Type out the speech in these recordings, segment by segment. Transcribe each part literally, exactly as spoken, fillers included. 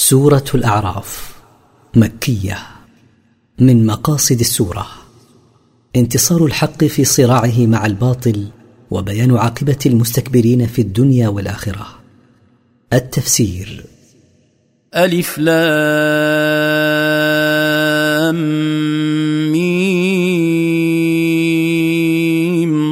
سورة الأعراف مكية. من مقاصد السورة انتصار الحق في صراعه مع الباطل وبيان عاقبة المستكبرين في الدنيا والآخرة. التفسير: ألف لام ميم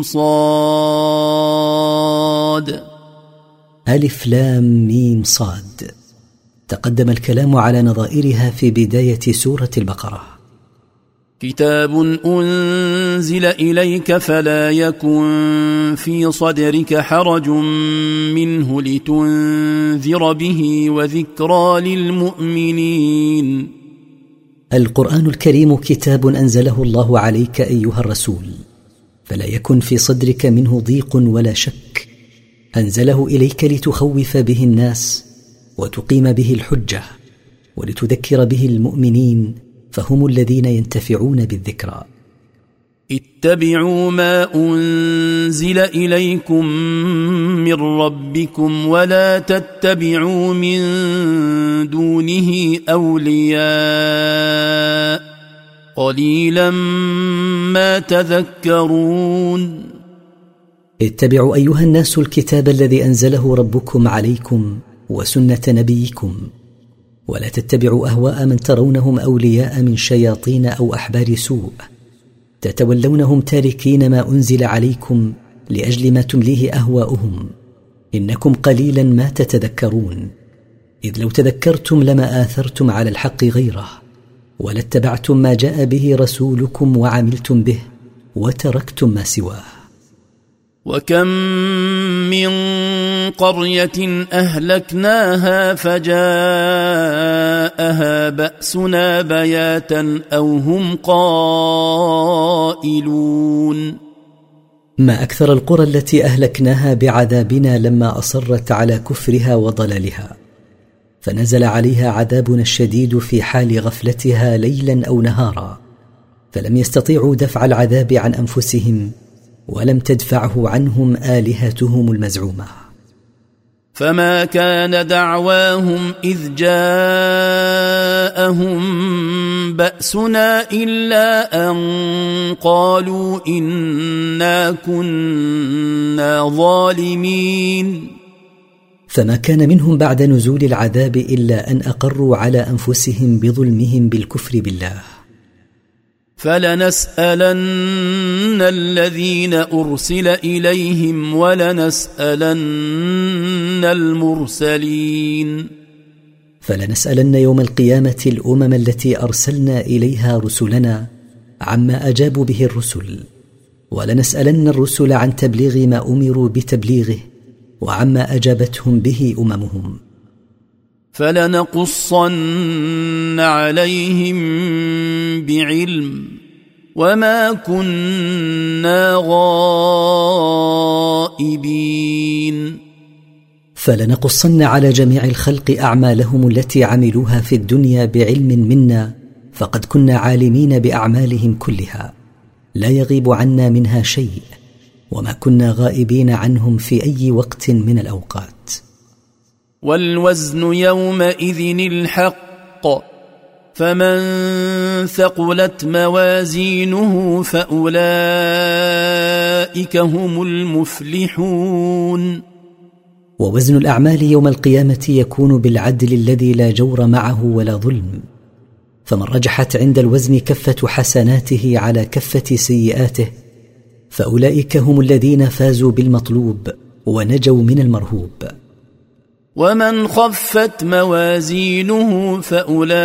صاد. ألف لام ميم صاد. تقدم الكلام على نظائرها في بداية سورة البقرة. كتاب أنزل إليك فلا يكن في صدرك حرج منه لتنذر به وذكرى للمؤمنين. القرآن الكريم كتاب أنزله الله عليك أيها الرسول، فلا يكن في صدرك منه ضيق ولا شك. أنزله إليك لتخوف به الناس وتقيم به الحجة ولتذكر به المؤمنين، فهم الذين ينتفعون بالذكرى. اتبعوا ما أنزل إليكم من ربكم ولا تتبعوا من دونه أولياء قليلا ما تذكرون. اتبعوا أيها الناس الكتاب الذي أنزله ربكم عليكم وسنة نبيكم، ولا تتبعوا أهواء من ترونهم أولياء من شياطين أو أحبار سوء تتولونهم تاركين ما أنزل عليكم لأجل ما تمليه أهواؤهم، إنكم قليلا ما تتذكرون. إذ لو تذكرتم لما آثرتم على الحق غيره ولاتبعتم ما جاء به رسولكم وعملتم به وتركتم ما سواه. وكم من قرية أهلكناها فجاءها بأسنا بياتا أو هم قائلون. ما أكثر القرى التي أهلكناها بعذابنا لما أصرت على كفرها وضلالها، فنزل عليها عذابنا الشديد في حال غفلتها ليلا أو نهارا، فلم يستطيعوا دفع العذاب عن أنفسهم ولم تدفعه عنهم آلهتهم المزعومة. فما كان دعواهم إذ جاءهم بأسنا إلا أن قالوا إنا كنا ظالمين. فما كان منهم بعد نزول العذاب إلا أن أقروا على أنفسهم بظلمهم بالكفر بالله. فلنسألن الذين أرسل إليهم ولنسألن المرسلين. فلنسألن يوم القيامة الأمم التي أرسلنا إليها رسلنا عما أجابوا به الرسل، ولنسألن الرسل عن تبليغ ما أمروا بتبليغه وعما أجابتهم به أممهم. فلنقصن عليهم بعلم وما كنا غائبين. فلنقصن على جميع الخلق أعمالهم التي عملوها في الدنيا بعلم منا، فقد كنا عالمين بأعمالهم كلها لا يغيب عنا منها شيء، وما كنا غائبين عنهم في أي وقت من الأوقات. والوزن يومئذ الحق، فمن ثقلت موازينه فأولئك هم المفلحون. ووزن الأعمال يوم القيامة يكون بالعدل الذي لا جور معه ولا ظلم، فمن رجحت عند الوزن كفة حسناته على كفة سيئاته فأولئك هم الذين فازوا بالمطلوب ونجوا من المرهوب. ومن خفت موازينه فأولئك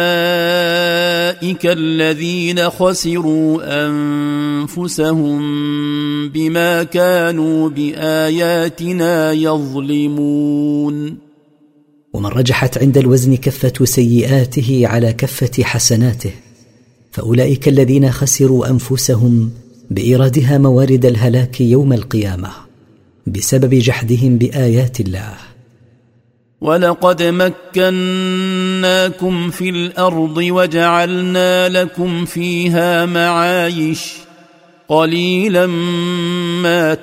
الذين خسروا أنفسهم بما كانوا بآياتنا يظلمون. ومن رجحت عند الوزن كفة سيئاته على كفة حسناته فأولئك الذين خسروا أنفسهم بإيرادها موارد الهلاك يوم القيامة بسبب جحدهم بآيات الله. ولقد مكناكم في الأرض وجعلنا لكم فيها معايش قليلا ما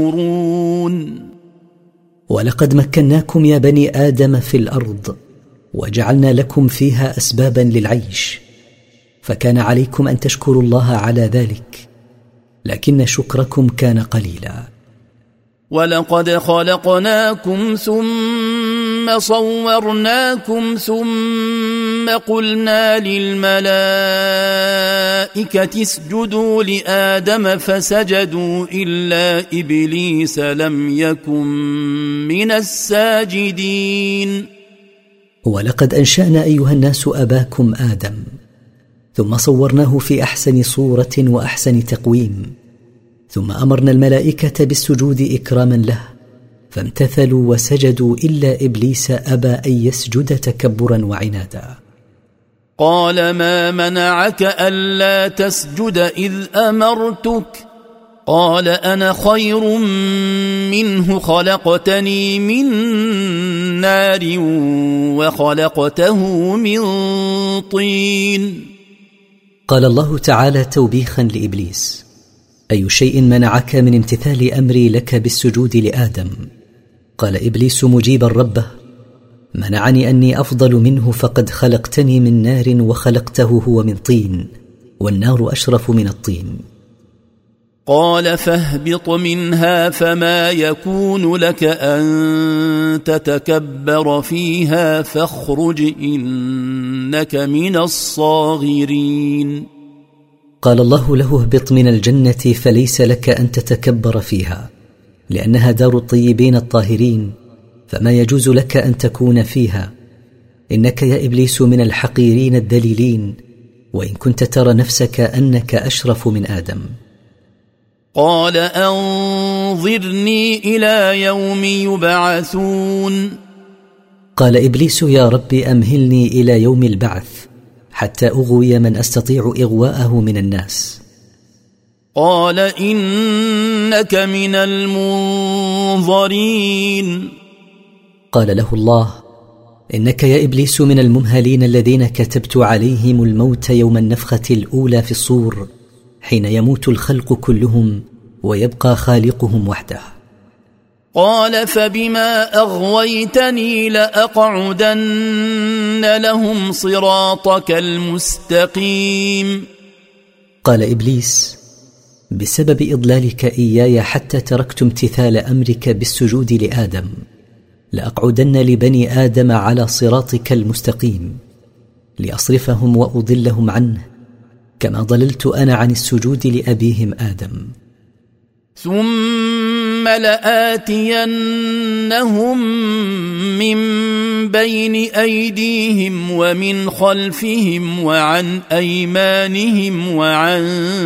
تشكرون. ولقد مكناكم يا بني آدم في الأرض وجعلنا لكم فيها أسبابا للعيش، فكان عليكم أن تشكروا الله على ذلك، لكن شكركم كان قليلا. ولقد خلقناكم ثم صورناكم ثم قلنا للملائكة اسجدوا لآدم فسجدوا إلا إبليس لم يكن من الساجدين. ولقد أنشأنا أيها الناس أباكم آدم، ثم صورناه في أحسن صورة وأحسن تقويم، ثم أمرنا الملائكة بالسجود إكراما له، فامتثلوا وسجدوا إلا إبليس أبى أن يسجد تكبرا وعنادا. قال ما منعك ألا تسجد إذ أمرتك؟ قال أنا خير منه خلقتني من نار وخلقته من طين. قال الله تعالى توبيخا لإبليس: أي شيء منعك من امتثال أمري لك بالسجود لآدم؟ قال إبليس مجيبا ربه: منعني أني أفضل منه، فقد خلقتني من نار وخلقته هو من طين، والنار أشرف من الطين. قال فاهبط منها فما يكون لك أن تتكبر فيها فاخرج إنك من الصاغرين. قال الله له: اهبط من الجنة فليس لك أن تتكبر فيها، لأنها دار الطيبين الطاهرين، فما يجوز لك أن تكون فيها، إنك يا إبليس من الحقيرين الذليلين، وإن كنت ترى نفسك أنك أشرف من آدم. قال أنظرني إلى يوم يبعثون. قال إبليس: يا رب أمهلني إلى يوم البعث حتى أغوي من أستطيع إغواءه من الناس. قال إنك من المنظرين. قال له الله: إنك يا إبليس من الممهلين الذين كتبت عليهم الموت يوم النفخة الأولى في الصور، حين يموت الخلق كلهم ويبقى خالقهم وحده. قال فبما أغويتني لأقعدن لهم صراطك المستقيم. قال إبليس: بسبب إضلالك إياي حتى تركت امتثال أمرك بالسجود لآدم، لأقعدن لبني آدم على صراطك المستقيم، لأصرفهم وأضلهم عنه، كما ضللت أنا عن السجود لأبيهم آدم. ثم لآتينهم من بين أيديهم ومن خلفهم وعن أيمانهم وعن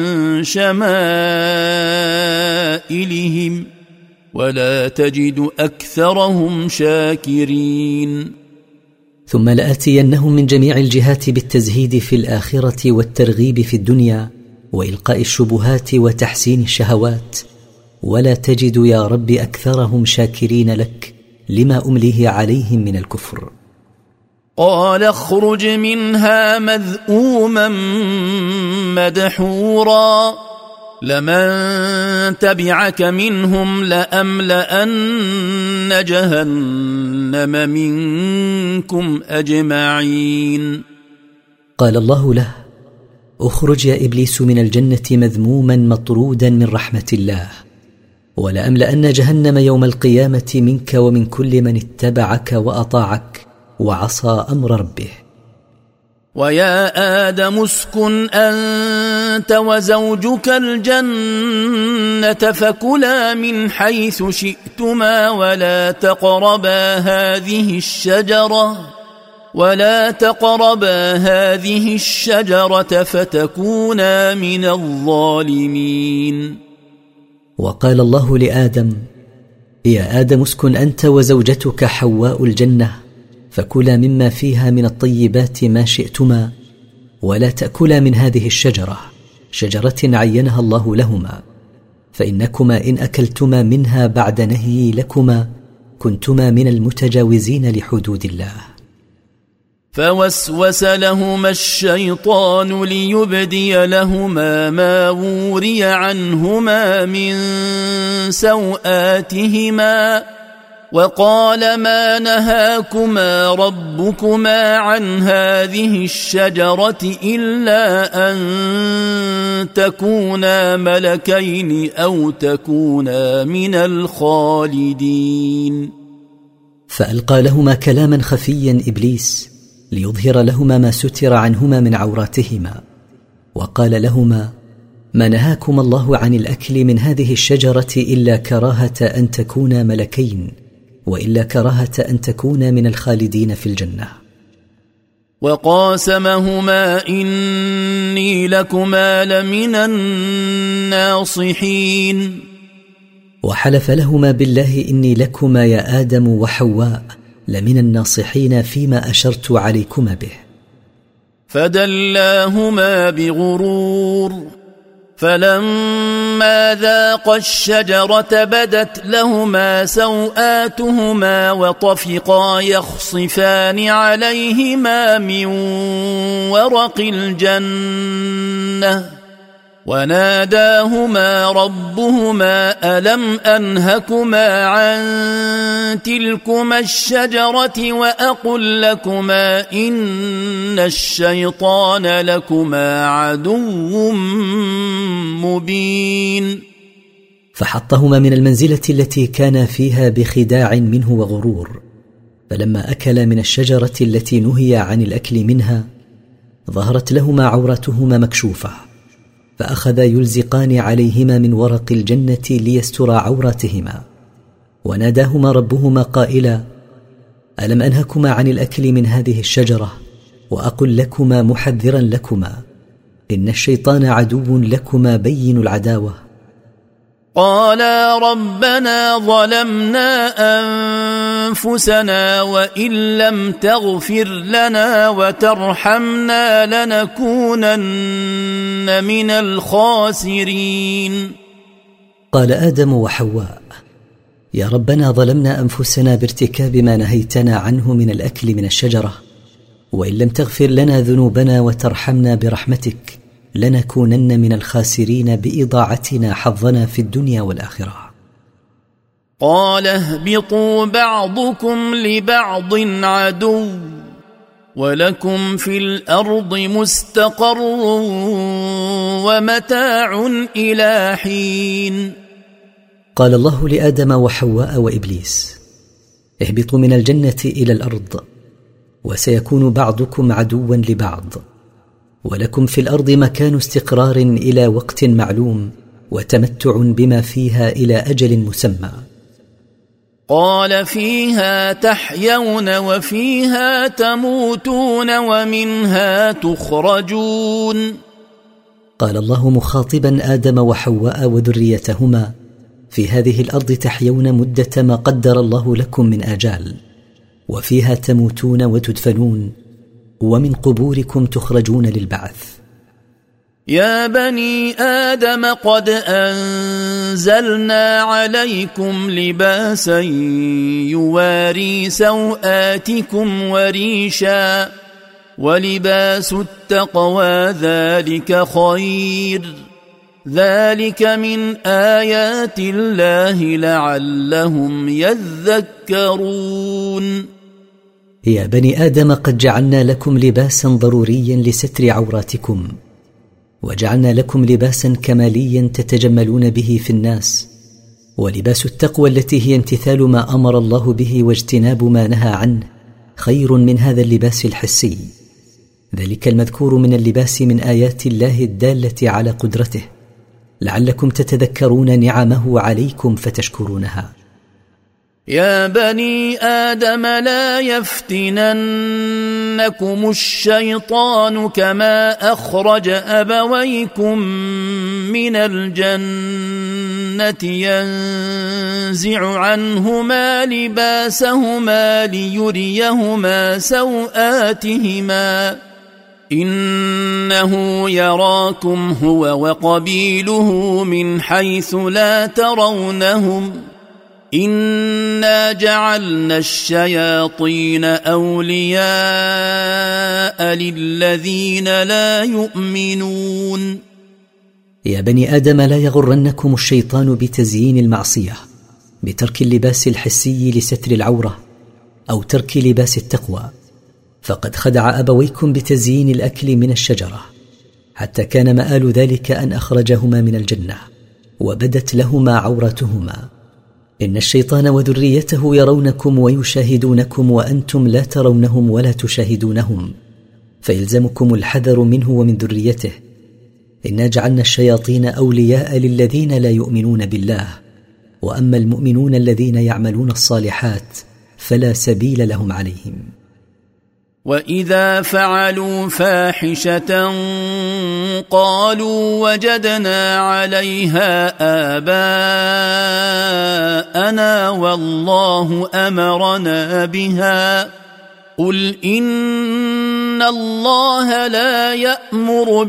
شمائلهم ولا تجد أكثرهم شاكرين. ثم لآتينهم من جميع الجهات بالتزهيد في الآخرة والترغيب في الدنيا وإلقاء الشبهات وتحسين الشهوات، ولا تجد يا رب أكثرهم شاكرين لك لما أمليه عليهم من الكفر. قال اخرج منها مذءوما مدحورا لمن تبعك منهم لأملأن جهنم منكم أجمعين. قال الله له: اخرج يا إبليس من الجنة مذموما مطرودا من رحمة الله، ولأملأن جهنم يوم القيامة منك ومن كل من اتبعك وأطاعك وعصى أمر ربه. ويا آدم اسكن أنت وزوجك الجنة فكلا من حيث شئتما ولا تقربا هذه الشجرة ولا تقربا هذه الشجرة فتكونا من الظالمين. وقال الله لآدم: يا آدم اسكن أنت وزوجتك حواء الجنة، فكلا مما فيها من الطيبات ما شئتما، ولا تأكلا من هذه الشجرة، شجرة عينها الله لهما، فإنكما إن أكلتما منها بعد نهي لكما كنتما من المتجاوزين لحدود الله. فوسوس لهما الشيطان ليبدي لهما ما وري عنهما من سوآتهما وقال ما نهاكما ربكما عن هذه الشجرة إلا أن تكونا ملكين أو تكونا من الخالدين. فألقى لهما كلاما خفيا إبليس ليظهر لهما ما ستر عنهما من عوراتهما، وقال لهما ما نهاكما الله عن الأكل من هذه الشجرة إلا كراهة أن تكونا ملكين وإلا كراهة أن تكونا من الخالدين في الجنة. وقاسمهما إني لكما لمن الناصحين. وحلف لهما بالله إني لكما يا آدم وحواء لمن الناصحين فيما أشرت عليكما به. فدلاهما بغرور فلما ذاقا الشجرة بدت لهما سوآتهما وطفقا يخصفان عليهما من ورق الجنة وناداهما ربهما ألم أنهكما عن تلكما الشجرة وأقل لكما إن الشيطان لكما عدو مبين. فحطهما من المنزلة التي كان فيها بخداع منه وغرور، فلما أكلا من الشجرة التي نهي عن الأكل منها ظهرت لهما عورتهما مكشوفة، فأخذا يلزقان عليهما من ورق الجنة ليستر عوراتهما. وناداهما ربهما قائلا ألم أنهكما عن الأكل من هذه الشجرة وأقل لكما محذرا لكما إن الشيطان عدو لكما بين العداوة. قالا ربنا ظلمنا أنفسنا وإن لم تغفر لنا وترحمنا لنكونن من الخاسرين. قال آدم وحواء يا ربنا ظلمنا أنفسنا بارتكاب ما نهيتنا عنه من الأكل من الشجرة، وإن لم تغفر لنا ذنوبنا وترحمنا برحمتك لنكونن من الخاسرين بإضاعتنا حظنا في الدنيا والآخرة. قال اهبطوا بعضكم لبعض عدو ولكم في الأرض مستقر ومتاع إلى حين. قال الله لآدم وحواء وإبليس اهبطوا من الجنة إلى الأرض وسيكون بعضكم عدوا لبعض، ولكم في الأرض مكان استقرار إلى وقت معلوم وتمتع بما فيها إلى أجل مسمى. قال فيها تحيون وفيها تموتون ومنها تخرجون. قال الله مخاطبا آدم وحواء وذريتهما في هذه الأرض تحيون مدة ما قدر الله لكم من آجال، وفيها تموتون وتدفنون، ومن قبوركم تخرجون للبعث. يا بني آدم قد أنزلنا عليكم لباسا يواري سوآتكم وريشا ولباس التقوى ذلك خير ذلك من آيات الله لعلهم يذكرون. يا بني آدم قد جعلنا لكم لباسا ضروريا لستر عوراتكم، وجعلنا لكم لباسا كماليا تتجملون به في الناس، ولباس التقوى التي هي امتثال ما أمر الله به واجتناب ما نهى عنه خير من هذا اللباس الحسي. ذلك المذكور من اللباس من آيات الله الدالة على قدرته لعلكم تتذكرون نعمه عليكم فتشكرونها. يا بني آدم لا يفتننكم الشيطان كما أخرج أبويكم من الجنة ينزع عنهما لباسهما ليريهما سوآتهما إنه يراكم هو وقبيله من حيث لا ترونهم إنا جعلنا الشياطين أولياء للذين لا يؤمنون. يا بني آدم لا يغرنكم الشيطان بتزيين المعصية بترك اللباس الحسي لستر العورة أو ترك لباس التقوى، فقد خدع أبويكم بتزيين الأكل من الشجرة حتى كان مآل ذلك أن أخرجهما من الجنة وبدت لهما عورتهما. إن الشيطان وذريته يرونكم ويشاهدونكم وأنتم لا ترونهم ولا تشاهدونهم، فيلزمكم الحذر منه ومن ذريته. إنا جعلنا الشياطين أولياء للذين لا يؤمنون بالله، وأما المؤمنون الذين يعملون الصالحات فلا سبيل لهم عليهم. وإذا فعلوا فاحشة قالوا وجدنا عليها آباءنا والله أمرنا بها قل إن الله لا يأمر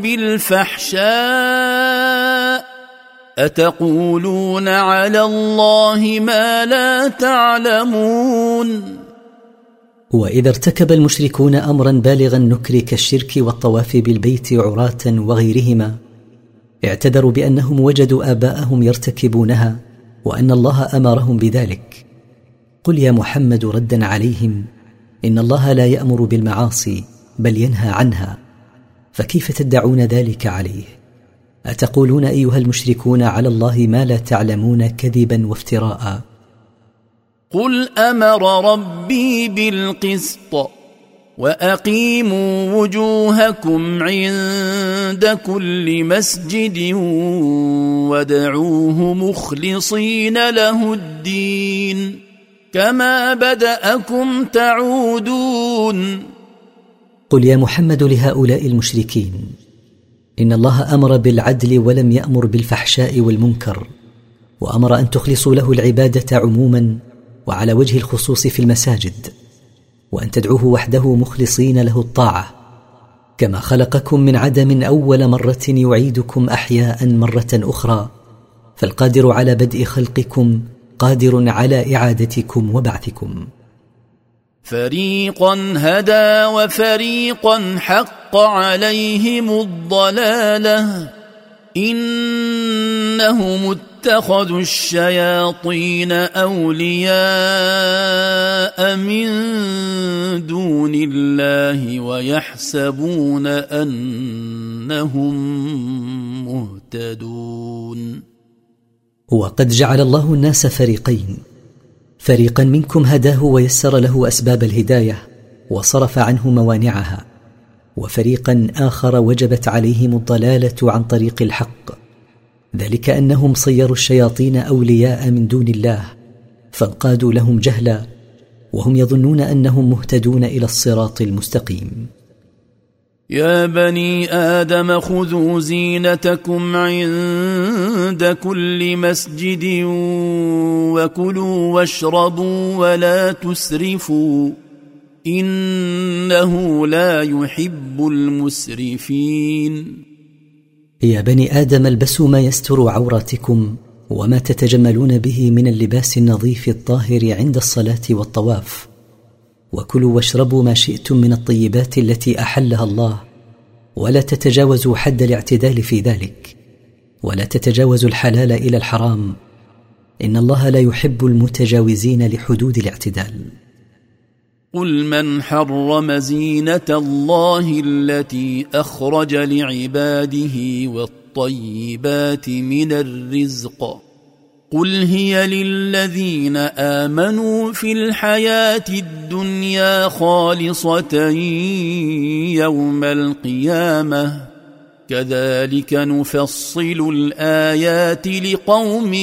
بالفحشاء أتقولون على الله ما لا تعلمون. وإذا ارتكب المشركون أمرا بالغ النكر كالشرك والطواف بالبيت عراة وغيرهما اعتذروا بأنهم وجدوا آباءهم يرتكبونها وأن الله أمرهم بذلك. قل يا محمد ردا عليهم إن الله لا يأمر بالمعاصي بل ينهى عنها، فكيف تدعون ذلك عليه؟ أتقولون أيها المشركون على الله ما لا تعلمون كذبا وافتراء. قل أمر ربي بالقسط وأقيموا وجوهكم عند كل مسجد وادعوه مخلصين له الدين كما بدأكم تعودون. قل يا محمد لهؤلاء المشركين إن الله أمر بالعدل ولم يأمر بالفحشاء والمنكر، وأمر أن تخلصوا له العبادة عموما وعلى وجه الخصوص في المساجد، وأن تدعوه وحده مخلصين له الطاعة، كما خلقكم من عدم أول مرة يعيدكم أحياء مرة أخرى، فالقادر على بدء خلقكم قادر على إعادتكم وبعثكم. فريقا هدى وفريقا حق عليهم الضلالة إنهم اتخذوا الشياطين أولياء من دون الله ويحسبون أنهم مهتدون. وقد جعل الله الناس فريقين، فريقا منكم هداه ويسر له أسباب الهداية وصرف عنه موانعها، وفريقا آخر وجبت عليهم الضلالة عن طريق الحق، ذلك أنهم صيروا الشياطين أولياء من دون الله فانقادوا لهم جهلا وهم يظنون أنهم مهتدون إلى الصراط المستقيم. يا بني آدم خذوا زينتكم عند كل مسجد وكلوا واشربوا ولا تسرفوا إنه لا يحب المسرفين. يا بني آدم البسوا ما يستر عوراتكم وما تتجملون به من اللباس النظيف الطاهر عند الصلاة والطواف، وكلوا واشربوا ما شئتم من الطيبات التي أحلها الله، ولا تتجاوزوا حد الاعتدال في ذلك، ولا تتجاوزوا الحلال إلى الحرام، إن الله لا يحب المتجاوزين لحدود الاعتدال. قل من حرم زينة الله التي أخرج لعباده والطيبات من الرزق قل هي للذين آمنوا في الحياة الدنيا خالصة يوم القيامة كذلك نفصل الآيات لقوم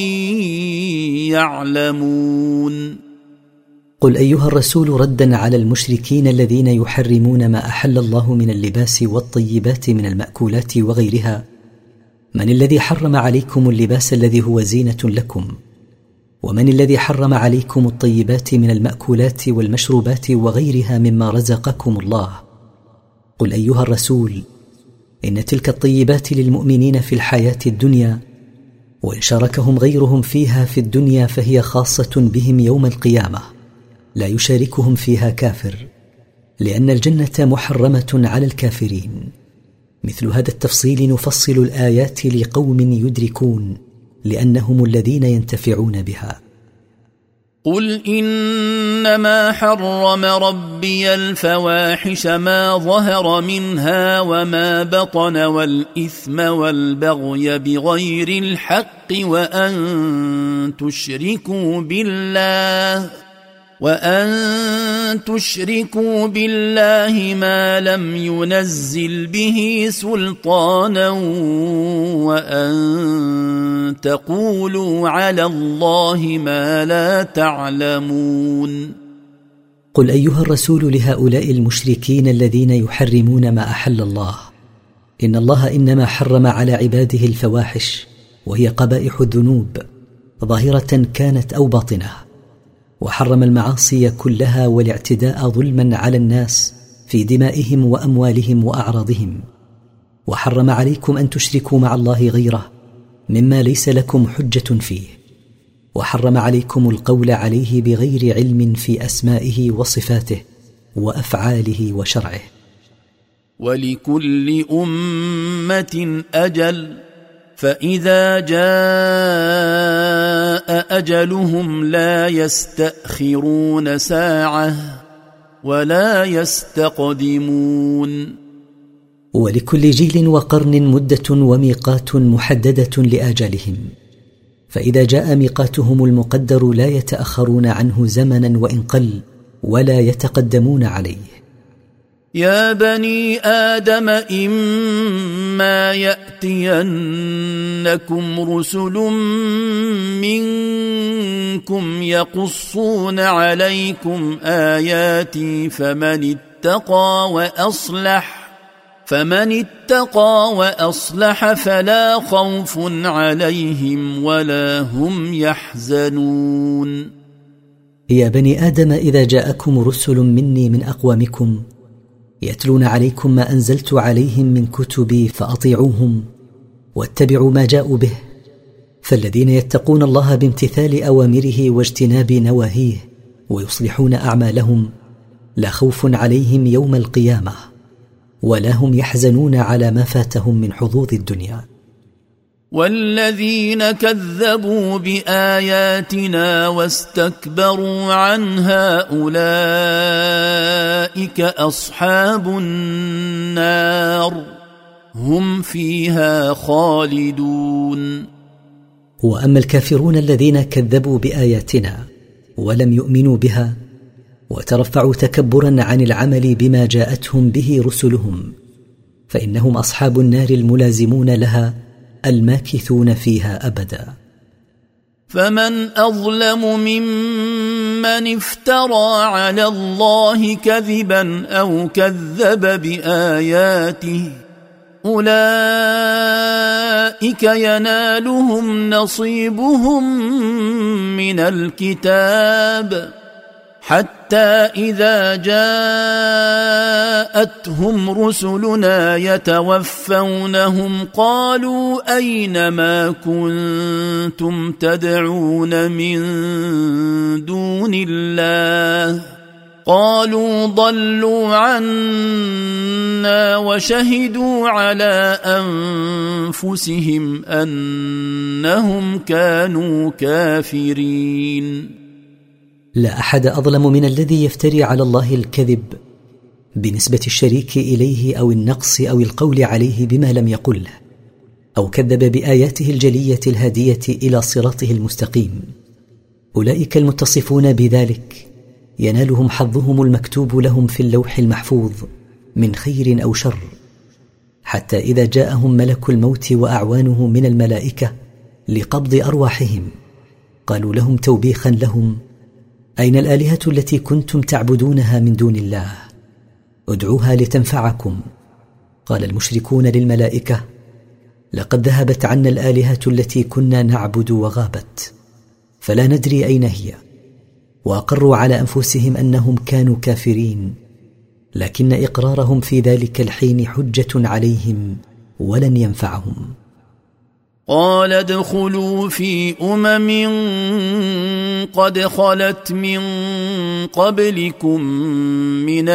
يعلمون. قل أيها الرسول ردا على المشركين الذين يحرمون ما أحل الله من اللباس والطيبات من المأكولات وغيرها، من الذي حرم عليكم اللباس الذي هو زينة لكم؟ ومن الذي حرم عليكم الطيبات من المأكولات والمشروبات وغيرها مما رزقكم الله؟ قل أيها الرسول إن تلك الطيبات للمؤمنين في الحياة الدنيا، وإن شاركهم غيرهم فيها في الدنيا فهي خاصة بهم يوم القيامة، لا يشاركهم فيها كافر، لأن الجنة محرمة على الكافرين. مثل هذا التفصيل نفصل الآيات لقوم يدركون، لأنهم الذين ينتفعون بها. قل إنما حرم ربي الفواحش ما ظهر منها وما بطن والإثم والبغي بغير الحق وأن تشركوا بالله وأن تشركوا بالله ما لم ينزل به سلطانا وأن تقولوا على الله ما لا تعلمون. قل أيها الرسول لهؤلاء المشركين الذين يحرمون ما أحل الله: إن الله إنما حرم على عباده الفواحش، وهي قبائح الذنوب ظاهرة كانت أو باطنة، وحرم المعاصي كلها والاعتداء ظلما على الناس في دمائهم وأموالهم وأعراضهم، وحرم عليكم أن تشركوا مع الله غيره مما ليس لكم حجة فيه، وحرم عليكم القول عليه بغير علم في أسمائه وصفاته وأفعاله وشرعه. ولكل أمة أجل فإذا جاء أجلهم لا يستأخرون ساعة ولا يستقدمون. ولكل جيل وقرن مدة وميقات محددة لآجالهم، فإذا جاء ميقاتهم المقدر لا يتأخرون عنه زمنا وإن قل ولا يتقدمون عليه. يا بني آدم إما يأتينكم رسل منكم يقصون عليكم آياتي فمن اتقى وأصلح فمن اتقى وأصلح فلا خوف عليهم ولا هم يحزنون. يا بني آدم إذا جاءكم رسل مني من أقوامكم يتلون عليكم ما أنزلت عليهم من كتبي فأطيعوهم واتبعوا ما جاءوا به، فالذين يتقون الله بامتثال أوامره واجتناب نواهيه ويصلحون أعمالهم لا خوف عليهم يوم القيامة ولا هم يحزنون على ما فاتهم من حظوظ الدنيا. والذين كذبوا بآياتنا واستكبروا عنها أولئك أصحاب النار هم فيها خالدون. وأما الكافرون الذين كذبوا بآياتنا ولم يؤمنوا بها وترفعوا تكبرا عن العمل بما جاءتهم به رسلهم فإنهم أصحاب النار الملازمون لها الماكثون فيها أبدا. فمن أظلم ممن افترى على الله كذبا أو كذب بآياته أولئك ينالهم نصيبهم من الكتاب حتى إذا جاءتهم رسلنا يتوفونهم قالوا أين ما كنتم تدعون من دون الله قالوا ضلوا عنا وشهدوا على أنفسهم أنهم كانوا كافرين. لا أحد أظلم من الذي يفتري على الله الكذب بنسبة الشريك إليه أو النقص أو القول عليه بما لم يقله أو كذب بآياته الجلية الهادية إلى صراطه المستقيم. أولئك المتصفون بذلك ينالهم حظهم المكتوب لهم في اللوح المحفوظ من خير أو شر، حتى إذا جاءهم ملك الموت وأعوانه من الملائكة لقبض أرواحهم قالوا لهم توبيخا لهم أين الآلهة التي كنتم تعبدونها من دون الله؟ ادعوها لتنفعكم. قال المشركون للملائكة لقد ذهبت عنا الآلهة التي كنا نعبد وغابت فلا ندري أين هي. وأقروا على أنفسهم أنهم كانوا كافرين، لكن إقرارهم في ذلك الحين حجة عليهم ولن ينفعهم. قال ادخلوا في أمم قد خلت من قبلكم من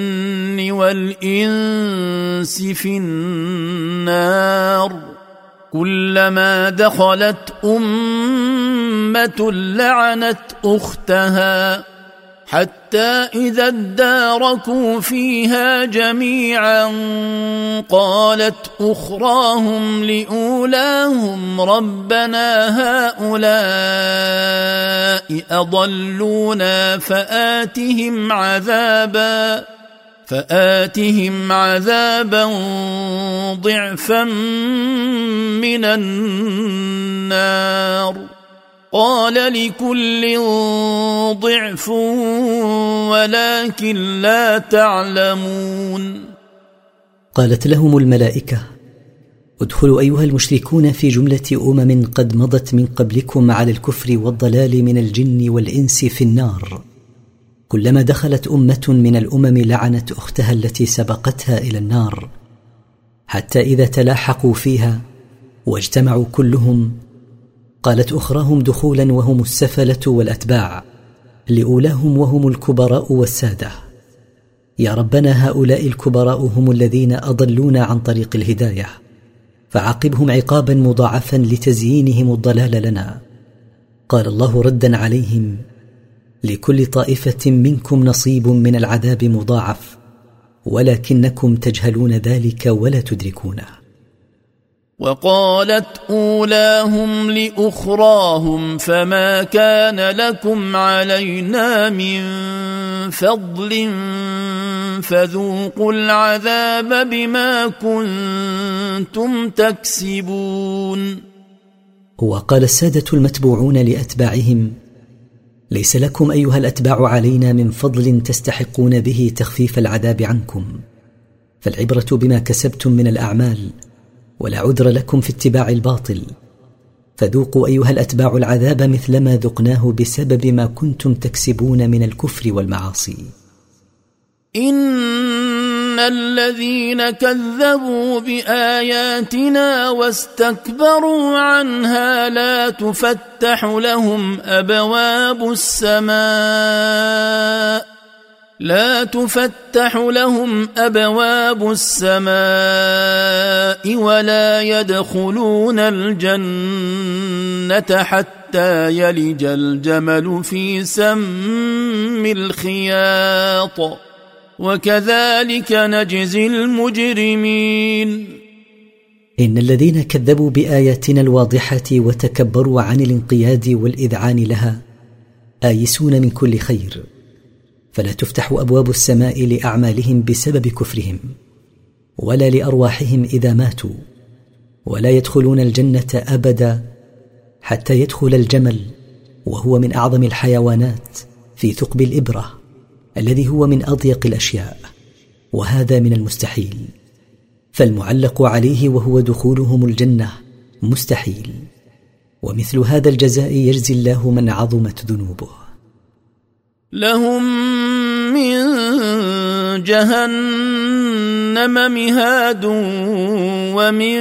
الجن والإنس في النار كلما دخلت أمة لعنت أختها حتى إذا اداركوا فيها جميعا قالت أخراهم لأولاهم ربنا هؤلاء أضلونا فآتهم عذابا فآتهم عذابا ضعفا من النار قال لكل ضعف ولكن لا تعلمون. قالت لهم الملائكة ادخلوا أيها المشركون في جملة أمم قد مضت من قبلكم على الكفر والضلال من الجن والإنس في النار، كلما دخلت أمة من الأمم لعنت أختها التي سبقتها إلى النار، حتى إذا تلاحقوا فيها واجتمعوا كلهم قالت أخراهم دخولا وهم السفلة والأتباع لأولاهم وهم الكبراء والسادة يا ربنا هؤلاء الكبراء هم الذين أضلونا عن طريق الهداية، فعاقبهم عقابا مضاعفا لتزيينهم الضلال لنا. قال الله ردا عليهم لكل طائفة منكم نصيب من العذاب مضاعف ولكنكم تجهلون ذلك ولا تدركونه. وقالت أولاهم لأخراهم فما كان لكم علينا من فضل فذوقوا العذاب بما كنتم تكسبون. وقال السادة المتبوعون لأتباعهم ليس لكم أيها الأتباع علينا من فضل تستحقون به تخفيف العذاب عنكم، فالعبرة بما كسبتم من الأعمال ولا عذر لكم في اتباع الباطل، فذوقوا أيها الأتباع العذاب مثلما ذقناه بسبب ما كنتم تكسبون من الكفر والمعاصي. إن الذين كذبوا بآياتنا واستكبروا عنها لا تفتح لهم أبواب السماء لا تفتح لهم أبواب السماء ولا يدخلون الجنة حتى يلج الجمل في سم الخياط وكذلك نجزي المجرمين. إن الذين كذبوا بآياتنا الواضحة وتكبروا عن الانقياد والإذعان لها آيسون من كل خير، فلا تفتح أبواب السماء لأعمالهم بسبب كفرهم ولا لأرواحهم إذا ماتوا، ولا يدخلون الجنة أبدا حتى يدخل الجمل وهو من أعظم الحيوانات في ثقب الإبرة الذي هو من أضيق الأشياء، وهذا من المستحيل، فالمعلق عليه وهو دخولهم الجنة مستحيل، ومثل هذا الجزاء يجزي الله من عظمت ذنوبه. لهم من جهنم مهاد ومن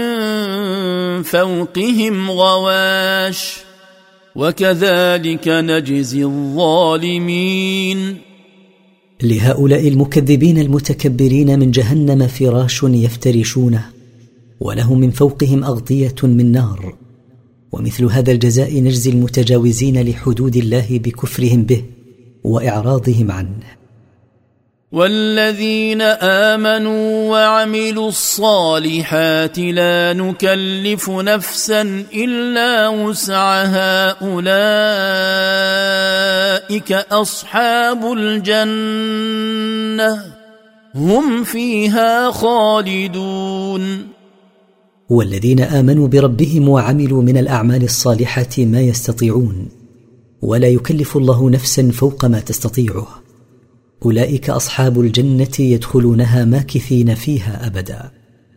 فوقهم غواش وكذلك نجزي الظالمين. لهؤلاء المكذبين المتكبرين من جهنم فراش يفترشونه ولهم من فوقهم أغطية من نار، ومثل هذا الجزاء نجزي المتجاوزين لحدود الله بكفرهم به وإعراضهم عنه. والذين آمنوا وعملوا الصالحات لا نكلف نفسا إلا وسعها أولئك أصحاب الجنة هم فيها خالدون. والذين آمنوا بربهم وعملوا من الأعمال الصالحة ما يستطيعون ولا يكلف الله نفسا فوق ما تستطيعه، أولئك أصحاب الجنة يدخلونها ماكثين فيها أبدا.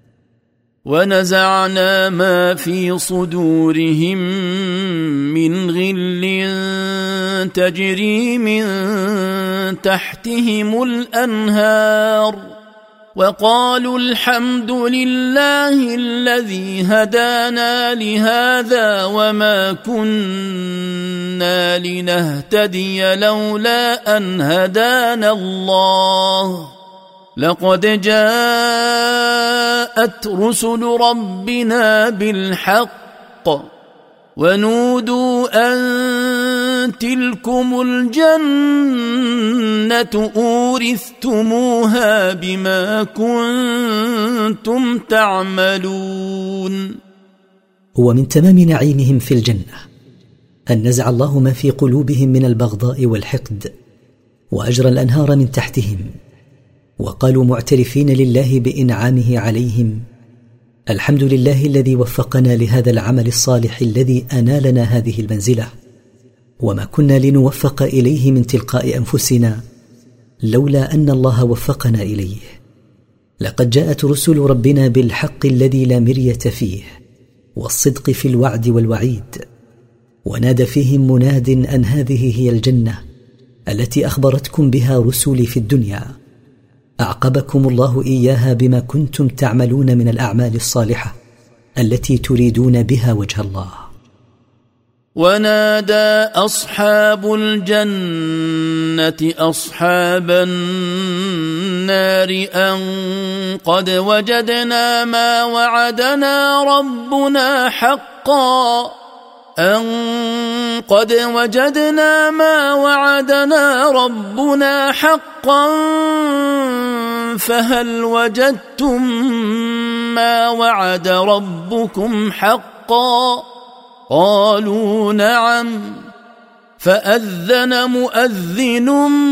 ونزعنا ما في صدورهم من غل تجري من تحتهم الأنهار وقالوا الحمد لله الذي هدانا لهذا وما كنا لنهتدي لولا أن هدانا الله لقد جاءت رسل ربنا بالحق ونودوا أن تلكم الجنة أورثتموها بما كنتم تعملون. ومن تمام نعيمهم في الجنة أن نزع الله ما في قلوبهم من البغضاء والحقد، وأجرى الأنهار من تحتهم، وقالوا معترفين لله بإنعامه عليهم: الحمد لله الذي وفقنا لهذا العمل الصالح الذي أنالنا هذه المنزلة، وما كنا لنوفق إليه من تلقاء أنفسنا لولا أن الله وفقنا إليه. لقد جاءت رسل ربنا بالحق الذي لا مرية فيه والصدق في الوعد والوعيد، ونادى فيهم مناد أن هذه هي الجنة التي أخبرتكم بها رسلي في الدنيا، أعقبكم الله إياها بما كنتم تعملون من الأعمال الصالحة التي تريدون بها وجه الله. ونادى أصحاب الجنة أصحاب النار أن قد وجدنا ما وعدنا ربنا حقا أن قد وجدنا ما وعدنا ربنا حقا فهل وجدتم ما وعد ربكم حقا؟ قالوا نعم. فأذن مؤذن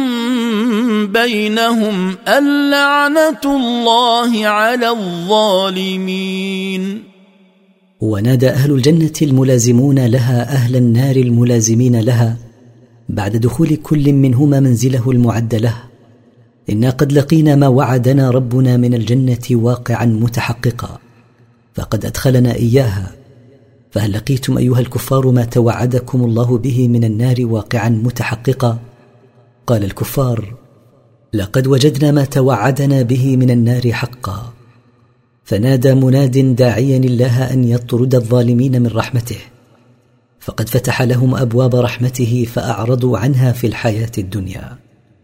بينهم اللعنة الله على الظالمين. ونادى أهل الجنة الملازمون لها أهل النار الملازمين لها بعد دخول كل منهما منزله المعد له: إنا قد لقينا ما وعدنا ربنا من الجنة واقعا متحققا، فقد أدخلنا إياها، فهل لقيتم أيها الكفار ما توعدكم الله به من النار واقعا متحققا؟ قال الكفار: لقد وجدنا ما توعدنا به من النار حقا. فنادى مناد داعيا الله أن يطرد الظالمين من رحمته، فقد فتح لهم أبواب رحمته فأعرضوا عنها في الحياة الدنيا.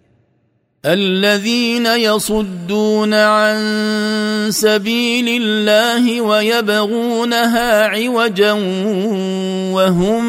الذين يصدون عن سبيل الله ويبغونها عوجا وهم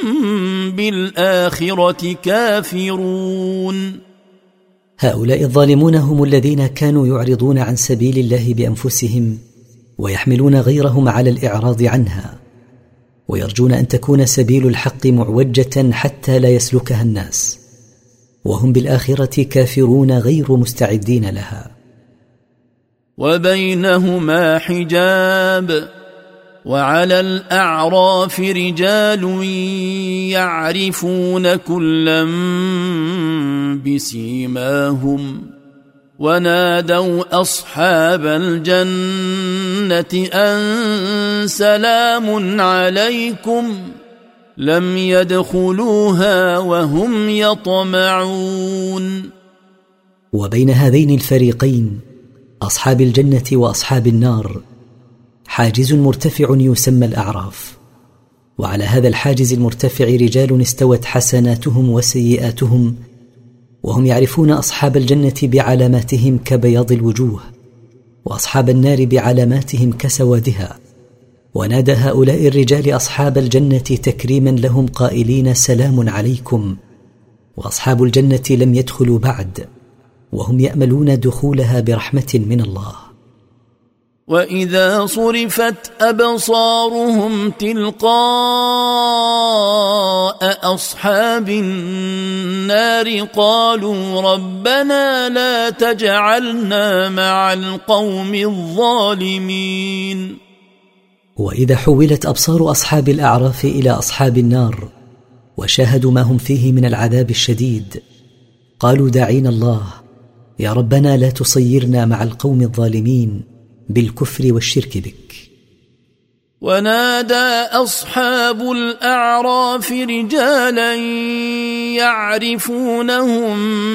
بالآخرة كافرون. هؤلاء الظالمون هم الذين كانوا يعرضون عن سبيل الله بأنفسهم ويحملون غيرهم على الإعراض عنها، ويرجون أن تكون سبيل الحق معوجة حتى لا يسلكها الناس، وهم بالآخرة كافرون غير مستعدين لها. وبينهما حجاب وعلى الأعراف رجال يعرفون كلا بسيماهم ونادوا أصحاب الجنة أن سلام عليكم لم يدخلوها وهم يطمعون. وبين هذين الفريقين أصحاب الجنة وأصحاب النار حاجز مرتفع يسمى الأعراف، وعلى هذا الحاجز المرتفع رجال استوت حسناتهم وسيئاتهم، وهم يعرفون أصحاب الجنة بعلاماتهم كبياض الوجوه، وأصحاب النار بعلاماتهم كسوادها. ونادى هؤلاء الرجال أصحاب الجنة تكريما لهم قائلين: سلام عليكم. وأصحاب الجنة لم يدخلوا بعد، وهم يأملون دخولها برحمة من الله. وإذا صرفت أبصارهم تلقاء أصحاب النار قالوا ربنا لا تجعلنا مع القوم الظالمين. وإذا حولت أبصار أصحاب الأعراف إلى أصحاب النار وشاهدوا ما هم فيه من العذاب الشديد قالوا داعين الله: يا ربنا لا تصيرنا مع القوم الظالمين بالكفر والشرك بك. ونادى أصحاب الأعراف رجالا يعرفونهم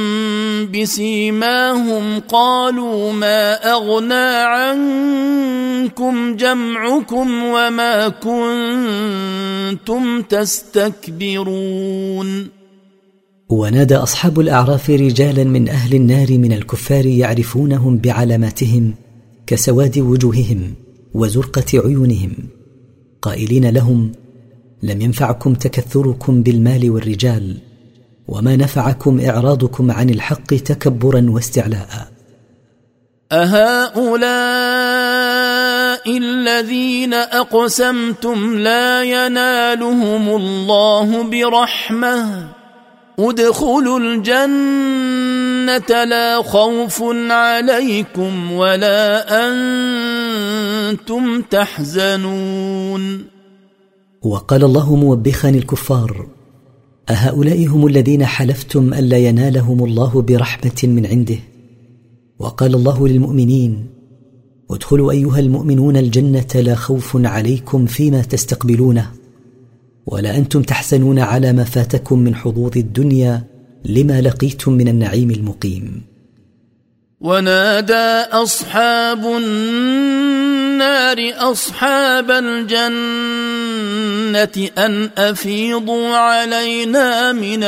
بسيماهم قالوا ما أغنى عنكم جمعكم وما كنتم تستكبرون. ونادى أصحاب الأعراف رجالا من أهل النار من الكفار يعرفونهم بعلاماتهم كسواد وجوههم وزرقة عيونهم، قائلين لهم: لم ينفعكم تكثركم بالمال والرجال، وما نفعكم إعراضكم عن الحق تكبرا واستعلاء. أهؤلاء الذين أقسمتم لا ينالهم الله برحمة ادخلوا الجنة لا خوف عليكم ولا أنتم تحزنون. وقال الله موبخا الكفار: أهؤلاء هم الذين حلفتم ألا ينالهم الله برحمة من عنده؟ وقال الله للمؤمنين: ادخلوا أيها المؤمنون الجنة لا خوف عليكم فيما تستقبلونه ولا أنتم تحزنون على ما فاتكم من حظوظ الدنيا لما لقيتم من النعيم المقيم. ونادى أصحاب النار أصحاب الجنة أن أفيضوا علينا من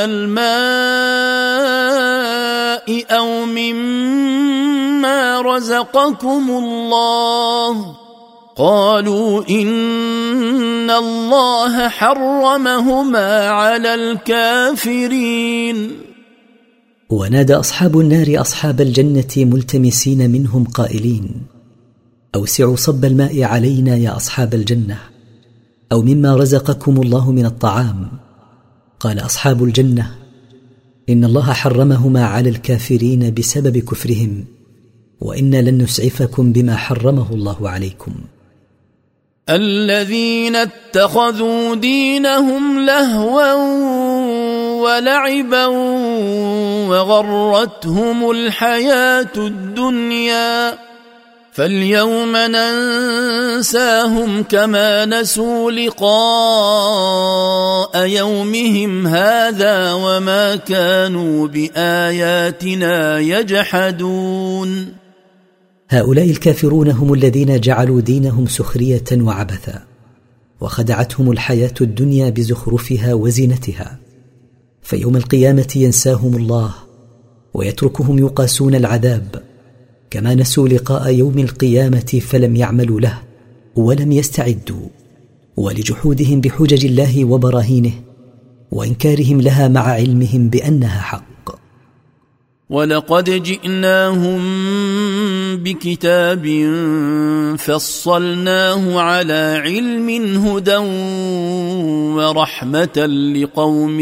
الماء أو مما رزقكم الله، قالوا إن الله حرمهما على الكافرين. ونادى أصحاب النار أصحاب الجنة ملتمسين منهم قائلين: أوسعوا صب الماء علينا يا أصحاب الجنة، أو مما رزقكم الله من الطعام. قال أصحاب الجنة: إن الله حرمهما على الكافرين بسبب كفرهم، وإنا لن نسعفكم بما حرمه الله عليكم. الذين اتخذوا دينهم لهوا ولعبا وغرتهم الحياة الدنيا فاليوم ننساهم كما نسوا لقاء يومهم هذا وما كانوا بآياتنا يجحدون. هؤلاء الكافرون هم الذين جعلوا دينهم سخرية وعبثا، وخدعتهم الحياة الدنيا بزخرفها وزينتها، فيوم القيامة ينساهم الله ويتركهم يقاسون العذاب كما نسوا لقاء يوم القيامة فلم يعملوا له ولم يستعدوا، ولجحودهم بحجج الله وبراهينه وإنكارهم لها مع علمهم بأنها حق. ولقد جئناهم بكتاب فصلناه على علم هدى ورحمة لقوم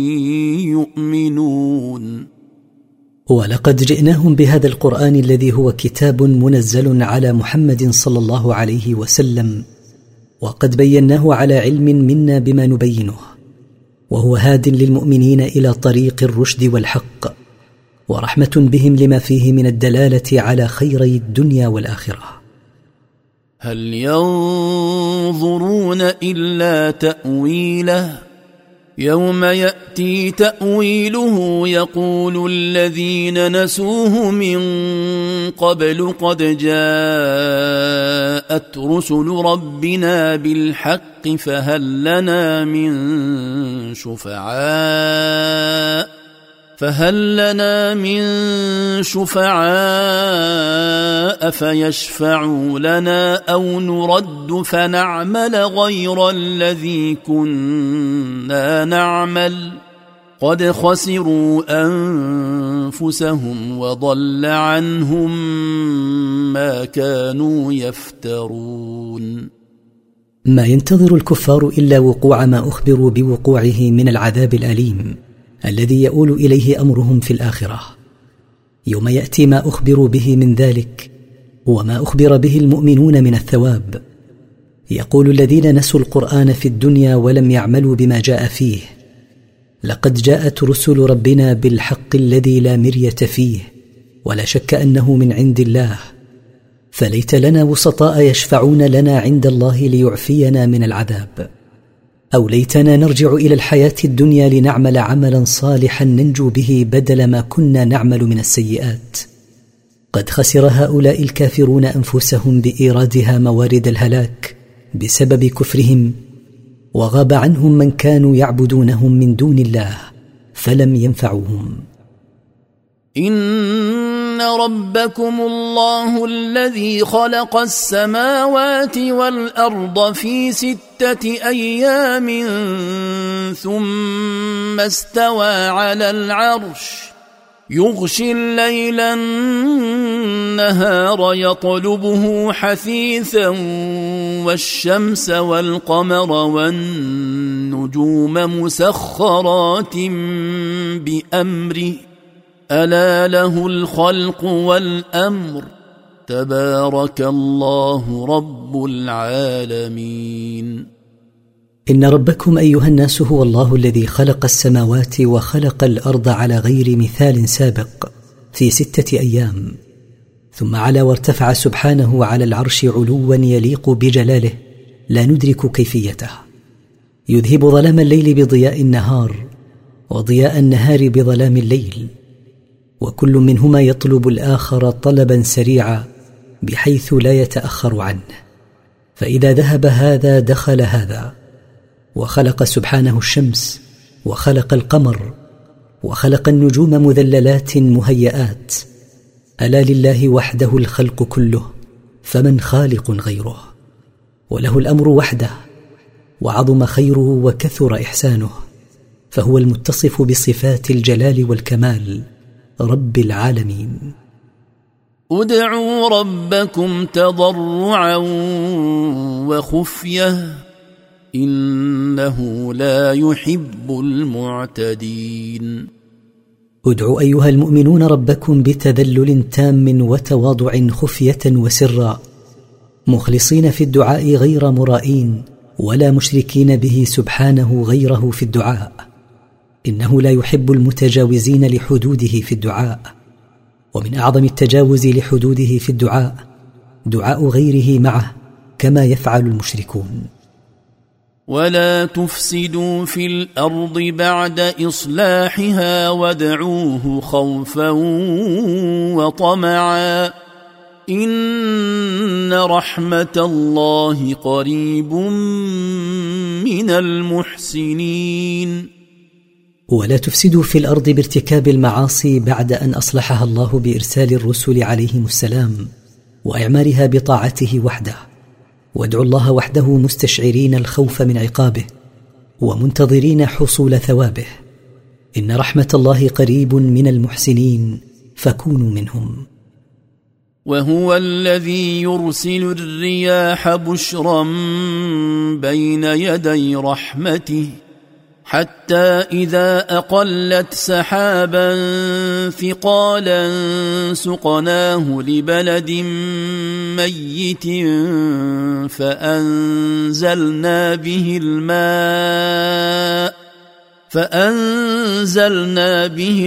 يؤمنون. ولقد جئناهم بهذا القرآن الذي هو كتاب منزل على محمد صلى الله عليه وسلم، وقد بيناه على علم منا بما نبينه، وهو هاد للمؤمنين إلى طريق الرشد والحق، ورحمة بهم لما فيه من الدلالة على خيري الدنيا والآخرة. هل ينظرون إلا تأويله يوم يأتي تأويله يقول الذين نسوه من قبل قد جاءت رسل ربنا بالحق فهل لنا من شفعاء فهل لنا من شفعاء فيشفعوا لنا أو نرد فنعمل غير الذي كنا نعمل قد خسروا أنفسهم وضل عنهم ما كانوا يفترون. ما ينتظر الكفار إلا وقوع ما أخبروا بوقوعه من العذاب الأليم الذي يؤول إليه أمرهم في الآخرة، يوم يأتي ما أخبروا به من ذلك وما أخبر به المؤمنون من الثواب. يقول الذين نسوا القرآن في الدنيا ولم يعملوا بما جاء فيه: لقد جاءت رسل ربنا بالحق الذي لا مرية فيه ولا شك أنه من عند الله، فليت لنا وسطاء يشفعون لنا عند الله ليعفينا من العذاب، أو ليتنا نرجع إلى الحياة الدنيا لنعمل عملا صالحا ننجو به بدل ما كنا نعمل من السيئات. قد خسر هؤلاء الكافرون أنفسهم بإيرادها موارد الهلاك بسبب كفرهم، وغاب عنهم من كانوا يعبدونهم من دون الله فلم ينفعوهم. إن ربكم الله الذي خلق السماوات والأرض في ستة أيام ثم استوى على العرش يغشي الليل النهار يطلبه حثيثا والشمس والقمر والنجوم مسخرات بأمره ألا له الخلق والأمر تبارك الله رب العالمين. إن ربكم أيها الناس هو الله الذي خلق السماوات وخلق الأرض على غير مثال سابق في ستة أيام، ثم علا وارتفع سبحانه على العرش علوا يليق بجلاله لا ندرك كيفيته، يذهب ظلام الليل بضياء النهار وضياء النهار بظلام الليل، وكل منهما يطلب الآخر طلبا سريعا بحيث لا يتأخر عنه، فإذا ذهب هذا دخل هذا. وخلق سبحانه الشمس وخلق القمر وخلق النجوم مذللات مهيئات. ألا لله وحده الخلق كله، فمن خالق غيره؟ وله الأمر وحده، وعظم خيره وكثر إحسانه، فهو المتصف بصفات الجلال والكمال رب العالمين. ادعوا ربكم تضرعا وخفية إنه لا يحب المعتدين. ادعوا أيها المؤمنون ربكم بتذلل تام وتواضع خفية وسرا، مخلصين في الدعاء غير مرائين ولا مشركين به سبحانه غيره في الدعاء، إنه لا يحب المتجاوزين لحدوده في الدعاء. ومن أعظم التجاوز لحدوده في الدعاء دعاء غيره معه كما يفعل المشركون. ولا تفسدوا في الأرض بعد إصلاحها وادعوه خوفا وطمعا إن رحمة الله قريب من المحسنين. ولا تفسدوا في الأرض بارتكاب المعاصي بعد أن أصلحها الله بإرسال الرسل عليهم السلام وإعمارها بطاعته وحده، وادعوا الله وحده مستشعرين الخوف من عقابه ومنتظرين حصول ثوابه. إن رحمة الله قريب من المحسنين فكونوا منهم. وهو الذي يرسل الرياح بشرا بين يدي رحمته حتى إذا أقلت سحابا ثقالا سقناه لبلد ميت فأنزلنا به الماء فأنزلنا به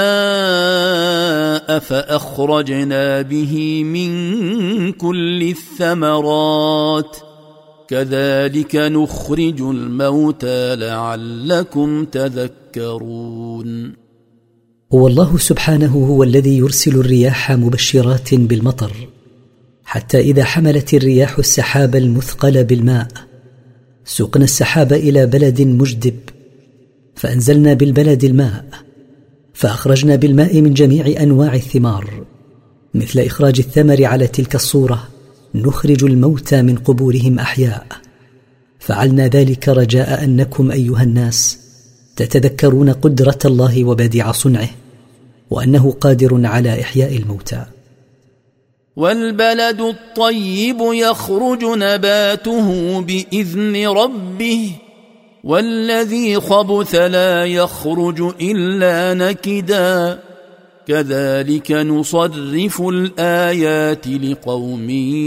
الماء فأخرجنا به من كل الثمرات كذلك نخرج الموتى لعلكم تذكرون. والله سبحانه هو الذي يرسل الرياح مبشرات بالمطر، حتى إذا حملت الرياح السحاب المثقل بالماء سقنا السحاب إلى بلد مجدب فأنزلنا بالبلد الماء فأخرجنا بالماء من جميع أنواع الثمار، مثل إخراج الثمر على تلك الصورة نخرج الموتى من قبورهم أحياء. فعلنا ذلك رجاء أنكم أيها الناس تتذكرون قدرة الله وبديع صنعه، وأنه قادر على إحياء الموتى. والبلد الطيب يخرج نباته بإذن ربه والذي خبث لا يخرج إلا نكدا كذلك نصرف الآيات لقوم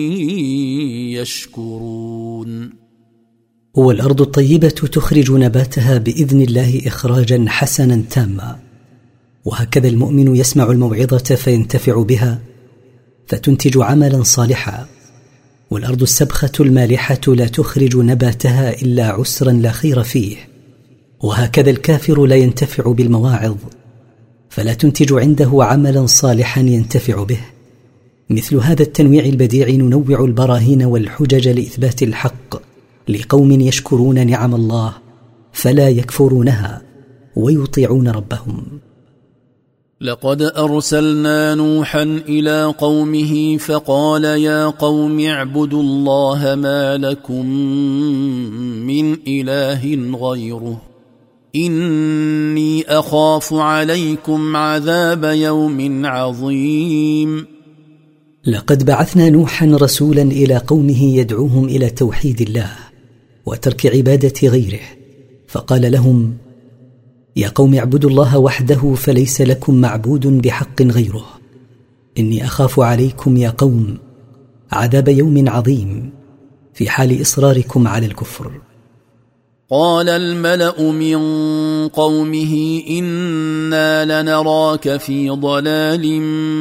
يشكرون. والأرض الطيبة تخرج نباتها بإذن الله إخراجا حسنا تاما، وهكذا المؤمن يسمع الموعظة فينتفع بها فتنتج عملا صالحا. والأرض السبخة المالحة لا تخرج نباتها إلا عسرا لا خير فيه، وهكذا الكافر لا ينتفع بالمواعظ فلا تنتج عنده عملا صالحا ينتفع به. مثل هذا التنويع البديع ننوع البراهين والحجج لإثبات الحق لقوم يشكرون نعم الله فلا يكفرونها ويطيعون ربهم. لقد أرسلنا نوحا إلى قومه فقال يا قوم اعبدوا الله ما لكم من إله غيره إني أخاف عليكم عذاب يوم عظيم. لقد بعثنا نوحا رسولا إلى قومه يدعوهم إلى توحيد الله وترك عبادة غيره، فقال لهم يا قوم اعبدوا الله وحده فليس لكم معبود بحق غيره إني أخاف عليكم يا قوم عذاب يوم عظيم في حال إصراركم على الكفر. قال الملأ من قومه إنا لنراك في ضلال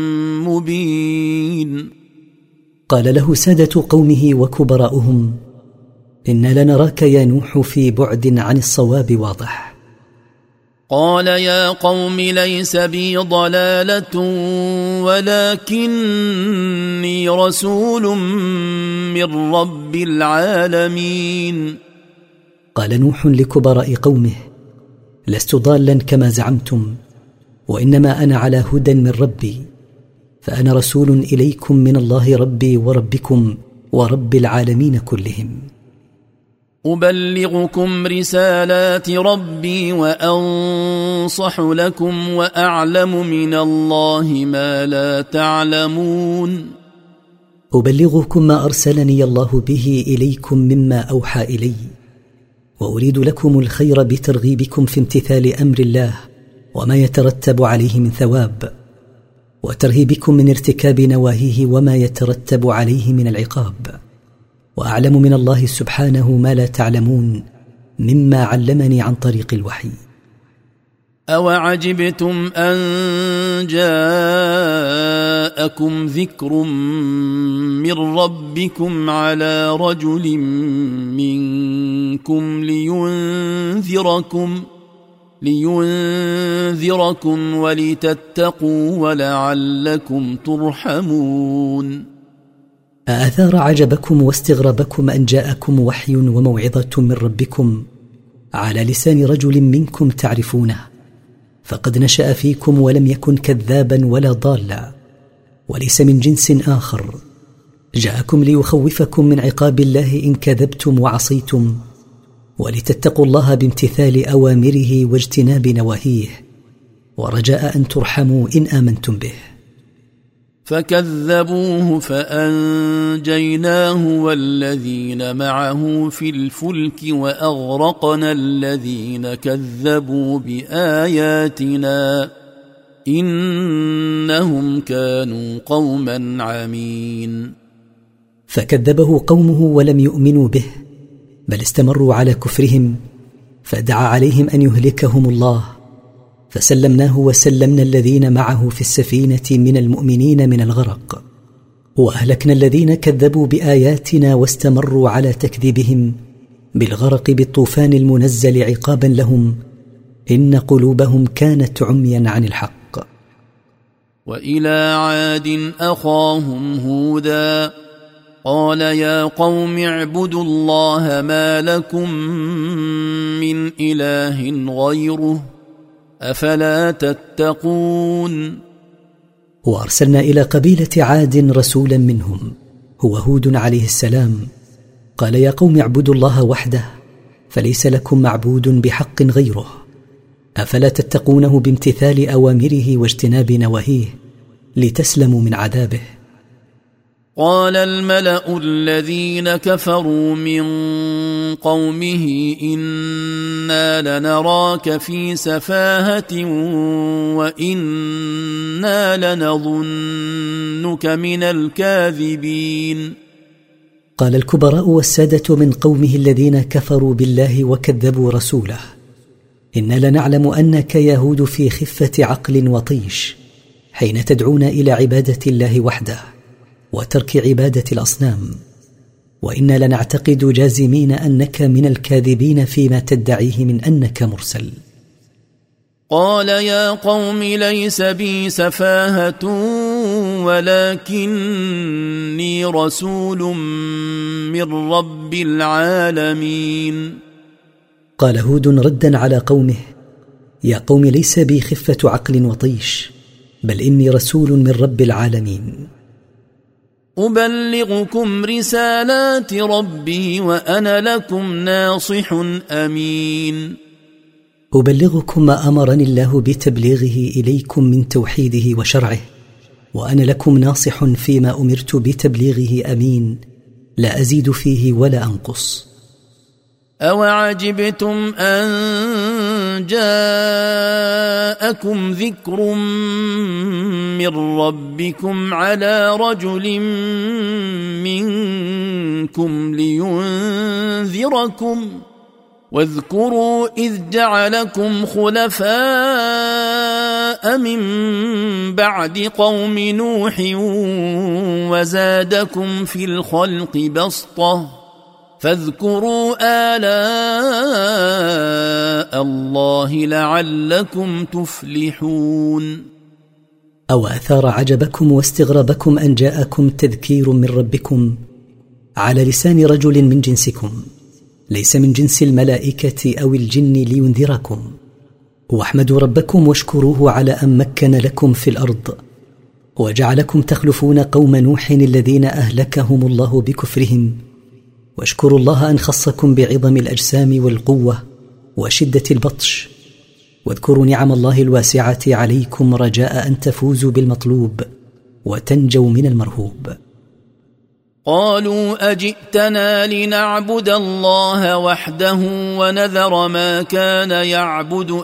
مبين. قال له سادة قومه وكبراؤهم إنا لنراك يا نوح في بعد عن الصواب واضح. قال يا قوم ليس بي ضلالة ولكني رسول من رب العالمين. قال نوح لكبراء قومه لست ضالا كما زعمتم وإنما أنا على هدى من ربي، فأنا رسول إليكم من الله ربي وربكم ورب العالمين كلهم. أبلغكم رسالات ربي وأنصح لكم وأعلم من الله ما لا تعلمون. أبلغكم ما أرسلني الله به إليكم مما أوحى إلي، وأريد لكم الخير بترغيبكم في امتثال أمر الله وما يترتب عليه من ثواب، وترهيبكم من ارتكاب نواهيه وما يترتب عليه من العقاب، وأعلم من الله سبحانه ما لا تعلمون مما علمني عن طريق الوحي. أوعجبتم أن جاءكم ذكر من ربكم على رجل منكم لينذركم لينذركم ولتتقوا ولعلكم ترحمون. أأثار عجبكم واستغربكم أن جاءكم وحي وموعظة من ربكم على لسان رجل منكم تعرفونه، فقد نشأ فيكم ولم يكن كذابا ولا ضالا وليس من جنس آخر، جاءكم ليخوفكم من عقاب الله إن كذبتم وعصيتم، ولتتقوا الله بامتثال أوامره واجتناب نواهيه، ورجاء أن ترحموا إن آمنتم به. فكذبوه فأنجيناه والذين معه في الفلك وأغرقنا الذين كذبوا بآياتنا إنهم كانوا قوما عمين. فكذبه قومه ولم يؤمنوا به بل استمروا على كفرهم، فدعا عليهم أن يهلكهم الله، فسلمناه وسلمنا الذين معه في السفينة من المؤمنين من الغرق، وأهلكنا الذين كذبوا بآياتنا واستمروا على تكذيبهم بالغرق بالطوفان المنزل عقابا لهم، إن قلوبهم كانت عميا عن الحق. وإلى عاد أخاهم هودا قال يا قوم اعبدوا الله ما لكم من إله غيره أفلا تتقون. وأرسلنا إلى قبيلة عاد رسولا منهم هو هود عليه السلام، قال يا قوم اعبدوا الله وحده فليس لكم معبود بحق غيره أفلا تتقونه بامتثال أوامره واجتناب نواهيه لتسلموا من عذابه. قال الملأ الذين كفروا من قومه إنا لنراك في سفاهة وإنا لنظنك من الكاذبين. قال الكبراء والسادة من قومه الذين كفروا بالله وكذبوا رسوله إنا لنعلم أنك يهود في خفة عقل وطيش حين تدعون إلى عبادة الله وحده وترك عبادة الأصنام، وإنا لنعتقد جازمين أنك من الكاذبين فيما تدعيه من أنك مرسل. قال يا قوم ليس بي سفاهة ولكني رسول من رب العالمين. قال هود ردا على قومه يا قوم ليس بي خفة عقل وطيش، بل إني رسول من رب العالمين. أبلغكم رسالات ربي وأنا لكم ناصح أمين. أبلغكم ما أمرني الله بتبليغه إليكم من توحيده وشرعه، وأنا لكم ناصح فيما أمرت بتبليغه أمين، لا أزيد فيه ولا أنقص. أوعجبتم أن جاءكم ذكر من ربكم على رجل منكم لينذركم واذكروا إذ جعلكم خلفاء من بعد قوم نوح وزادكم في الخلق بسطة فاذكروا آلاء الله لعلكم تفلحون. أو أثار عجبكم واستغربكم أن جاءكم تذكير من ربكم على لسان رجل من جنسكم ليس من جنس الملائكة أو الجن لينذركم، واحمدوا ربكم واشكروه على أن مكن لكم في الأرض وجعلكم تخلفون قوم نوح الذين أهلكهم الله بكفرهم، واشكروا الله أن خصكم بعظم الأجسام والقوة وشدة البطش، واذكروا نعم الله الواسعة عليكم رجاء أن تفوزوا بالمطلوب وتنجوا من المرهوب. قالوا أجئتنا لنعبد الله وحده ونذر ما كان يعبد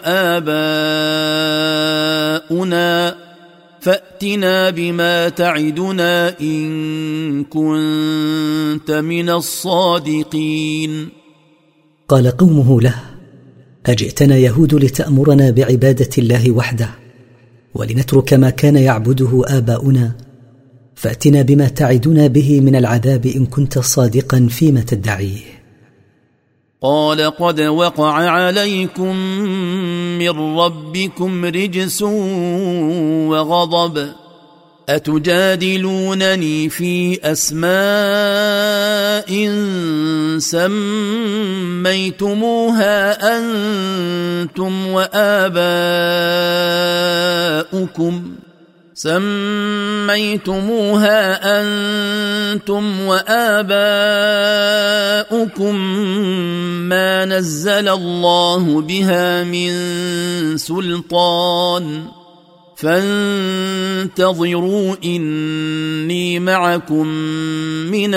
آباؤنا فأتنا بما تعدنا إن كنت من الصادقين. قال قومه له: أجئتنا يهود لتأمرنا بعبادة الله وحده ولنترك ما كان يعبده آباؤنا، فأتنا بما تعدنا به من العذاب إن كنت صادقا فيما تدعيه. قال قد وقع عليكم من ربكم رجس وغضب أتجادلونني في أسماء سميتموها أنتم وآباؤكم سميتموها أنتم وآباؤكم ما نزل الله بها من سلطان فانتظروا إني معكم من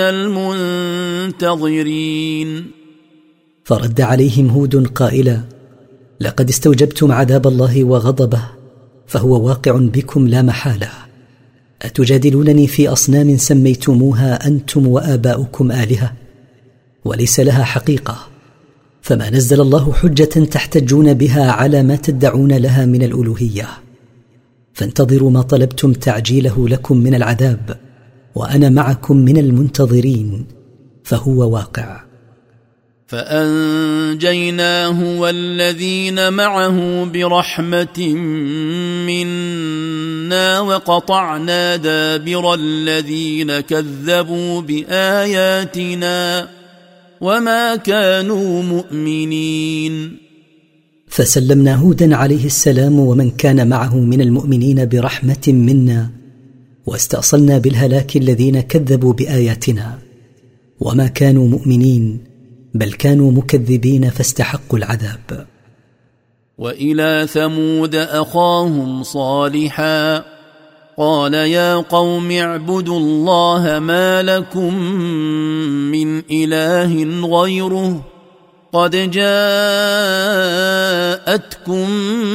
المنتظرين. فرد عليهم هود قائلا: لقد استوجبتم عذاب الله وغضبه فهو واقع بكم لا محالة. أتجادلونني في أصنام سميتموها أنتم وآباؤكم آلهة وليس لها حقيقة، فما نزل الله حجة تحتجون بها على ما تدعون لها من الألوهية، فانتظروا ما طلبتم تعجيله لكم من العذاب وأنا معكم من المنتظرين، فهو واقع. فأنجيناه والذين معه برحمة منا وقطعنا دابر الذين كذبوا بآياتنا وما كانوا مؤمنين. فسلمنا هودا عليه السلام ومن كان معه من المؤمنين برحمة منا، واستأصلنا بالهلاك الذين كذبوا بآياتنا وما كانوا مؤمنين بل كانوا مكذبين فاستحقوا العذاب. وإلى ثمود أخاهم صالحا قال يا قوم اعبدوا الله ما لكم من إله غيره قد جاءتكم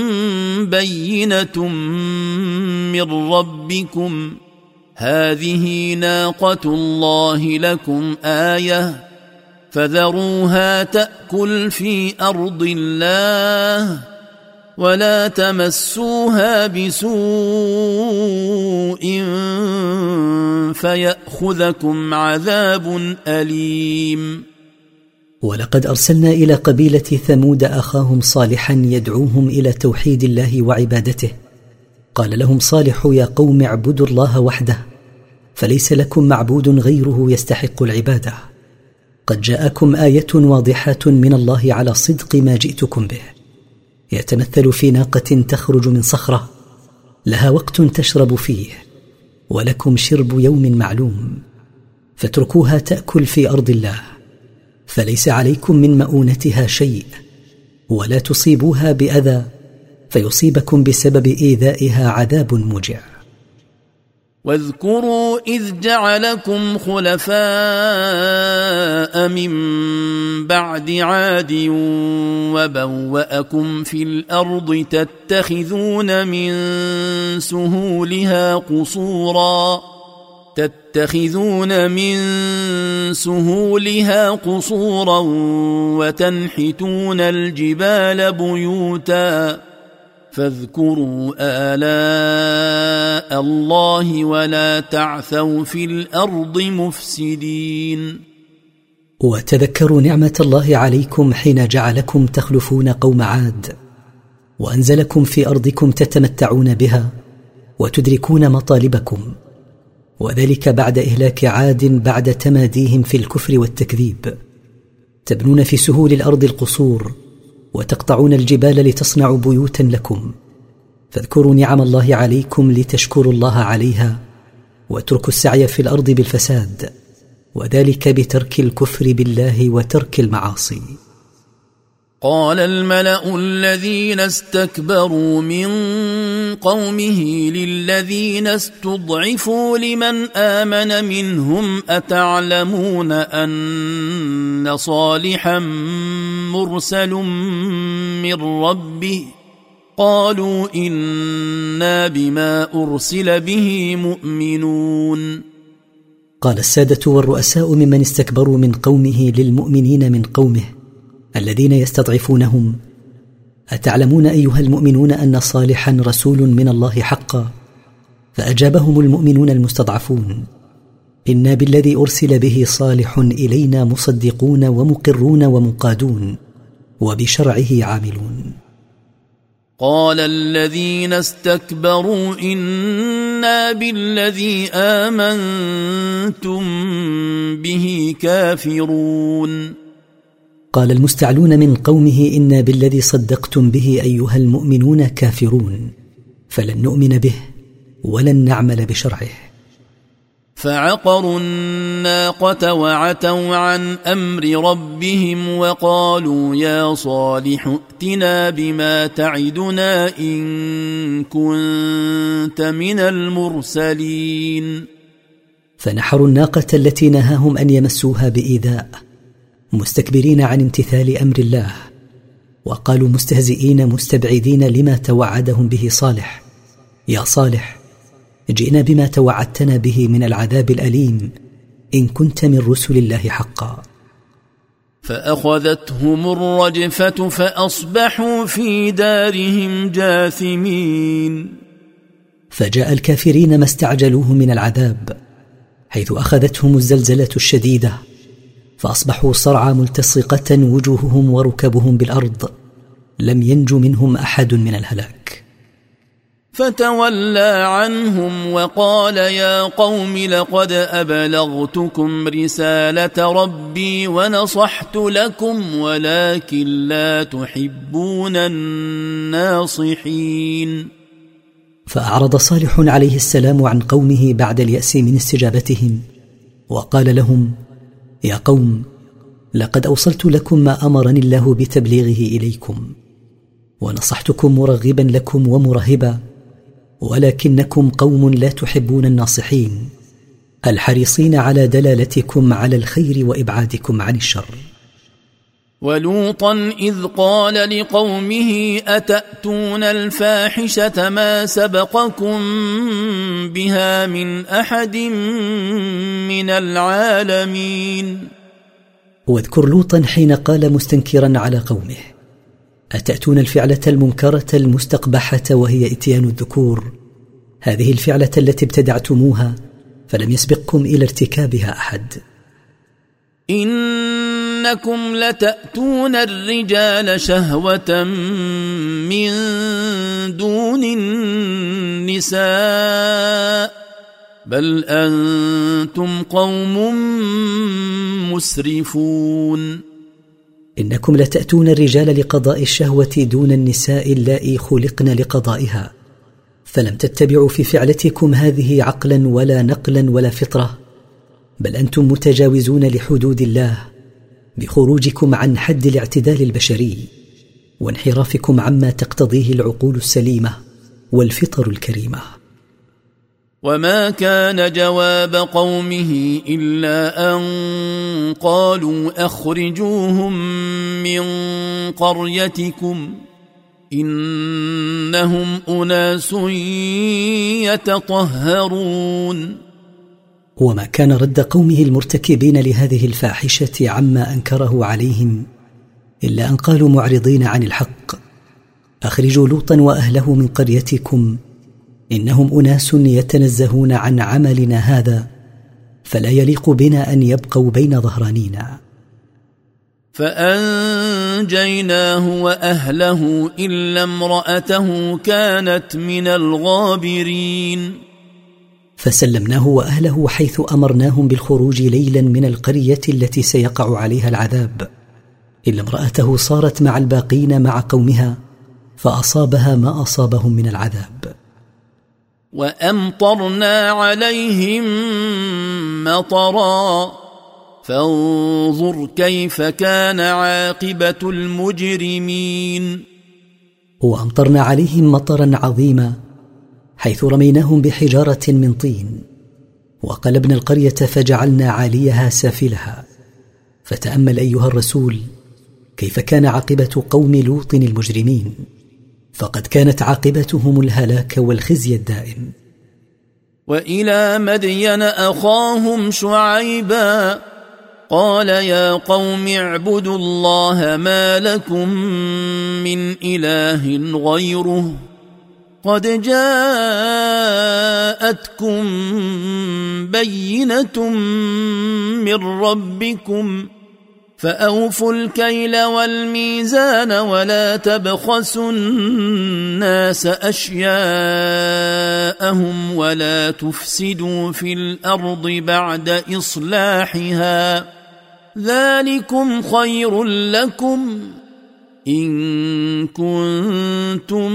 بينة من ربكم هذه ناقة الله لكم آية فذروها تأكل في أرض الله ولا تمسوها بسوء فيأخذكم عذاب أليم. ولقد أرسلنا إلى قبيلة ثمود أخاهم صالحا يدعوهم إلى توحيد الله وعبادته. قال لهم صالح يا قوم اعبدوا الله وحده فليس لكم معبود غيره يستحق العبادة، قد جاءكم آية واضحة من الله على صدق ما جئتكم به، يتمثل في ناقة تخرج من صخرة لها وقت تشرب فيه، ولكم شرب يوم معلوم، فاتركوها تأكل في أرض الله، فليس عليكم من مؤونتها شيء، ولا تصيبوها بأذى فيصيبكم بسبب إيذائها عذاب موجع. واذكروا إذ جعلكم خلفاء من بعد عاد وبوأكم في الأرض تتخذون من سهولها قصورا تتخذون من سهولها قصورا وتنحتون الجبال بيوتا فاذكروا آلاء الله ولا تعثوا في الأرض مفسدين. وتذكروا نعمة الله عليكم حين جعلكم تخلفون قوم عاد، وأنزلكم في أرضكم تتمتعون بها وتدركون مطالبكم، وذلك بعد إهلاك عاد بعد تماديهم في الكفر والتكذيب. تبنون في سهول الأرض القصور وتقطعون الجبال لتصنعوا بيوتا لكم، فاذكروا نعم الله عليكم لتشكروا الله عليها، واتركوا السعي في الأرض بالفساد، وذلك بترك الكفر بالله وترك المعاصي. قال الملأ الذين استكبروا من قومه للذين استضعفوا لمن آمن منهم أتعلمون أن صالحا مرسل من ربه قالوا إنا بما أرسل به مؤمنون. قال السادة والرؤساء ممن استكبروا من قومه للمؤمنين من قومه الذين يستضعفونهم: أتعلمون أيها المؤمنون أن صالحا رسول من الله حقا؟ فأجابهم المؤمنون المستضعفون: إنا بالذي أرسل به صالح إلينا مصدقون ومقرون ومقادون وبشرعه عاملون. قال الذين استكبروا إنا بالذي آمنتم به كافرون. قال المستعلون من قومه: إنا بالذي صدقتم به أيها المؤمنون كافرون، فلن نؤمن به ولن نعمل بشرعه. فعقروا الناقة وعتوا عن أمر ربهم وقالوا يا صالح ائتنا بما تعدنا إن كنت من المرسلين. فنحروا الناقة التي نهاهم أن يمسوها بإيذاء، مستكبرين عن امتثال أمر الله، وقالوا مستهزئين مستبعدين لما توعدهم به صالح: يا صالح جئنا بما توعدتنا به من العذاب الأليم إن كنت من رسل الله حقا. فأخذتهم الرجفة فأصبحوا في دارهم جاثمين. فجاء الكافرين ما استعجلوه من العذاب، حيث أخذتهم الزلزلة الشديدة، فأصبحوا صرعى ملتصقة وجوههم وركبهم بالأرض، لم ينجو منهم أحد من الهلاك. فتولى عنهم وقال يا قوم لقد أبلغتكم رسالة ربي ونصحت لكم ولكن لا تحبون الناصحين. فأعرض صالح عليه السلام عن قومه بعد اليأس من استجابتهم، وقال لهم: يا قوم لقد أوصلت لكم ما أمرني الله بتبليغه إليكم، ونصحتكم مرغبا لكم ومرهبا، ولكنكم قوم لا تحبون الناصحين الحريصين على دلالتكم على الخير وإبعادكم عن الشر. ولوطا إذ قال لقومه أتأتون الفاحشة ما سبقكم بها من أحد من العالمين. واذكر لوطا حين قال مستنكرا على قومه: أتأتون الفعلة المنكرة المستقبحة وهي إتيان الذكور، هذه الفعلة التي ابتدعتموها فلم يسبقكم إلى ارتكابها أحد. إنكم لتأتون الرجال شهوة من دون النساء بل أنتم قوم مسرفون. إنكم لتأتون الرجال لقضاء الشهوة دون النساء اللائي خلقن لقضائها، فلم تتبعوا في فعلتكم هذه عقلا ولا نقلا ولا فطرة، بل أنتم متجاوزون لحدود الله بخروجكم عن حد الاعتدال البشري وانحرافكم عما تقتضيه العقول السليمة والفطر الكريمة. وما كان جواب قومه إلا أن قالوا أخرجوهم من قريتكم إنهم أناس يتطهرون. وما كان رد قومه المرتكبين لهذه الفاحشة عما أنكره عليهم إلا أن قالوا معرضين عن الحق: أخرجوا لوطا وأهله من قريتكم إنهم أناس يتنزهون عن عملنا هذا، فلا يليق بنا أن يبقوا بين ظهرانينا. فأنجيناه وأهله إلا امرأته كانت من الغابرين. فسلمناه وأهله حيث أمرناهم بالخروج ليلا من القرية التي سيقع عليها العذاب، إلا امرأته صارت مع الباقين مع قومها فأصابها ما أصابهم من العذاب. وأمطرنا عليهم مطرا فانظر كيف كان عاقبة المجرمين. وأمطرنا عليهم مطرا عظيما حيث رميناهم بحجارة من طين، وقلبنا القرية فجعلنا عاليها سافلها. فتأمل أيها الرسول كيف كان عاقبة قوم لوط المجرمين، فقد كانت عاقبتهم الهلاك والخزي الدائم. وإلى مدين أخاهم شعيبا قال يا قوم اعبدوا الله ما لكم من إله غيره قد جاءتكم بينة من ربكم فأوفوا الكيل والميزان ولا تبخسوا الناس أشياءهم ولا تفسدوا في الأرض بعد إصلاحها ذلكم خير لكم إن كنتم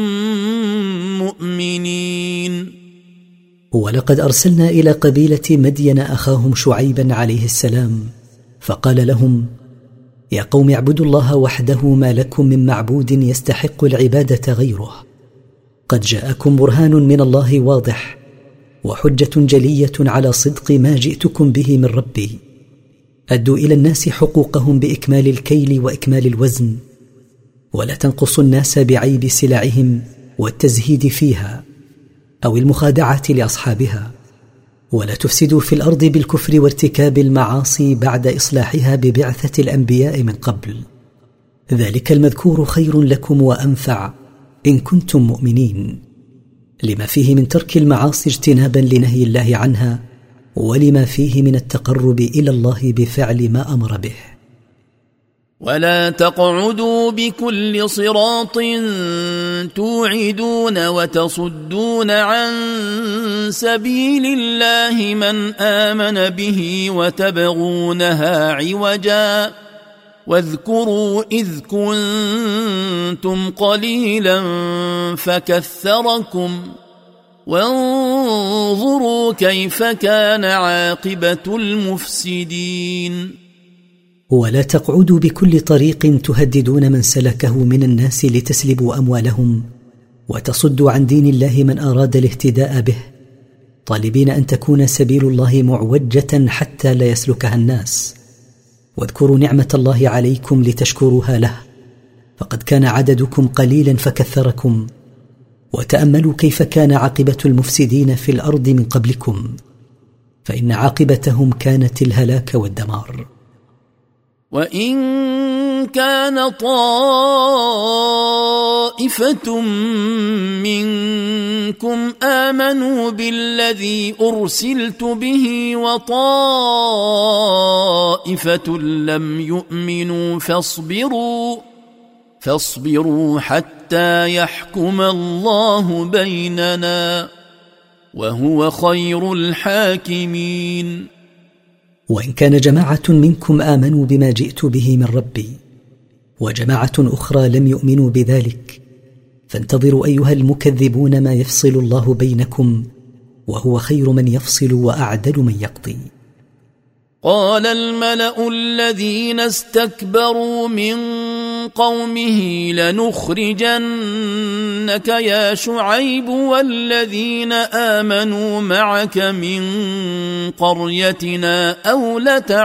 مؤمنين. ولقد أرسلنا إلى قبيلة مدين أخاهم شعيبا عليه السلام فقال لهم يا قوم اعبدوا الله وحده ما لكم من معبود يستحق العبادة غيره قد جاءكم برهان من الله واضح وحجة جلية على صدق ما جئتكم به من ربي. أدوا إلى الناس حقوقهم بإكمال الكيل وإكمال الوزن، ولا تنقصوا الناس بعيب سلعهم والتزهيد فيها أو المخادعة لأصحابها، ولا تفسدوا في الأرض بالكفر وارتكاب المعاصي بعد إصلاحها ببعثة الأنبياء من قبل. ذلك المذكور خير لكم وأنفع إن كنتم مؤمنين، لما فيه من ترك المعاصي اجتنابا لنهي الله عنها، ولما فيه من التقرب إلى الله بفعل ما أمر به. ولا تقعدوا بكل صراط توعدون وتصدون عن سبيل الله من آمن به وتبغونها عوجا واذكروا إذ كنتم قليلا فكثركم وانظروا كيف كان عاقبة المفسدين. ولا تقعدوا بكل طريق تهددون من سلكه من الناس لتسلبوا أموالهم وتصدوا عن دين الله من أراد الاهتداء به، طالبين أن تكون سبيل الله معوجة حتى لا يسلكها الناس. واذكروا نعمة الله عليكم لتشكروها له، فقد كان عددكم قليلا فكثركم، وتأملوا كيف كان عاقبة المفسدين في الأرض من قبلكم، فإن عاقبتهم كانت الهلاك والدمار. وإن كان طائفة منكم آمنوا بالذي أرسلت به وطائفة لم يؤمنوا فاصبروا فاصبروا حتى يحكم الله بيننا وهو خير الحاكمين. وإن كان جماعة منكم آمنوا بما جئت به من ربي وجماعة أخرى لم يؤمنوا بذلك، فانتظروا أيها المكذبون ما يفصل الله بينكم، وهو خير من يفصل وأعدل من يقضي. قال الملأ الذين استكبروا من قومه لنخرجنك يا شعيب والذين آمنوا معك من قريتنا أو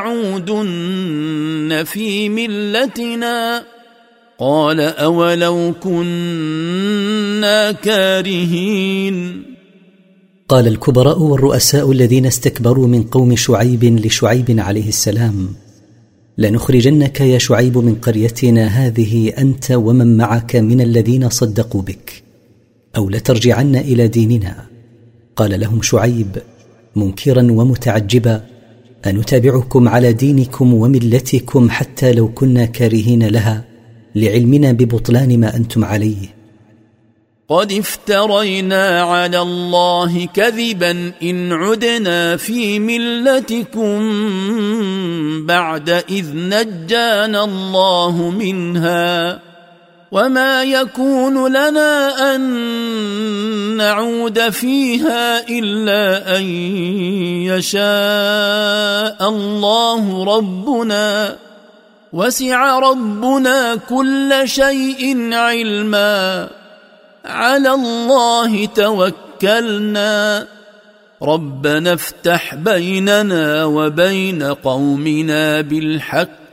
لتعودن في ملتنا قال أولو كنا كارهين. قال الكبراء والرؤساء الذين استكبروا من قوم شعيب لشعيب عليه السلام: لنخرجنك يا شعيب من قريتنا هذه أنت ومن معك من الذين صدقوا بك، أو لترجعن إلى ديننا. قال لهم شعيب منكرا ومتعجبا: أنتابعكم على دينكم وملتكم حتى لو كنا كارهين لها، لعلمنا ببطلان ما أنتم عليه. قد افترينا على الله كذبا إن عدنا في ملتكم بعد إذ نجانا الله منها، وما يكون لنا أن نعود فيها إلا أن يشاء الله ربنا، وسع ربنا كل شيء علما، على الله توكلنا، ربنا افتح بيننا وبين قومنا بالحق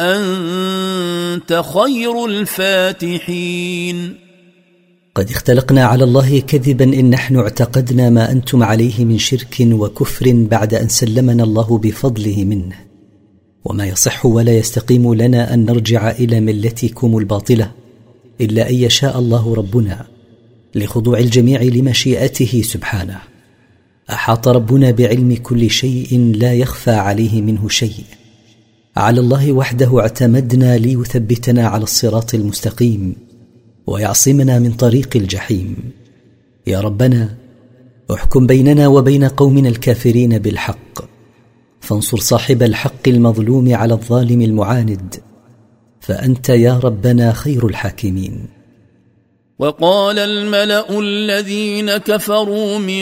وأنت خير الفاتحين. قد اختلقنا على الله كذبا إن نحن اعتقدنا ما أنتم عليه من شرك وكفر بعد أن سلمنا الله بفضله منه، وما يصح ولا يستقيم لنا أن نرجع إلى ملتكم الباطلة إلا أن يشاء الله ربنا، لخضوع الجميع لمشيئته سبحانه. أحاط ربنا بعلم كل شيء لا يخفى عليه منه شيء. على الله وحده اعتمدنا ليثبتنا على الصراط المستقيم ويعصمنا من طريق الجحيم. يا ربنا احكم بيننا وبين قومنا الكافرين بالحق، فانصر صاحب الحق المظلوم على الظالم المعاند، فأنت يا ربنا خير الحاكمين. وقال الملأ الذين كفروا من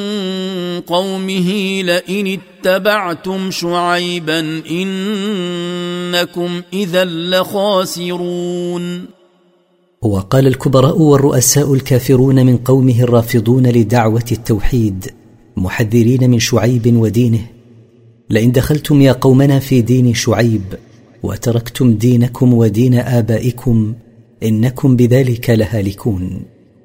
قومه لئن اتبعتم شعيبا إنكم إذا لخاسرون. وقال الكبراء والرؤساء الكافرون من قومه الرافضون لدعوة التوحيد محذرين من شعيب ودينه: لئن دخلتم يا قومنا في دين شعيب وتركتم دينكم ودين آبائكم إنكم بذلك لهالكون.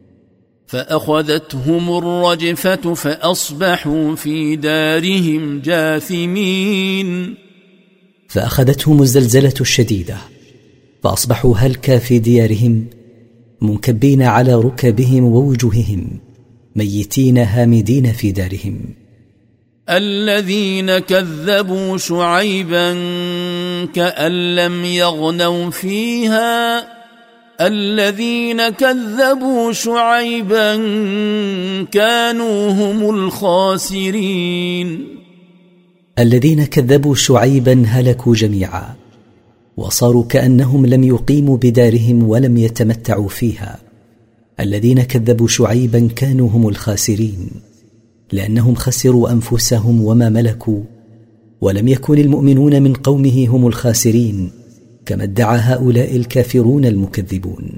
فأخذتهم الرجفة فأصبحوا في دارهم جاثمين. فأخذتهم الزلزلة الشديدة فأصبحوا هلكا في ديارهم منكبين على ركبهم ووجوههم ميتين هامدين في دارهم. الذين كذبوا شعيبا كأن لم يغنوا فيها، الذين كذبوا شعيبا كانوا هم الخاسرين. الذين كذبوا شعيبا هلكوا جميعا وصاروا كأنهم لم يقيموا بدارهم ولم يتمتعوا فيها. الذين كذبوا شعيبا كانوا هم الخاسرين، لأنهم خسروا أنفسهم وما ملكوا، ولم يكن المؤمنون من قومه هم الخاسرين كما ادعى هؤلاء الكافرون المكذبون.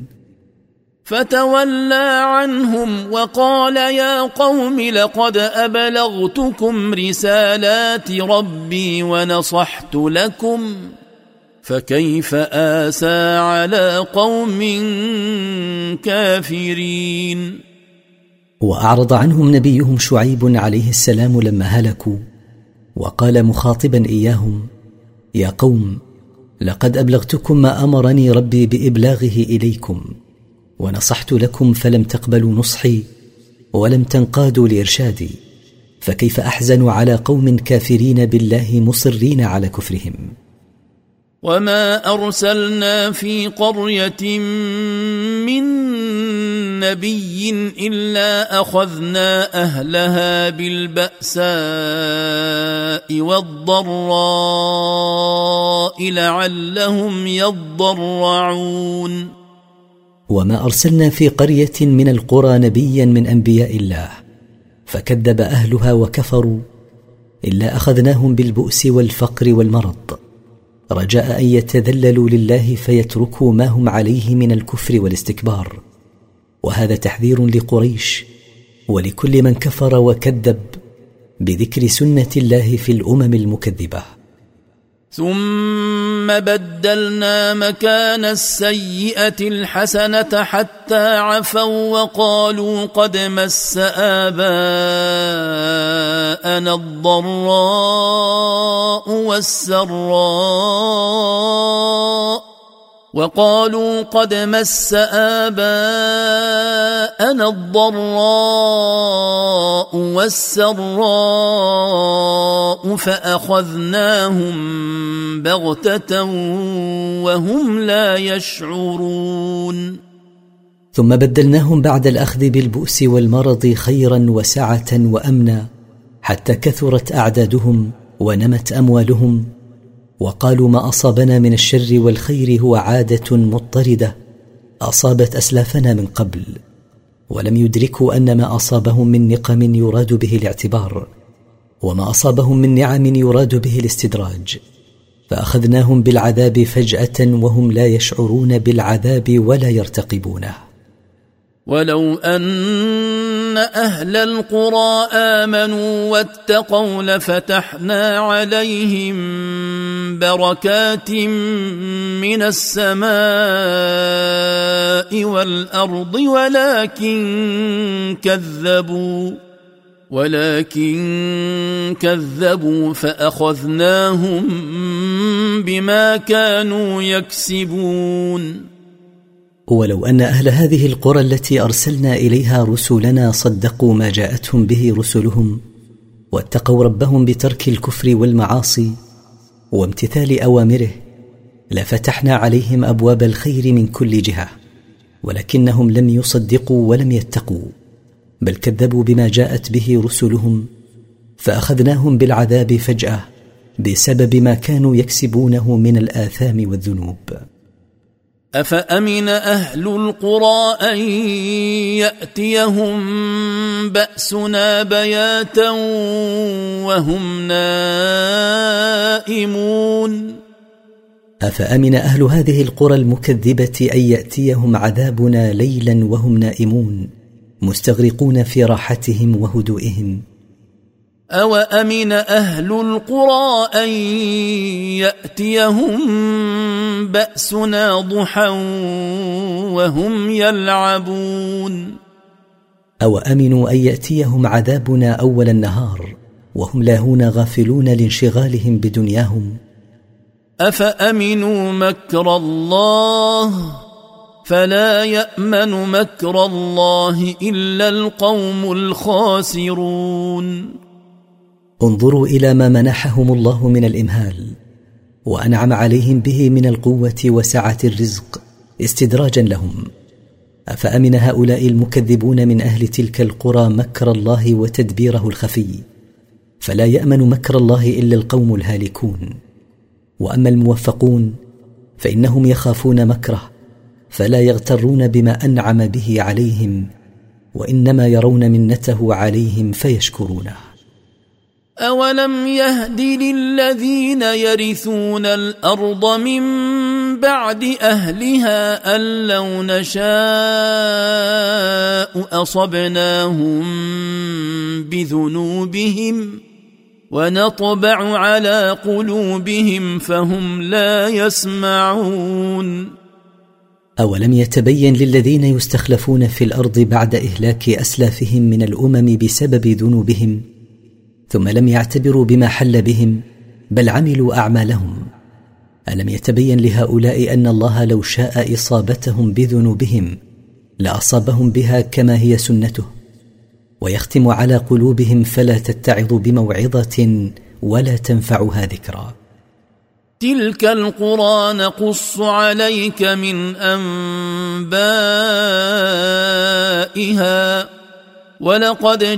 فتولى عنهم وقال يا قوم لقد أبلغتكم رسالات ربي ونصحت لكم، فكيف آسى على قوم كافرين. وأعرض عنهم نبيهم شعيب عليه السلام لما هلكوا، وقال مخاطبا إياهم: يا قوم لقد أبلغتكم ما أمرني ربي بإبلاغه إليكم، ونصحت لكم فلم تقبلوا نصحي ولم تنقادوا لإرشادي، فكيف أحزن على قوم كافرين بالله مصرين على كفرهم. وما أرسلنا في قرية من نبي إلا أخذنا أهلها بالبأساء والضراء لعلهم يضرعون. وما أرسلنا في قرية من القرى نبيا من أنبياء الله فكذب أهلها وكفروا إلا أخذناهم بالبؤس والفقر والمرض رجاء أن يتذللوا لله فيتركوا ما هم عليه من الكفر والاستكبار. وهذا تحذير لقريش ولكل من كفر وكذب بذكر سنة الله في الأمم المكذبة. ثم بدلنا مكان السيئة الحسنة حتى عفوا وقالوا قد مس آباءنا الضراء والسراء وقالوا قد مس آباءنا الضراء والسراء فأخذناهم بغتة وهم لا يشعرون. ثم بدلناهم بعد الأخذ بالبؤس والمرض خيرا وسعة وأمنا حتى كثرت أعدادهم ونمت أموالهم وقالوا ما أصابنا من الشر والخير هو عادة مضطردة أصابت أسلافنا من قبل ولم يدركوا أن ما أصابهم من نقم يراد به الاعتبار وما أصابهم من نعم يراد به الاستدراج فأخذناهم بالعذاب فجأة وهم لا يشعرون بالعذاب ولا يرتقبونه. ولو أن أهل القرى آمنوا واتقوا لفتحنا عليهم بركات من السماء والأرض ولكن كذبوا ولكن كذبوا فأخذناهم بما كانوا يكسبون. ولو أن أهل هذه القرى التي أرسلنا إليها رسلنا صدقوا ما جاءتهم به رسلهم واتقوا ربهم بترك الكفر والمعاصي وامتثال أوامره لفتحنا عليهم أبواب الخير من كل جهة ولكنهم لم يصدقوا ولم يتقوا بل كذبوا بما جاءت به رسلهم فأخذناهم بالعذاب فجأة بسبب ما كانوا يكسبونه من الآثام والذنوب. أفأمن أهل القرى أن يأتيهم بأسنا بياتا وهم نائمون. أفأمن أهل هذه القرى المكذبة أن يأتيهم عذابنا ليلا وهم نائمون مستغرقون في راحتهم وهدوئهم. أو أمن أهل القرى أن يأتيهم بأسنا ضحى وهم يلعبون. أو أمنوا أن يأتيهم عذابنا أول النهار وهم لاهون غافلون لانشغالهم بدنياهم. أفأمنوا مكر الله فلا يأمن مكر الله إلا القوم الخاسرون. انظروا إلى ما منحهم الله من الإمهال وأنعم عليهم به من القوة وسعة الرزق استدراجا لهم. أفأمن هؤلاء المكذبون من أهل تلك القرى مكر الله وتدبيره الخفي فلا يأمن مكر الله إلا القوم الهالكون. وأما الموفقون فإنهم يخافون مكره فلا يغترون بما أنعم به عليهم وإنما يرون منته عليهم فيشكرونه. أولم يهد للذين يرثون الأرض من بعد أهلها أن لو نشاء أصبناهم بذنوبهم ونطبع على قلوبهم فهم لا يسمعون. أولم يتبين للذين يستخلفون في الأرض بعد إهلاك أسلافهم من الأمم بسبب ذنوبهم ثم لم يعتبروا بما حل بهم بل عملوا أعمالهم؟ ألم يتبين لهؤلاء أن الله لو شاء إصابتهم بذنوبهم لأصابهم بها كما هي سنته ويختم على قلوبهم فلا تتعظ بموعظة ولا تنفعها ذكرى. تلك القرى نقص عليك من أنبائها ولقد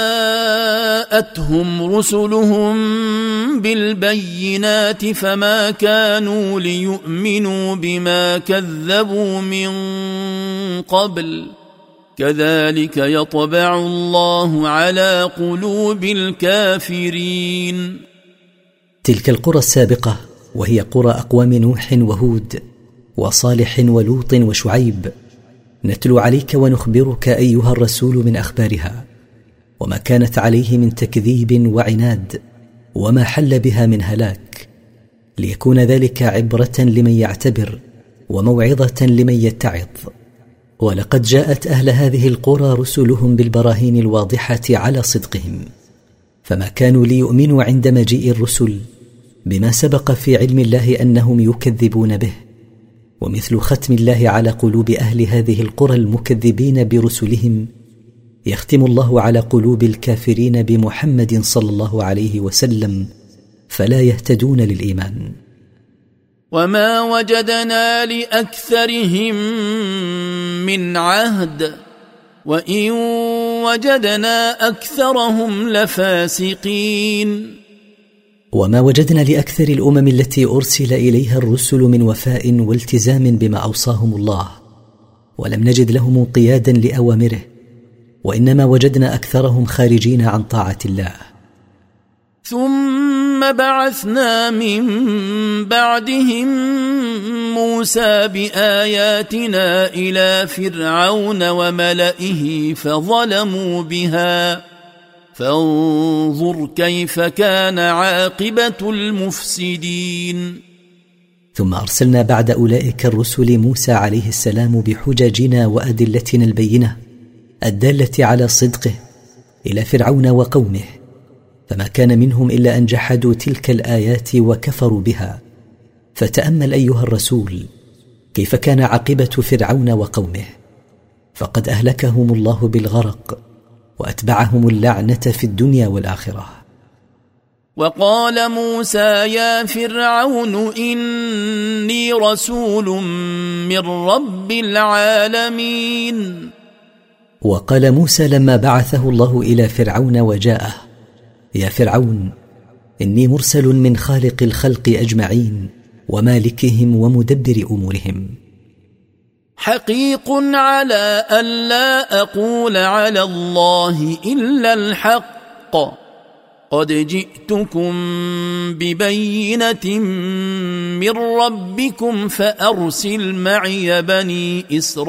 جاءتهم رسلهم بالبينات فما كانوا ليؤمنوا بما كذبوا من قبل كذلك يطبع الله على قلوب الكافرين. تلك القرى السابقة وهي قرى أقوام نوح وهود وصالح ولوط وشعيب نتلو عليك ونخبرك أيها الرسول من أخبارها وما كانت عليه من تكذيب وعناد وما حل بها من هلاك، ليكون ذلك عبرة لمن يعتبر وموعظة لمن يتعظ. ولقد جاءت أهل هذه القرى رسلهم بالبراهين الواضحة على صدقهم، فما كانوا ليؤمنوا عند مجيء الرسل بما سبق في علم الله أنهم يكذبون به، ومثل ختم الله على قلوب أهل هذه القرى المكذبين برسلهم يختم الله على قلوب الكافرين بمحمد صلى الله عليه وسلم فلا يهتدون للإيمان. وما وجدنا لأكثرهم من عهد وإن وجدنا أكثرهم لفاسقين. وما وجدنا لأكثر الأمم التي أرسل إليها الرسل من وفاء والتزام بما أوصاهم الله، ولم نجد لهم انقيادا لأوامره، وإنما وجدنا أكثرهم خارجين عن طاعة الله. ثم بعثنا من بعدهم موسى بآياتنا إلى فرعون وملئه فظلموا بها فانظر كيف كان عاقبة المفسدين. ثم أرسلنا بعد أولئك الرسل موسى عليه السلام بحججنا وأدلتنا البينة الدالة على صدقه إلى فرعون وقومه، فما كان منهم إلا أن جحدوا تلك الآيات وكفروا بها. فتأمل أيها الرسول كيف كان عاقبة فرعون وقومه، فقد أهلكهم الله بالغرق وأتبعهم اللعنة في الدنيا والآخرة. وقال موسى يا فرعون إني رسول من رب العالمين. وقال موسى لما بعثه الله إلى فرعون وجاءه يا فرعون إني مرسل من خالق الخلق أجمعين ومالكهم ومدبر أمورهم. حقيق على ألا أقول على الله إلا الحق قد جئتكم ببينة من ربكم فأرسل معي بني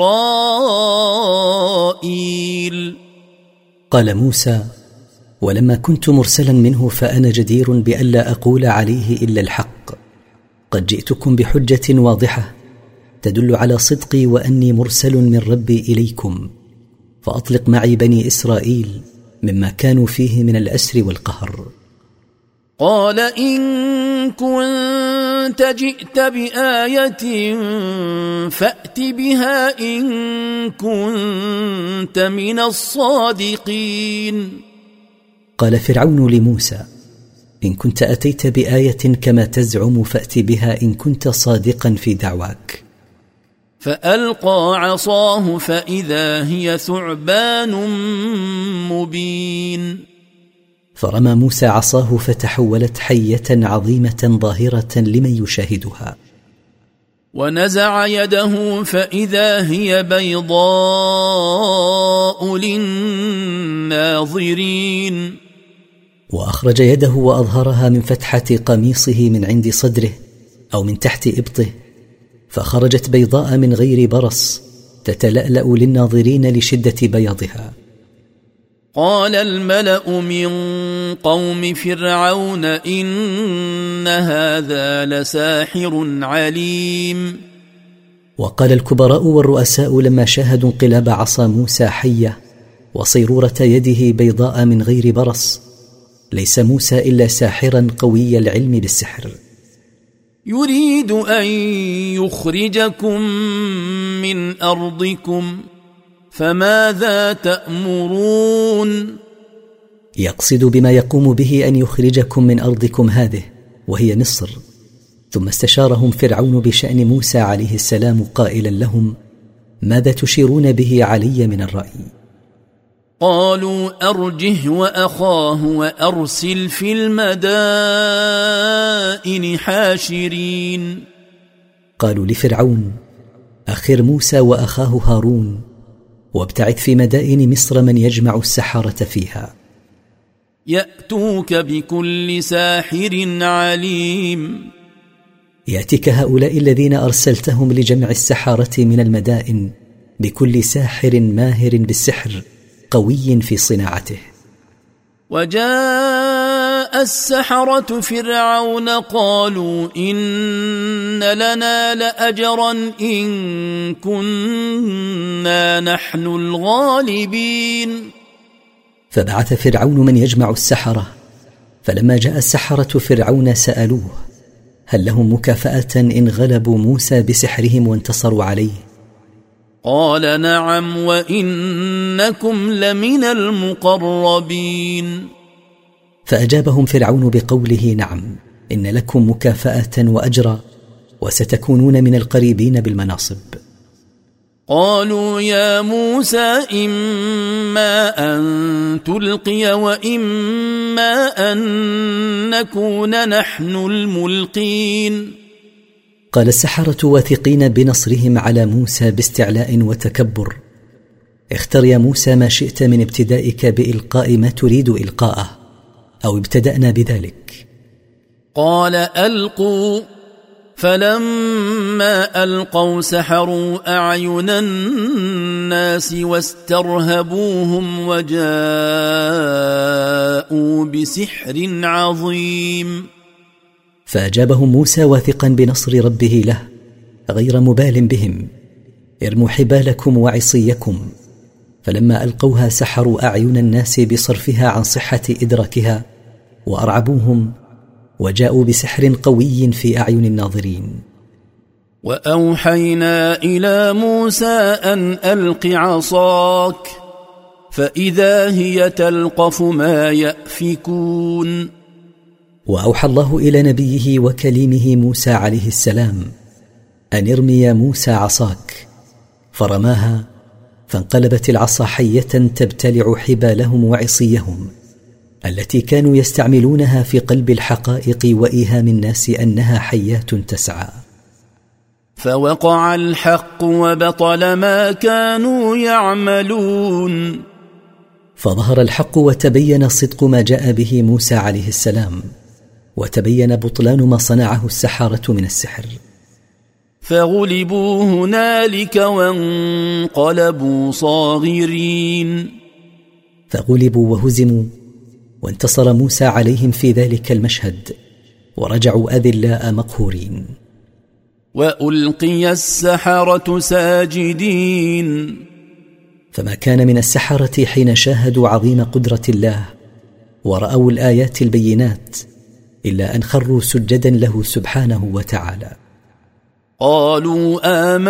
إسرائيل. قال موسى ولما كنت مرسلا منه فأنا جدير بألا أقول عليه إلا الحق، قد جئتكم بحجة واضحة تدل على صدقي وأني مرسل من ربي إليكم، فأطلق معي بني إسرائيل مما كانوا فيه من الأسر والقهر. قال إن كنت جئت بآية فأت بها إن كنت من الصادقين. قال فرعون لموسى إن كنت أتيت بآية كما تزعم فأت بها إن كنت صادقا في دعواك. فألقى عصاه فإذا هي ثعبان مبين. فرمى موسى عصاه فتحولت حية عظيمة ظاهرة لمن يشاهدها. ونزع يده فإذا هي بيضاء للناظرين. وأخرج يده وأظهرها من فتحة قميصه من عند صدره أو من تحت إبطه، فخرجت بيضاء من غير برص تتلألأ للناظرين لشدة بياضها. قال الملأ من قوم فرعون إن هذا لساحر عليم. وقال الكبراء والرؤساء لما شاهدوا انقلاب عصا موسى حية وصيرورة يده بيضاء من غير برص ليس موسى إلا ساحرا قوي العلم بالسحر. يريد أن يخرجكم من أرضكم فماذا تأمرون؟ يقصد بما يقوم به أن يخرجكم من أرضكم هذه وهي مصر. ثم استشارهم فرعون بشأن موسى عليه السلام قائلا لهم ماذا تشيرون به علي من الرأي؟ قالوا أرجه وأخاه وأرسل في المدائن حاشرين. قالوا لفرعون أخر موسى وأخاه هارون وابتعث في مدائن مصر من يجمع السحرة فيها يأتوك بكل ساحر عليم. يأتيك هؤلاء الذين أرسلتهم لجمع السحرة من المدائن بكل ساحر ماهر بالسحر قوي في صناعته. وجاء السحرة فرعون قالوا إن لنا لأجرا إن كنا نحن الغالبين. فبعث فرعون من يجمع السحرة، فلما جاء السحرة فرعون سألوه هل لهم مكافأة إن غلبوا موسى بسحرهم وانتصروا عليه؟ قال نعم وإنكم لمن المقربين. فأجابهم فرعون بقوله نعم إن لكم مكافأة وأجرا وستكونون من القريبين بالمناصب. قالوا يا موسى إما أن تلقي وإما أن نكون نحن الملقين. قال السحرة واثقين بنصرهم على موسى باستعلاء وتكبر اختر يا موسى ما شئت من ابتدائك بإلقاء ما تريد إلقاءه أو ابتدأنا بذلك. قال ألقوا، فلما ألقوا سحروا أعين الناس واسترهبوهم وجاءوا بسحر عظيم. فأجابهم موسى واثقا بنصر ربه له غير مبال بهم ارموا حبالكم وعصيكم. فلما ألقوها سحروا أعين الناس بصرفها عن صحة إدراكها وأرعبوهم وجاءوا بسحر قوي في أعين الناظرين. وأوحينا إلى موسى أن ألق عصاك فإذا هي تلقف ما يأفكون. وأوحى الله إلى نبيه وكليمه موسى عليه السلام أن ارمي يا موسى عصاك، فرماها فانقلبت العصا حية تبتلع حبالهم وعصيهم التي كانوا يستعملونها في قلب الحقائق وإيهام الناس أنها حيات تسعى. فوقع الحق وبطل ما كانوا يعملون. فظهر الحق وتبين صدق ما جاء به موسى عليه السلام وتبين بطلان ما صنعه السحرة من السحر. فغلبوا هنالك وانقلبوا صاغرين. فغلبوا وهزموا وانتصر موسى عليهم في ذلك المشهد ورجعوا أذلاء مقهورين. وألقي السحرة ساجدين. فما كان من السحرة حين شاهدوا عظيم قدرة الله ورأوا الآيات البينات إلا أن خروا سجدا له سبحانه وتعالى. قالوا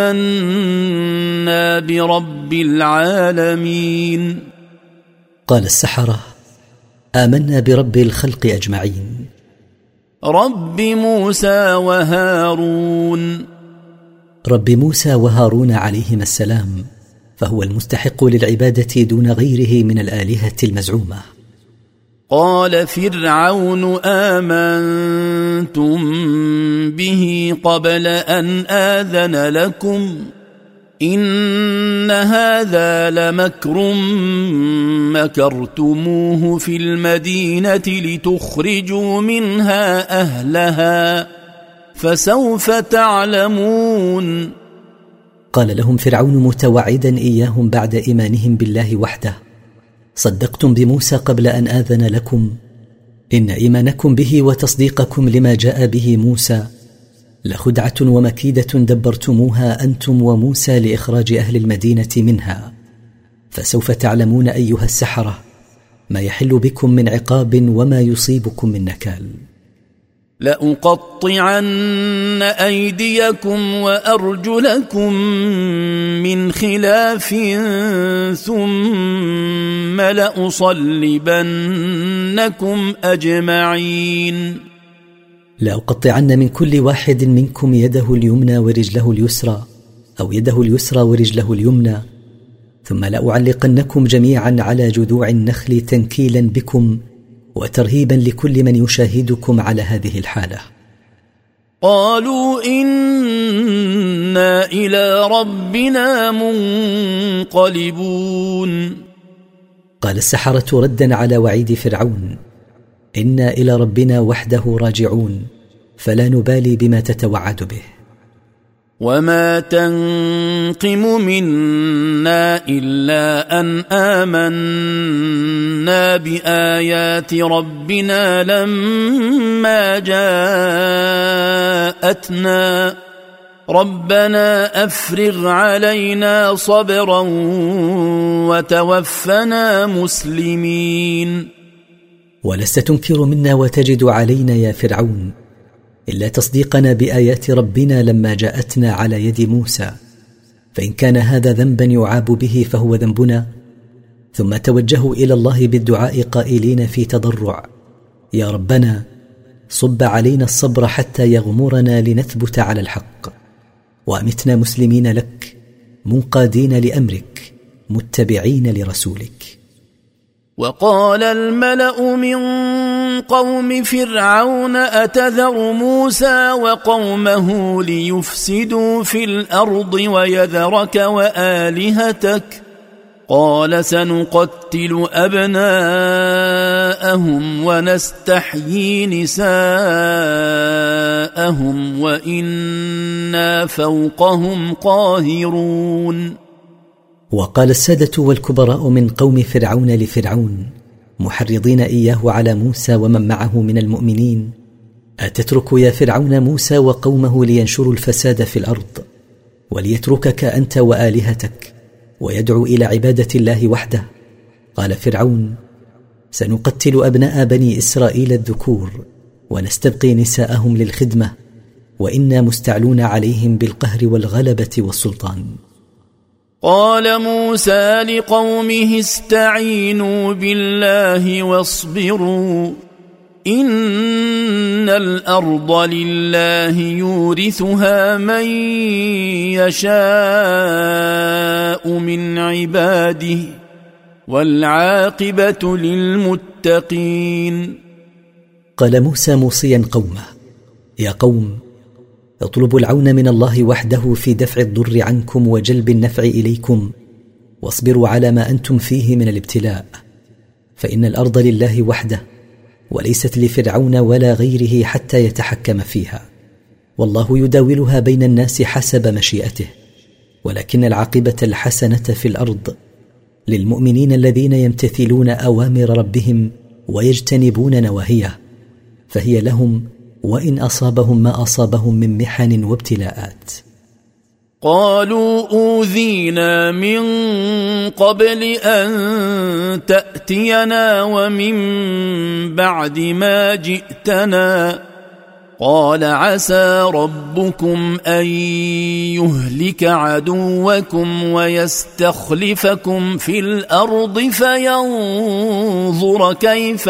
آمنا برب العالمين. قال السحرة آمنا برب الخلق أجمعين، رب موسى وهارون. رب موسى وهارون عليهما السلام، فهو المستحق للعبادة دون غيره من الآلهة المزعومة. قال فرعون آمنتم به قبل أن آذن لكم إن هذا لمكر مكرتموه في المدينة لتخرجوا منها أهلها فسوف تعلمون. قال لهم فرعون متوعدا إياهم بعد إيمانهم بالله وحده صدقتم بموسى قبل أن آذن لكم إن إيمانكم به وتصديقكم لما جاء به موسى لخدعة ومكيدة دبرتموها أنتم وموسى لإخراج أهل المدينة منها، فسوف تعلمون أيها السحرة ما يحل بكم من عقاب وما يصيبكم من نكال. لأقطعن أيديكم وأرجلكم من خلاف ثم لأصلبنكم أجمعين. لأقطعن من كل واحد منكم يده اليمنى ورجله اليسرى أو يده اليسرى ورجله اليمنى ثم لأعلقنكم جميعا على جذوع النخل تنكيلا بكم وترهيبا لكل من يشاهدكم على هذه الحالة. قالوا إنا إلى ربنا منقلبون. قال السحرة ردا على وعيد فرعون: إنا إلى ربنا وحده راجعون، فلا نبالي بما تتوعد به. وما تنقم منا إلا أن آمنا بآيات ربنا لما جاءتنا ربنا أفرغ علينا صبرا وتوفنا مسلمين. ولست تنكر منا وتجد علينا يا فرعون إلا تصديقنا بآيات ربنا لما جاءتنا على يد موسى، فإن كان هذا ذنبا يعاب به فهو ذنبنا. ثم توجهوا إلى الله بالدعاء قائلين في تضرع: يا ربنا صب علينا الصبر حتى يغمرنا لنثبت على الحق، وأمتنا مسلمين لك منقادين لأمرك متبعين لرسولك. وقال الملأ من قوم فرعون أتذر موسى وقومه ليفسدوا في الأرض ويذرك وآلهتك قال سنقتل أبناءهم ونستحيي نساءهم وإنا فوقهم قاهرون. وقال السادة والكبراء من قوم فرعون لفرعون محرضين إياه على موسى ومن معه من المؤمنين: أتترك يا فرعون موسى وقومه لينشروا الفساد في الأرض وليتركك أنت وآلهتك ويدعو إلى عبادة الله وحده؟ قال فرعون: سنقتل أبناء بني إسرائيل الذكور ونستبقي نساءهم للخدمة، وإنا مستعلون عليهم بالقهر والغلبة والسلطان. قال موسى لقومه استعينوا بالله واصبروا إن الأرض لله يورثها من يشاء من عباده والعاقبة للمتقين. قال موسى موصيا قومه: يا قوم اطلبوا العون من الله وحده في دفع الضر عنكم وجلب النفع إليكم، واصبروا على ما أنتم فيه من الابتلاء، فإن الأرض لله وحده وليست لفرعون ولا غيره حتى يتحكم فيها، والله يداولها بين الناس حسب مشيئته، ولكن العاقبة الحسنة في الأرض للمؤمنين الذين يمتثلون أوامر ربهم ويجتنبون نواهيه، فهي لهم وإن أصابهم ما أصابهم من محن وابتلاءات. قالوا أوذينا من قبل أن تأتينا ومن بعد ما جئتنا قال عسى ربكم أن يهلك عدوكم ويستخلفكم في الأرض فينظر كيف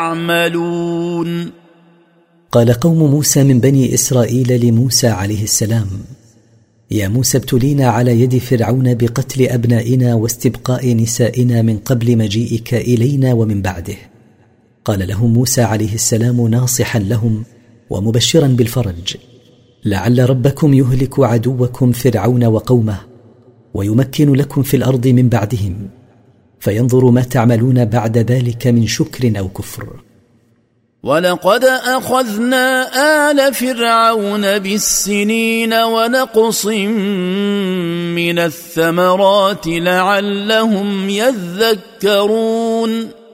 تعملون. قال قوم موسى من بني إسرائيل لموسى عليه السلام: يا موسى ابتلينا على يد فرعون بقتل أبنائنا واستبقاء نسائنا من قبل مجيئك إلينا ومن بعده. قال لهم موسى عليه السلام ناصحا لهم ومبشرا بالفرج: لعل ربكم يهلك عدوكم فرعون وقومه ويمكن لكم في الأرض من بعدهم، فينظر ما تعملون بعد ذلك من شكر أو كفر. ولقد أخذنا آل فرعون بالسنين ونقص من الثمرات لعلهم يذكرون.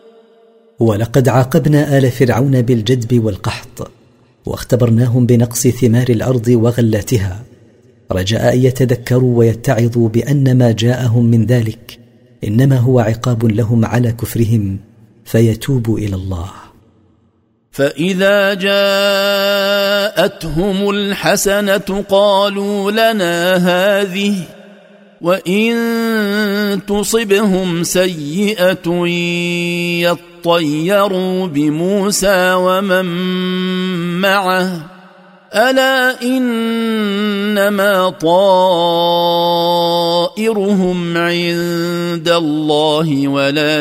ولقد عاقبنا آل فرعون بالجدب والقحط، واختبرناهم بنقص ثمار الأرض وغلاتها، رجاء أن يتذكروا ويتعظوا بأن ما جاءهم من ذلك إنما هو عقاب لهم على كفرهم فيتوبوا إلى الله. فإذا جاءتهم الحسنة قالوا لنا هذه وإن تصبهم سيئة يطيروا بموسى ومن معه ألا إنما طائرهم عند الله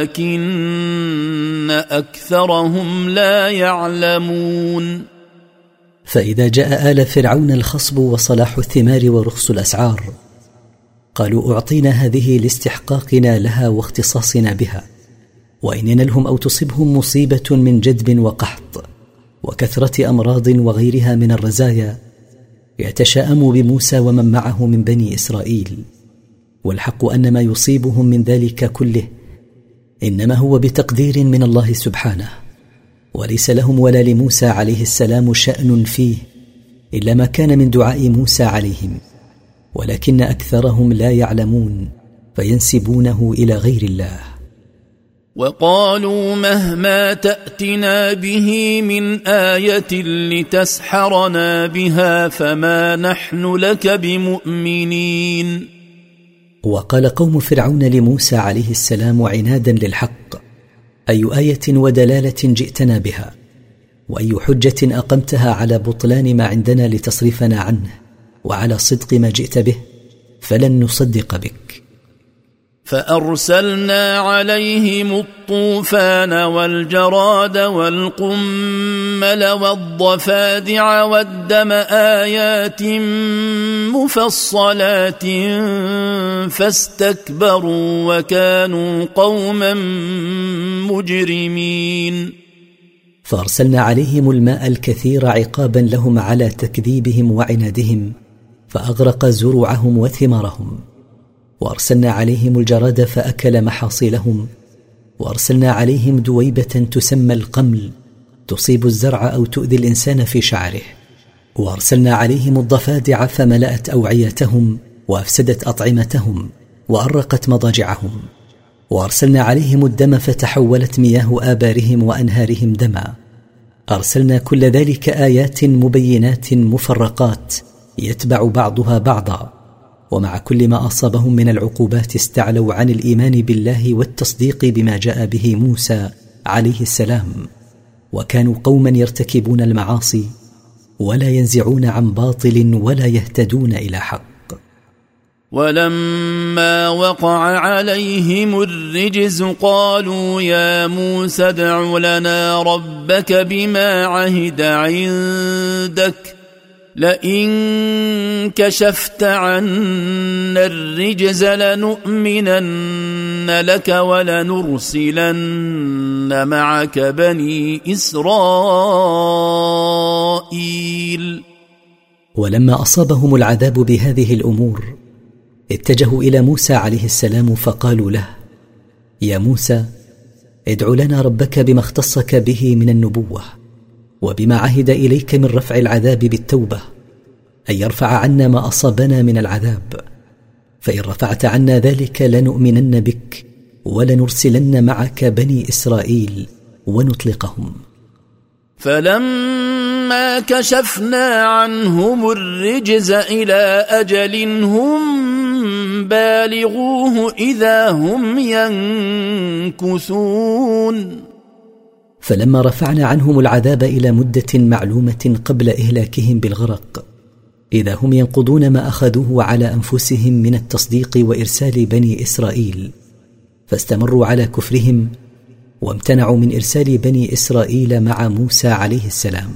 ولكن أكثرهم لا يعلمون. فإذا جاء آل فرعون الخصب وصلاح الثمار ورخص الأسعار قالوا أعطينا هذه لاستحقاقنا لها واختصاصنا بها، وإن ينلهم أو تصبهم مصيبة من جدب وقحط وكثرة أمراض وغيرها من الرزايا يتشاءموا بموسى ومن معه من بني إسرائيل، والحق أن ما يصيبهم من ذلك كله إنما هو بتقدير من الله سبحانه، وليس لهم ولا لموسى عليه السلام شأن فيه إلا ما كان من دعاء موسى عليهم، ولكن أكثرهم لا يعلمون فينسبونه إلى غير الله. وقالوا مهما تأتنا به من آية لتسحرنا بها فما نحن لك بمؤمنين. وقال قوم فرعون لموسى عليه السلام عنادا للحق: أي آية ودلالة جئتنا بها، وأي حجة أقمتها على بطلان ما عندنا لتصرفنا عنه وعلى صدق ما جئت به، فلن نصدق بك. فأرسلنا عليهم الطوفان والجراد والقمل والضفادع والدم آيات مفصلات فاستكبروا وكانوا قوما مجرمين. فأرسلنا عليهم الماء الكثير عقابا لهم على تكذيبهم وعنادهم فأغرق زرعهم وثمارهم، وأرسلنا عليهم الجراد فأكل محاصيلهم، وأرسلنا عليهم دويبة تسمى القمل تصيب الزرع أو تؤذي الإنسان في شعره، وأرسلنا عليهم الضفادع فملأت أوعيتهم وأفسدت أطعمتهم وأرقت مضاجعهم، وأرسلنا عليهم الدم فتحولت مياه آبارهم وأنهارهم دما. أرسلنا كل ذلك آيات مبينات مفرقات يتبع بعضها بعضا، ومع كل ما أصابهم من العقوبات استعلوا عن الإيمان بالله والتصديق بما جاء به موسى عليه السلام، وكانوا قوما يرتكبون المعاصي ولا ينزعون عن باطل ولا يهتدون إلى حق. ولما وقع عليهم الرجز قالوا يا موسى ادع لنا ربك بما عهد عندك لئن كشفت عنا الرجز لنؤمنن لك ولنرسلن معك بني إسرائيل. ولما أصابهم العذاب بهذه الأمور اتجهوا إلى موسى عليه السلام فقالوا له: يا موسى ادع لنا ربك بما اختصك به من النبوة وبما عهد إليك من رفع العذاب بالتوبة، أن يرفع عنا ما أصابنا من العذاب، فإن رفعت عنا ذلك لنؤمنن بك ولنرسلن معك بني إسرائيل ونطلقهم. فلما كشفنا عنهم الرجز إلى أجل هم بالغوه إذا هم ينكثون. فلما رفعنا عنهم العذاب إلى مدة معلومة قبل إهلاكهم بالغرق إذا هم ينقضون ما أخذوه على أنفسهم من التصديق وإرسال بني إسرائيل، فاستمروا على كفرهم وامتنعوا من إرسال بني إسرائيل مع موسى عليه السلام.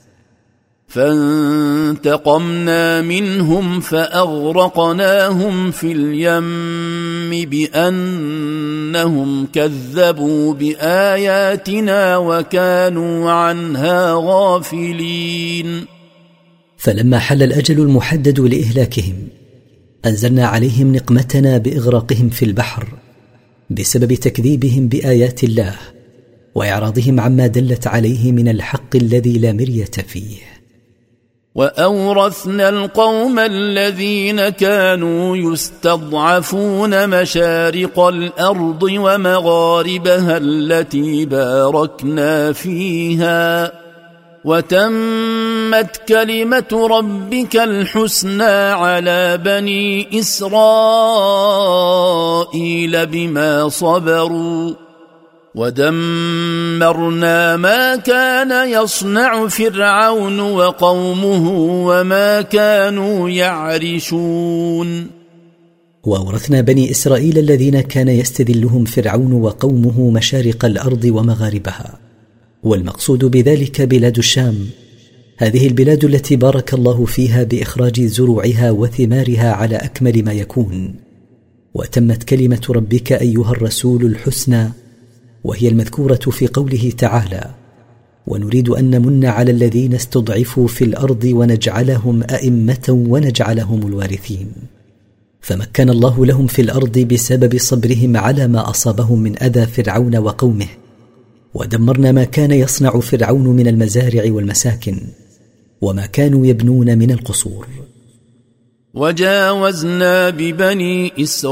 فانتقمنا منهم فأغرقناهم في اليم بأنهم كذبوا بآياتنا وكانوا عنها غافلين. فلما حل الأجل المحدد لإهلاكهم أنزلنا عليهم نقمتنا بإغراقهم في البحر بسبب تكذيبهم بآيات الله وإعراضهم عما دلت عليه من الحق الذي لا مرية فيه. وأورثنا القوم الذين كانوا يستضعفون مشارق الأرض ومغاربها التي باركنا فيها، وتمت كلمة ربك الحسنى على بني إسرائيل بما صبروا ودمرنا ما كان يصنع فرعون وقومه وما كانوا يعرشون. وأورثنا بني إسرائيل الذين كان يستذلهم فرعون وقومه مشارق الأرض ومغاربها، والمقصود بذلك بلاد الشام، هذه البلاد التي بارك الله فيها بإخراج زروعها وثمارها على أكمل ما يكون. وتمت كلمة ربك أيها الرسول الحسنى، وهي المذكورة في قوله تعالى: ونريد أن نمن على الذين استضعفوا في الأرض ونجعلهم أئمة ونجعلهم الوارثين. فمكن الله لهم في الأرض بسبب صبرهم على ما أصابهم من أذى فرعون وقومه، ودمرنا ما كان يصنع فرعون من المزارع والمساكن وما كانوا يبنون من القصور. وجاوزنا ببني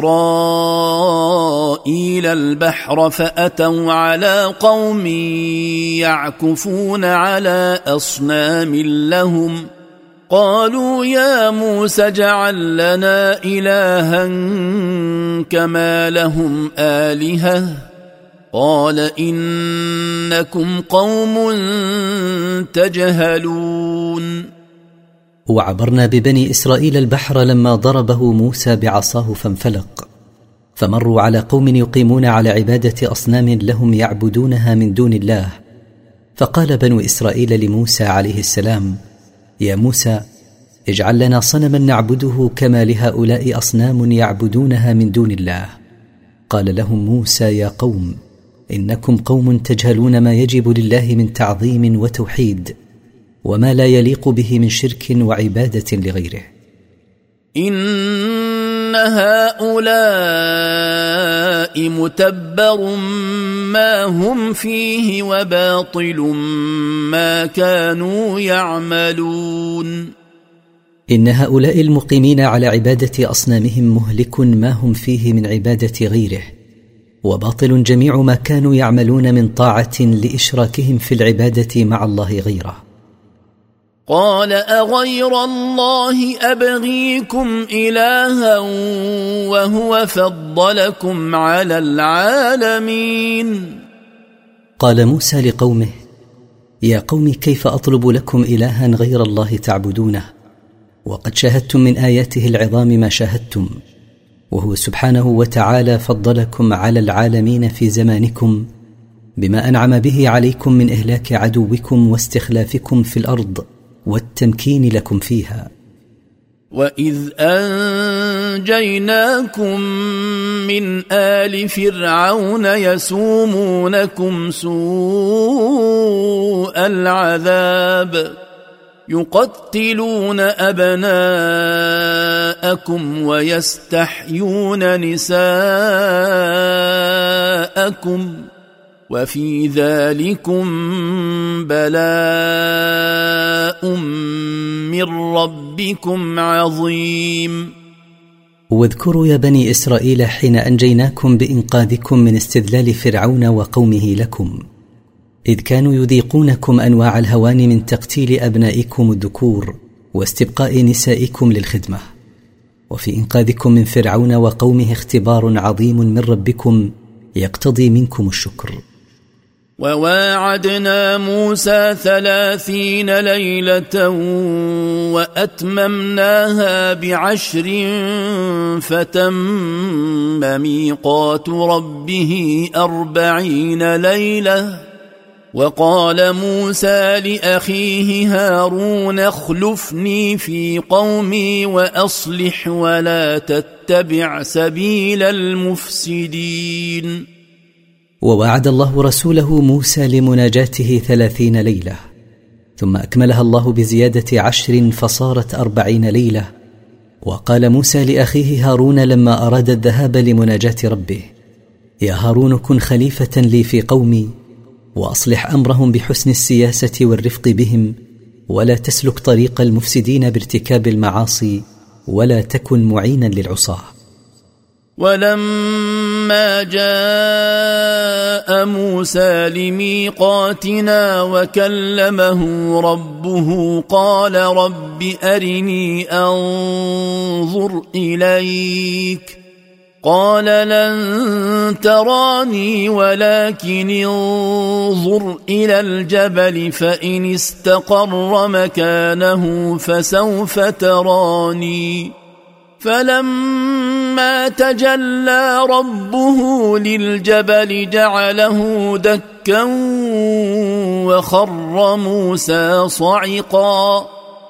إسرائيل البحر فأتوا على قوم يعكفون على أصنام لهم قالوا يا موسى اجعل لنا إلها كما لهم آلهة قال إنكم قوم تجهلون. وعبرنا ببني إسرائيل البحر لما ضربه موسى بعصاه فانفلق، فمروا على قوم يقيمون على عبادة أصنام لهم يعبدونها من دون الله، فقال بنو إسرائيل لموسى عليه السلام: يا موسى اجعل لنا صنما نعبده كما لهؤلاء أصنام يعبدونها من دون الله. قال لهم موسى: يا قوم إنكم قوم تجهلون ما يجب لله من تعظيم وتوحيد وما لا يليق به من شرك وعبادة لغيره. إن هؤلاء متبر ما هم فيه وباطل ما كانوا يعملون. إن هؤلاء المقيمين على عبادة أصنامهم مهلك ما هم فيه من عبادة غيره، وباطل جميع ما كانوا يعملون من طاعة لإشراكهم في العبادة مع الله غيره. قال أغير الله أبغيكم إلها وهو فضلكم على العالمين. قال موسى لقومه: يا قوم كيف أطلب لكم إلها غير الله تعبدونه وقد شاهدتم من آياته العظام ما شاهدتم، وهو سبحانه وتعالى فضلكم على العالمين في زمانكم بما أنعم به عليكم من إهلاك عدوكم واستخلافكم في الأرض والتمكين لكم فيها. وإذ أنجيناكم من آل فرعون يسومونكم سوء العذاب يقتلون أبناءكم ويستحيون نساءكم وفي ذلكم بلاء من ربكم عظيم. واذكروا يا بني إسرائيل حين أنجيناكم بإنقاذكم من استذلال فرعون وقومه لكم، إذ كانوا يذيقونكم أنواع الهوان من تقتيل أبنائكم الذكور واستبقاء نسائكم للخدمة، وفي إنقاذكم من فرعون وقومه اختبار عظيم من ربكم يقتضي منكم الشكر. وواعدنا موسى ثلاثين ليلة وأتممناها بعشر فتم ميقات ربه أربعين ليلة. وقال موسى لأخيه هارون اخلفني في قومي وأصلح ولا تتبع سبيل المفسدين. ووعد الله رسوله موسى لمناجاته ثلاثين ليلة، ثم أكملها الله بزيادة عشر فصارت أربعين ليلة. وقال موسى لأخيه هارون لما أراد الذهاب لمناجاة ربه: يا هارون كن خليفة لي في قومي وأصلح أمرهم بحسن السياسة والرفق بهم، ولا تسلك طريق المفسدين بارتكاب المعاصي، ولا تكن معينا للعصاة. ولما جاء موسى لميقاتنا وكلمه ربه قال رب أرني أنظر إليك قال لن تراني ولكن انظر إلى الجبل فإن استقر مكانه فسوف تراني فلما تجلى ربه للجبل جعله دكا وخر موسى صعقا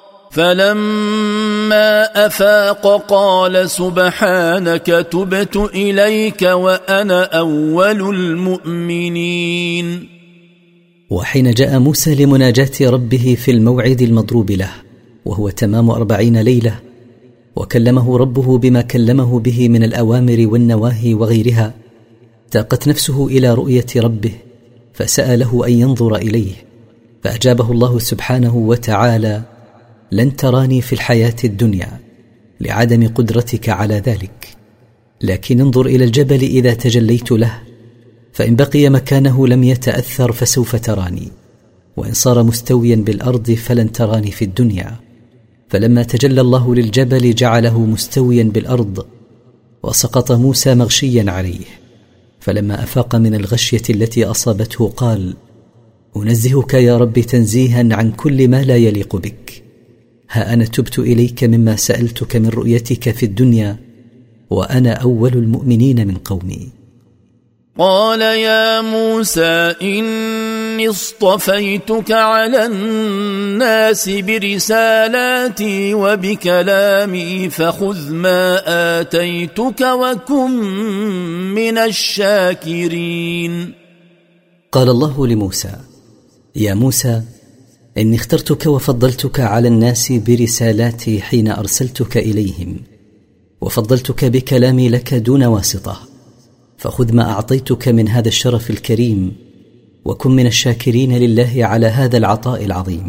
فلما أفاق قال سبحانك تبت إليك وأنا أول المؤمنين. وحين جاء موسى لمناجاة ربه في الموعد المضروب له وهو تمام أربعين ليلة، وكلمه ربه بما كلمه به من الأوامر والنواهي وغيرها، تاقت نفسه إلى رؤية ربه فسأله أن ينظر إليه، فأجابه الله سبحانه وتعالى: لن تراني في الحياة الدنيا لعدم قدرتك على ذلك، لكن انظر إلى الجبل إذا تجليت له، فإن بقي مكانه لم يتأثر فسوف تراني، وإن صار مستويا بالأرض فلن تراني في الدنيا. فلما تجلى الله للجبل جعله مستويا بالأرض، وسقط موسى مغشيا عليه. فلما أفاق من الغشية التي أصابته قال: أنزهك يا رب تنزيها عن كل ما لا يليق بك، ها أنا تبت إليك مما سألتك من رؤيتك في الدنيا، وأنا أول المؤمنين من قومي. قال يا موسى إني اصطفيتك على الناس برسالاتي وبكلامي فخذ ما آتيتك وكن من الشاكرين. قال الله لموسى: يا موسى إني اخترتك وفضلتك على الناس برسالاتي حين أرسلتك إليهم، وفضلتك بكلامي لك دون واسطة، فخذ ما أعطيتك من هذا الشرف الكريم وكن من الشاكرين لله على هذا العطاء العظيم.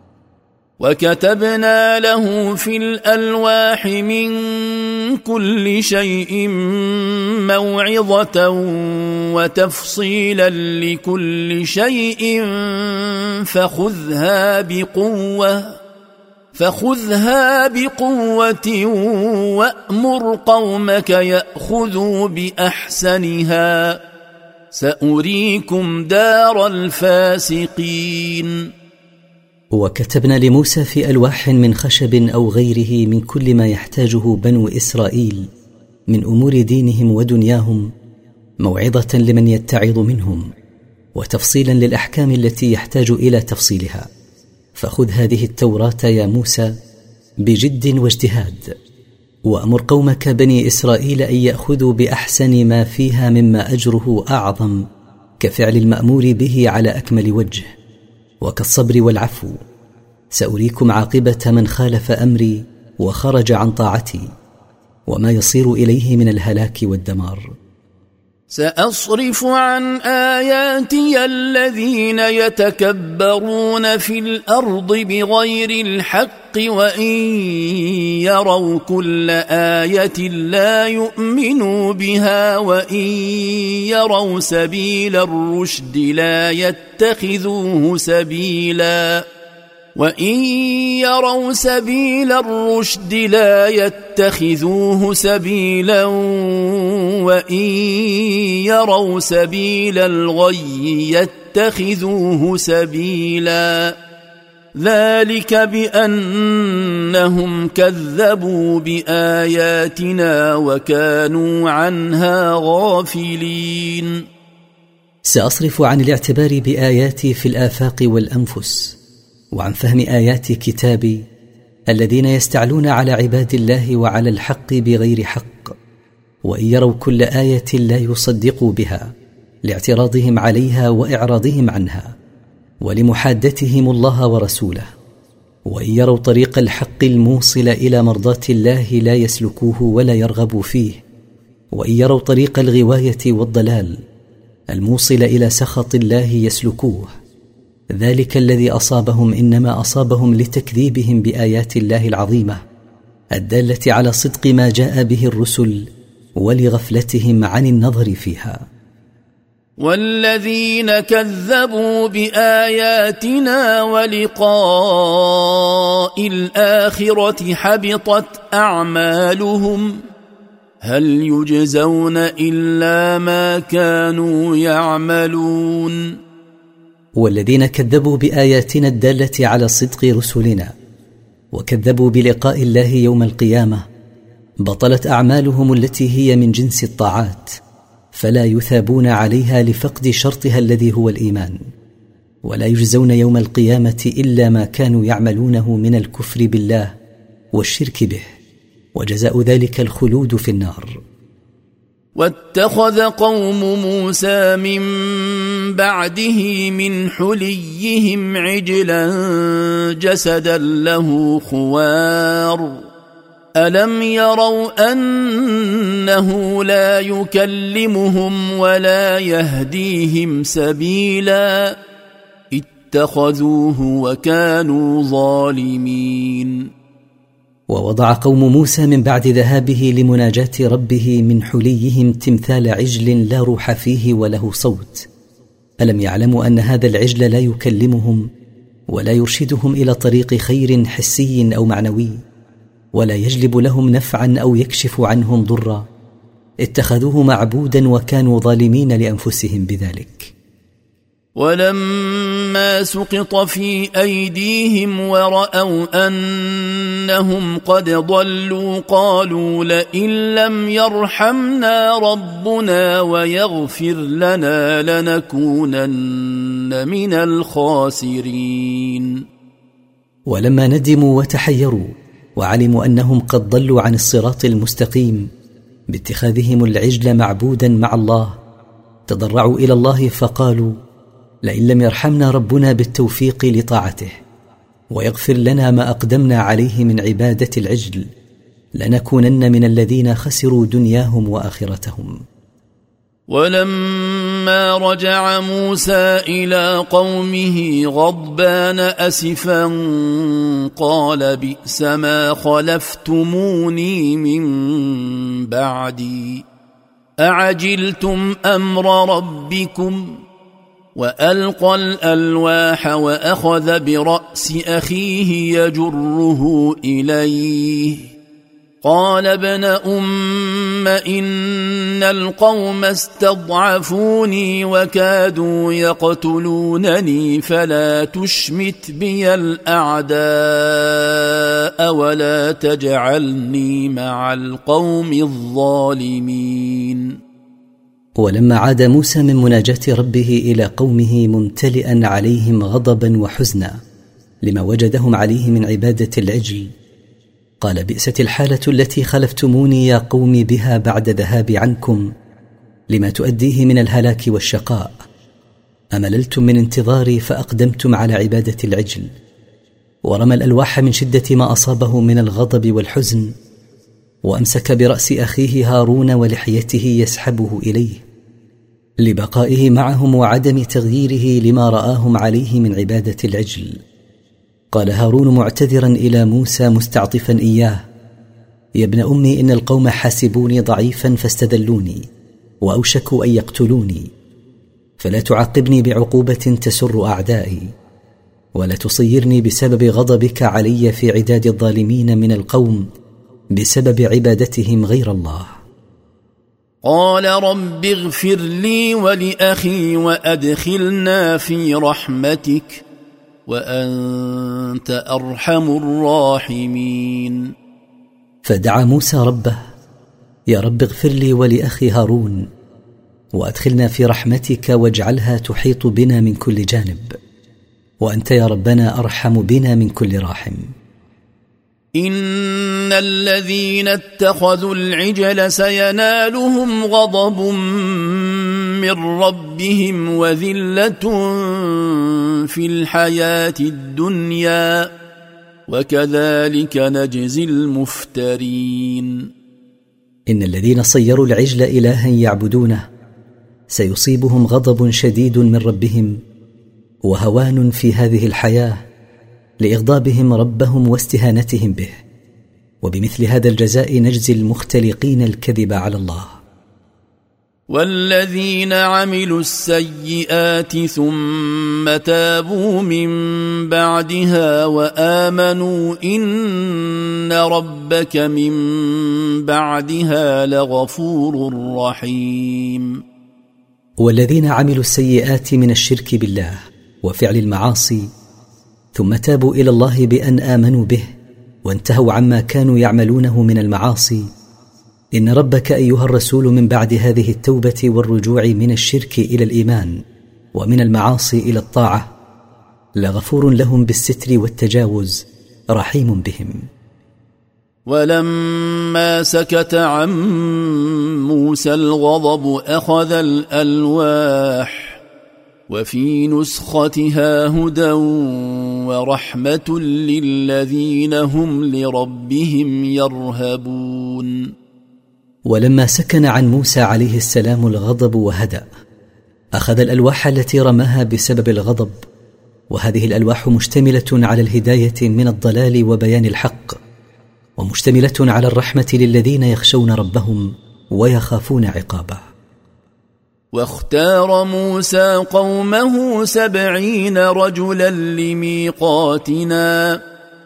وكتبنا له في الألواح من كل شيء موعظة وتفصيلا لكل شيء فخذها بقوة فخذها بقوة وأمر قومك يأخذوا بأحسنها سأريكم دار الفاسقين. وكتبنا لموسى في ألواح من خشب أو غيره من كل ما يحتاجه بنو إسرائيل من أمور دينهم ودنياهم موعظة لمن يتعظ منهم، وتفصيلا للأحكام التي يحتاج إلى تفصيلها. فخذ هذه التوراة يا موسى بجد واجتهاد، وأمر قومك بني إسرائيل أن يأخذوا بأحسن ما فيها مما أجره أعظم، كفعل المأمور به على أكمل وجه، وكالصبر والعفو. سأريكم عاقبة من خالف أمري وخرج عن طاعتي، وما يصير إليه من الهلاك والدمار. سأصرف عن آياتي الذين يتكبرون في الأرض بغير الحق وإن يروا كل آية لا يؤمنوا بها وإن يروا سبيل الرشد لا يتخذوه سبيلا وإن يروا سبيل الرشد لا يتخذوه سبيلا وإن يروا سبيل الغي يتخذوه سبيلا ذلك بأنهم كذبوا بآياتنا وكانوا عنها غافلين. سأصرف عن الاعتبار بآياتي في الآفاق والأنفس، وعن فهم آيات كتابي الذين يستعلون على عباد الله وعلى الحق بغير حق، وإن يروا كل آية لا يصدقوا بها لاعتراضهم عليها وإعراضهم عنها ولمحادتهم الله ورسوله، وإن يروا طريق الحق الموصل إلى مرضاة الله لا يسلكوه ولا يرغبوا فيه، وإن يروا طريق الغواية والضلال الموصل إلى سخط الله يسلكوه. ذلك الذي أصابهم إنما أصابهم لتكذيبهم بآيات الله العظيمة الدالة على صدق ما جاء به الرسل ولغفلتهم عن النظر فيها. والذين كذبوا بآياتنا ولقاء الآخرة حبطت أعمالهم هل يجزون إلا ما كانوا يعملون. والذين كذبوا بآياتنا الدالة على صدق رسلنا وكذبوا بلقاء الله يوم القيامة بطلت أعمالهم التي هي من جنس الطاعات، فلا يثابون عليها لفقد شرطها الذي هو الإيمان، ولا يجزون يوم القيامة إلا ما كانوا يعملونه من الكفر بالله والشرك به، وجزاء ذلك الخلود في النار. واتخذ قوم موسى من بعده من حليهم عجلا جسدا له خوار ألم يروا أنه لا يكلمهم ولا يهديهم سبيلا اتخذوه وكانوا ظالمين. ووضع قوم موسى من بعد ذهابه لمناجاة ربه من حليهم تمثال عجل لا روح فيه وله صوت. ألم يعلموا أن هذا العجل لا يكلمهم ولا يرشدهم إلى طريق خير حسي أو معنوي، ولا يجلب لهم نفعا أو يكشف عنهم ضرا؟ اتخذوه معبودا وكانوا ظالمين لأنفسهم بذلك. ولما سقط في أيديهم ورأوا أنهم قد ضلوا قالوا لئن لم يرحمنا ربنا ويغفر لنا لنكونن من الخاسرين. ولما ندموا وتحيروا وعلموا أنهم قد ضلوا عن الصراط المستقيم باتخاذهم العجل معبودا مع الله، تضرعوا إلى الله فقالوا لئن لم يرحمنا ربنا بالتوفيق لطاعته ويغفر لنا ما أقدمنا عليه من عبادة العجل لنكونن من الذين خسروا دنياهم وآخرتهم. ولما رجع موسى إلى قومه غضبان أسفا قال بئس ما خلفتموني من بعدي أعجلتم أمر ربكم وألقى الألواح وأخذ برأس أخيه يجره إليه قال ابن أم إن القوم استضعفوني وكادوا يقتلونني فلا تشمت بي الأعداء ولا تجعلني مع القوم الظالمين. ولما عاد موسى من مناجاة ربه إلى قومه ممتلئا عليهم غضبا وحزنا لما وجدهم عليه من عبادة العجل، قال بئست الحالة التي خلفتموني يا قوم بها بعد ذهابي عنكم لما تؤديه من الهلاك والشقاء. أمللتم من انتظاري فأقدمتم على عبادة العجل. ورمى الألواح من شدة ما أصابه من الغضب والحزن، وأمسك برأس أخيه هارون ولحيته يسحبه إليه لبقائه معهم وعدم تغييره لما رآهم عليه من عبادة العجل. قال هارون معتذرا إلى موسى مستعطفا إياه يا ابن أمي إن القوم حاسبوني ضعيفا فاستذلوني وأوشكوا أن يقتلوني، فلا تعاقبني بعقوبة تسر أعدائي ولا تصيرني بسبب غضبك علي في عداد الظالمين من القوم بسبب عبادتهم غير الله. قال رب اغفر لي ولأخي وأدخلنا في رحمتك وأنت أرحم الراحمين. فدعا موسى ربه يا رب اغفر لي ولأخي هارون وأدخلنا في رحمتك واجعلها تحيط بنا من كل جانب، وأنت يا ربنا أرحم بنا من كل راحم. إن الذين اتخذوا العجل سينالهم غضب من ربهم وذلة في الحياة الدنيا وكذلك نجزي المفترين. إن الذين صيروا العجل إلها يعبدونه سيصيبهم غضب شديد من ربهم وهوان في هذه الحياة لإغضابهم ربهم واستهانتهم به، وبمثل هذا الجزاء نجزي المختلقين الكذب على الله. والذين عملوا السيئات ثم تابوا من بعدها وآمنوا إن ربك من بعدها لغفور رحيم. والذين عملوا السيئات من الشرك بالله وفعل المعاصي ثم تابوا إلى الله بأن آمنوا به وانتهوا عما كانوا يعملونه من المعاصي، إن ربك أيها الرسول من بعد هذه التوبة والرجوع من الشرك إلى الإيمان ومن المعاصي إلى الطاعة لغفور لهم بالستر والتجاوز رحيم بهم. ولما سكت عن موسى الغضب أخذ الألواح وفي نسختها هدى ورحمة للذين هم لربهم يرهبون. ولما سكن عن موسى عليه السلام الغضب وهدأ أخذ الألواح التي رماها بسبب الغضب، وهذه الألواح مشتملة على الهداية من الضلال وبيان الحق، ومشتملة على الرحمة للذين يخشون ربهم ويخافون عقابه. واختار موسى قومه سبعين رجلا لميقاتنا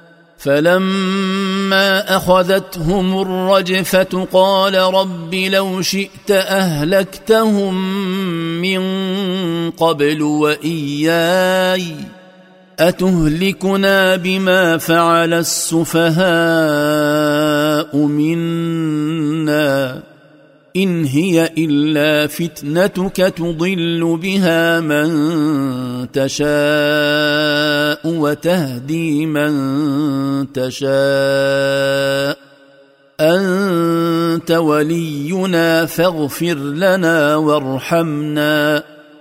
فلما أخذتهم الرجفة قال رب لو شئت أهلكتهم من قبل وإياي أتهلكنا بما فعل السفهاء منا إن هي إلا فتنتك تضل بها من تشاء وتهدي من تشاء أنت ولينا فاغفر لنا وارحمنا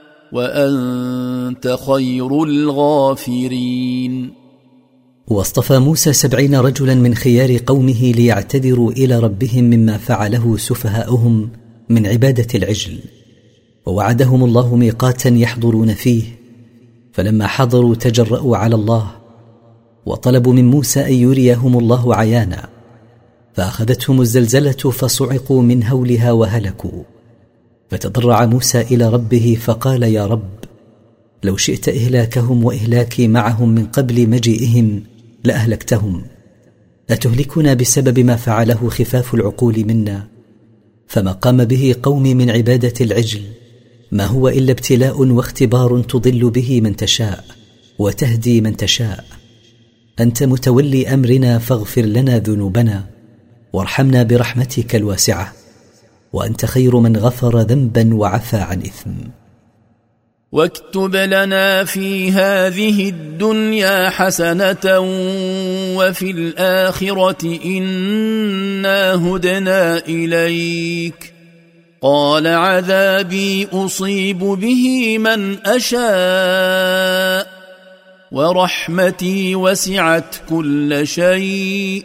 وأنت خير الغافرين. واصطفى موسى سبعين رجلا من خيار قومه ليعتذروا إلى ربهم مما فعله سفهاؤهم من عبادة العجل، ووعدهم الله ميقاتا يحضرون فيه، فلما حضروا تجرأوا على الله وطلبوا من موسى أن يريهم الله عيانا، فأخذتهم الزلزلة فصعقوا من هولها وهلكوا. فتضرع موسى إلى ربه فقال يا رب لو شئت إهلاكهم وإهلاكي معهم من قبل مجيئهم لأهلكتهم، أتهلكنا بسبب ما فعله خفاف العقول منا؟ فما قام به قومي من عبادة العجل ما هو إلا ابتلاء واختبار تضل به من تشاء وتهدي من تشاء. أنت متولي أمرنا فاغفر لنا ذنوبنا وارحمنا برحمتك الواسعة، وأنت خير من غفر ذنبا وعفى عن إثم. واكتب لنا في هذه الدنيا حسنة وفي الآخرة إنا هدنا إليك قال عذابي أصيب به من أشاء ورحمتي وسعت كل شيء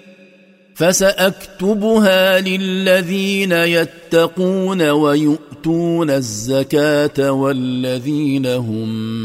فسأكتبها للذين يتقون ويؤتون الزكاة والذين هم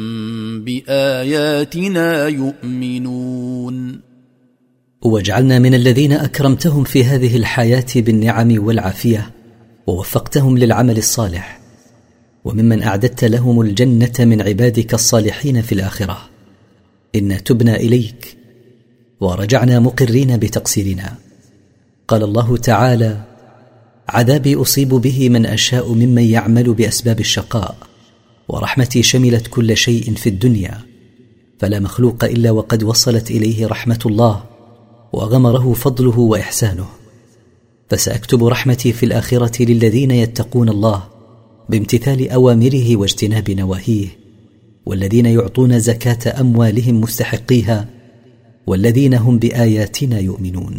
بآياتنا يؤمنون. واجعلنا من الذين أكرمتهم في هذه الحياة بالنعم والعافية ووفقتهم للعمل الصالح، وممن أعددت لهم الجنة من عبادك الصالحين في الآخرة. إنا تبنا إليك ورجعنا مقرين بتقصيرنا. قال الله تعالى عذابي أصيب به من أشاء ممن يعمل بأسباب الشقاء، ورحمتي شملت كل شيء في الدنيا، فلا مخلوق إلا وقد وصلت إليه رحمة الله وغمره فضله وإحسانه. فسأكتب رحمتي في الآخرة للذين يتقون الله بامتثال أوامره واجتناب نواهيه، والذين يعطون زكاة أموالهم مستحقيها، والذين هم بآياتنا يؤمنون.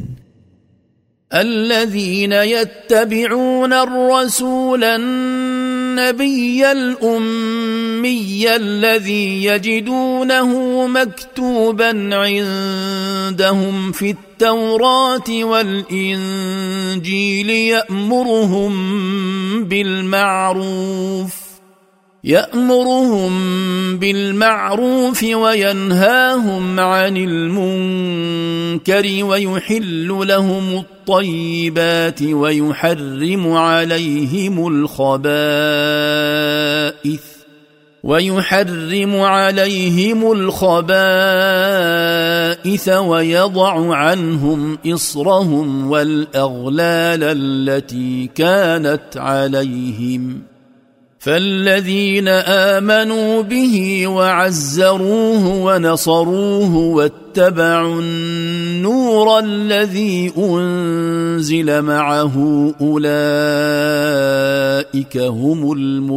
الذين يتبعون الرسول النبي الأمي الذي يجدونه مكتوبا عندهم في التوراة والإنجيل يأمرهم بالمعروف يأمرهم بالمعروف وينهاهم عن المنكر ويحل لهم الطيبات ويحرم عليهم الخبائث ويحرم عليهم الخبائث ويضع عنهم إصرهم والأغلال التي كانت عليهم فالذين آمنوا به وعزروه ونصروه واتبعوا النور الذي أنزل معه أولئك هم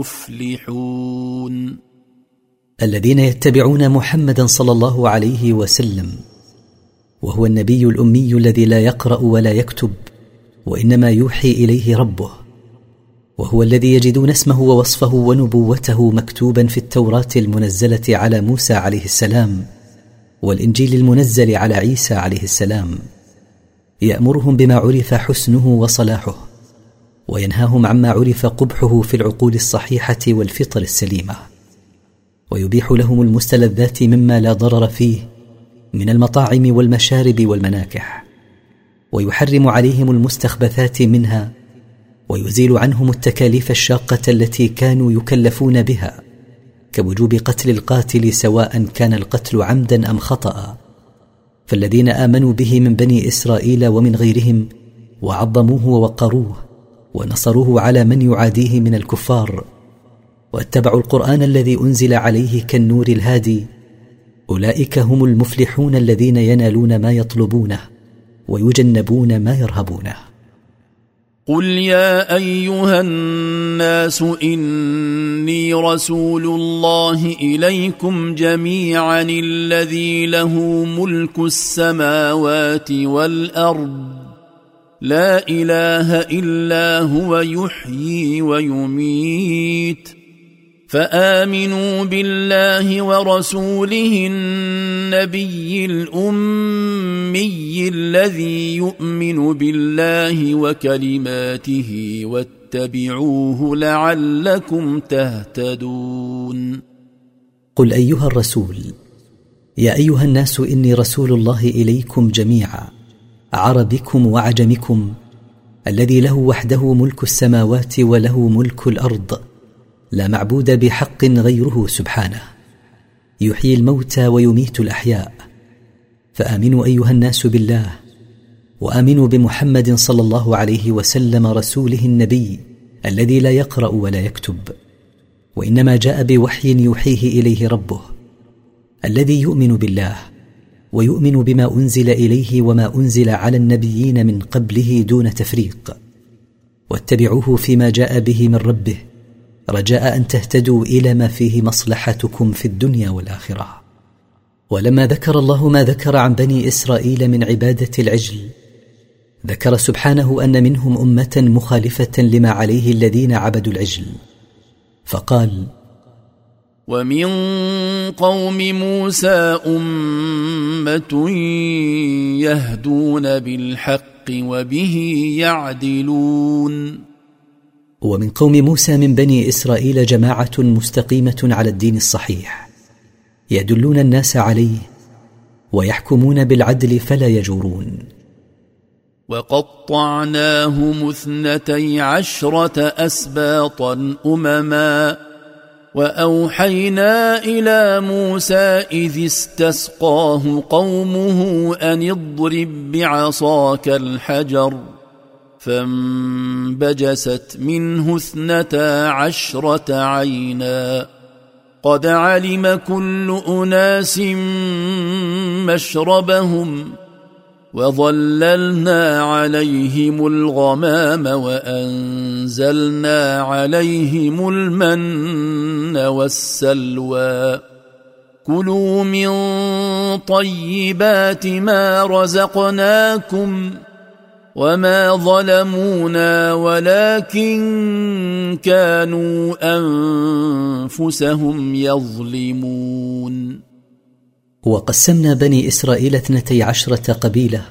المفلحون. الذين يتبعون محمدا صلى الله عليه وسلم وهو النبي الأمي الذي لا يقرأ ولا يكتب وإنما يوحي إليه ربه، وهو الذي يجدون اسمه ووصفه ونبوته مكتوبا في التوراة المنزلة على موسى عليه السلام والإنجيل المنزل على عيسى عليه السلام، يأمرهم بما عرف حسنه وصلاحه وينهاهم عما عرف قبحه في العقول الصحيحة والفطر السليمة، ويبيح لهم المستلذات مما لا ضرر فيه من المطاعم والمشارب والمناكح، ويحرم عليهم المستخبثات منها، ويزيل عنهم التكاليف الشاقة التي كانوا يكلفون بها كوجوب قتل القاتل سواء كان القتل عمدا أم خطأ. فالذين آمنوا به من بني إسرائيل ومن غيرهم وعظموه ووقروه ونصروه على من يعاديه من الكفار واتبعوا القرآن الذي أنزل عليه كالنور الهادي، أولئك هم المفلحون الذين ينالون ما يطلبونه ويجنبون ما يرهبونه. قل يا أيها الناس إني رسول الله إليكم جميعا الذي له ملك السماوات والأرض لا إله إلا هو يحيي ويميت فآمنوا بالله ورسوله النبي الأمي الذي يؤمن بالله وكلماته واتبعوه لعلكم تهتدون. قل أيها الرسول يا أيها الناس إني رسول الله إليكم جميعا عربكم وعجمكم الذي له وحده ملك السماوات وله ملك الأرض لا معبود بحق غيره سبحانه، يحيي الموتى ويميت الأحياء. فآمنوا أيها الناس بالله وآمنوا بمحمد صلى الله عليه وسلم رسوله النبي الذي لا يقرأ ولا يكتب وإنما جاء بوحي يوحيه إليه ربه، الذي يؤمن بالله ويؤمن بما أنزل إليه وما أنزل على النبيين من قبله دون تفريق، واتبعوه فيما جاء به من ربه رجاء أن تهتدوا إلى ما فيه مصلحتكم في الدنيا والآخرة. ولما ذكر الله ما ذكر عن بني إسرائيل من عبادة العجل، ذكر سبحانه أن منهم أمة مخالفة لما عليه الذين عبدوا العجل، فقال: ومن قوم موسى أمة يهدون بالحق وبه يعدلون. ومن قوم موسى من بني إسرائيل جماعة مستقيمة على الدين الصحيح يدلون الناس عليه ويحكمون بالعدل فلا يجورون. وقطعناهم اثنتي عشرة أسباطا أمما وأوحينا إلى موسى إذ استسقاه قومه أن اضرب بعصاك الحجر فانبجست منه اثنتا عشرة عينا قد علم كل أناس مشربهم وظللنا عليهم الغمام وأنزلنا عليهم المن والسلوى كلوا من طيبات ما رزقناكم وما ظلمونا ولكن كانوا أنفسهم يظلمون. وقسمنا بني إسرائيل اثنتي عشرة قبيلة،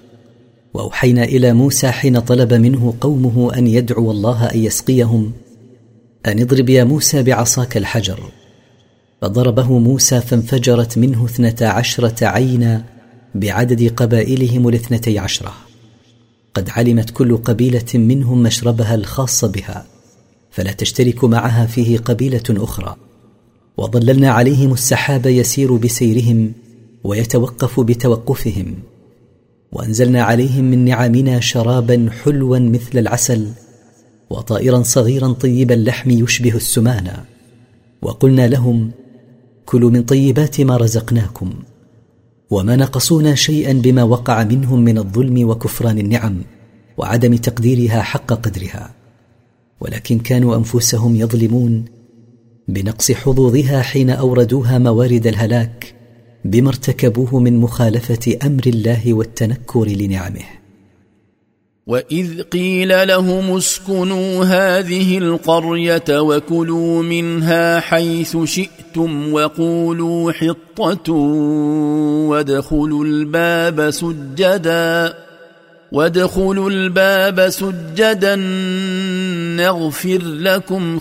وأوحينا إلى موسى حين طلب منه قومه أن يدعو الله أن يسقيهم أن اضرب يا موسى بعصاك الحجر. فضربه موسى فانفجرت منه اثنتا عشرة عينا بعدد قبائلهم الاثنتي عشرة. قد علمت كل قبيلة منهم مشربها الخاص بها، فلا تشترك معها فيه قبيلة أخرى. وظللنا عليهم السحاب يسير بسيرهم ويتوقف بتوقفهم، وأنزلنا عليهم من نعمنا شرابا حلوا مثل العسل، وطائرا صغيرا طيب اللحم يشبه السمان. وقلنا لهم كلوا من طيبات ما رزقناكم، وما نقصونا شيئا بما وقع منهم من الظلم وكفران النعم وعدم تقديرها حق قدرها، ولكن كانوا أنفسهم يظلمون بنقص حظوظها حين أوردوها موارد الهلاك بما ارتكبوه من مخالفة أمر الله والتنكر لنعمه. وإذ قيل لهم اسكنوا هذه القرية وكلوا منها حيث شئتم وقولوا حطة وادخلوا الباب سجدا وادخلوا الباب سجدا نغفر لكم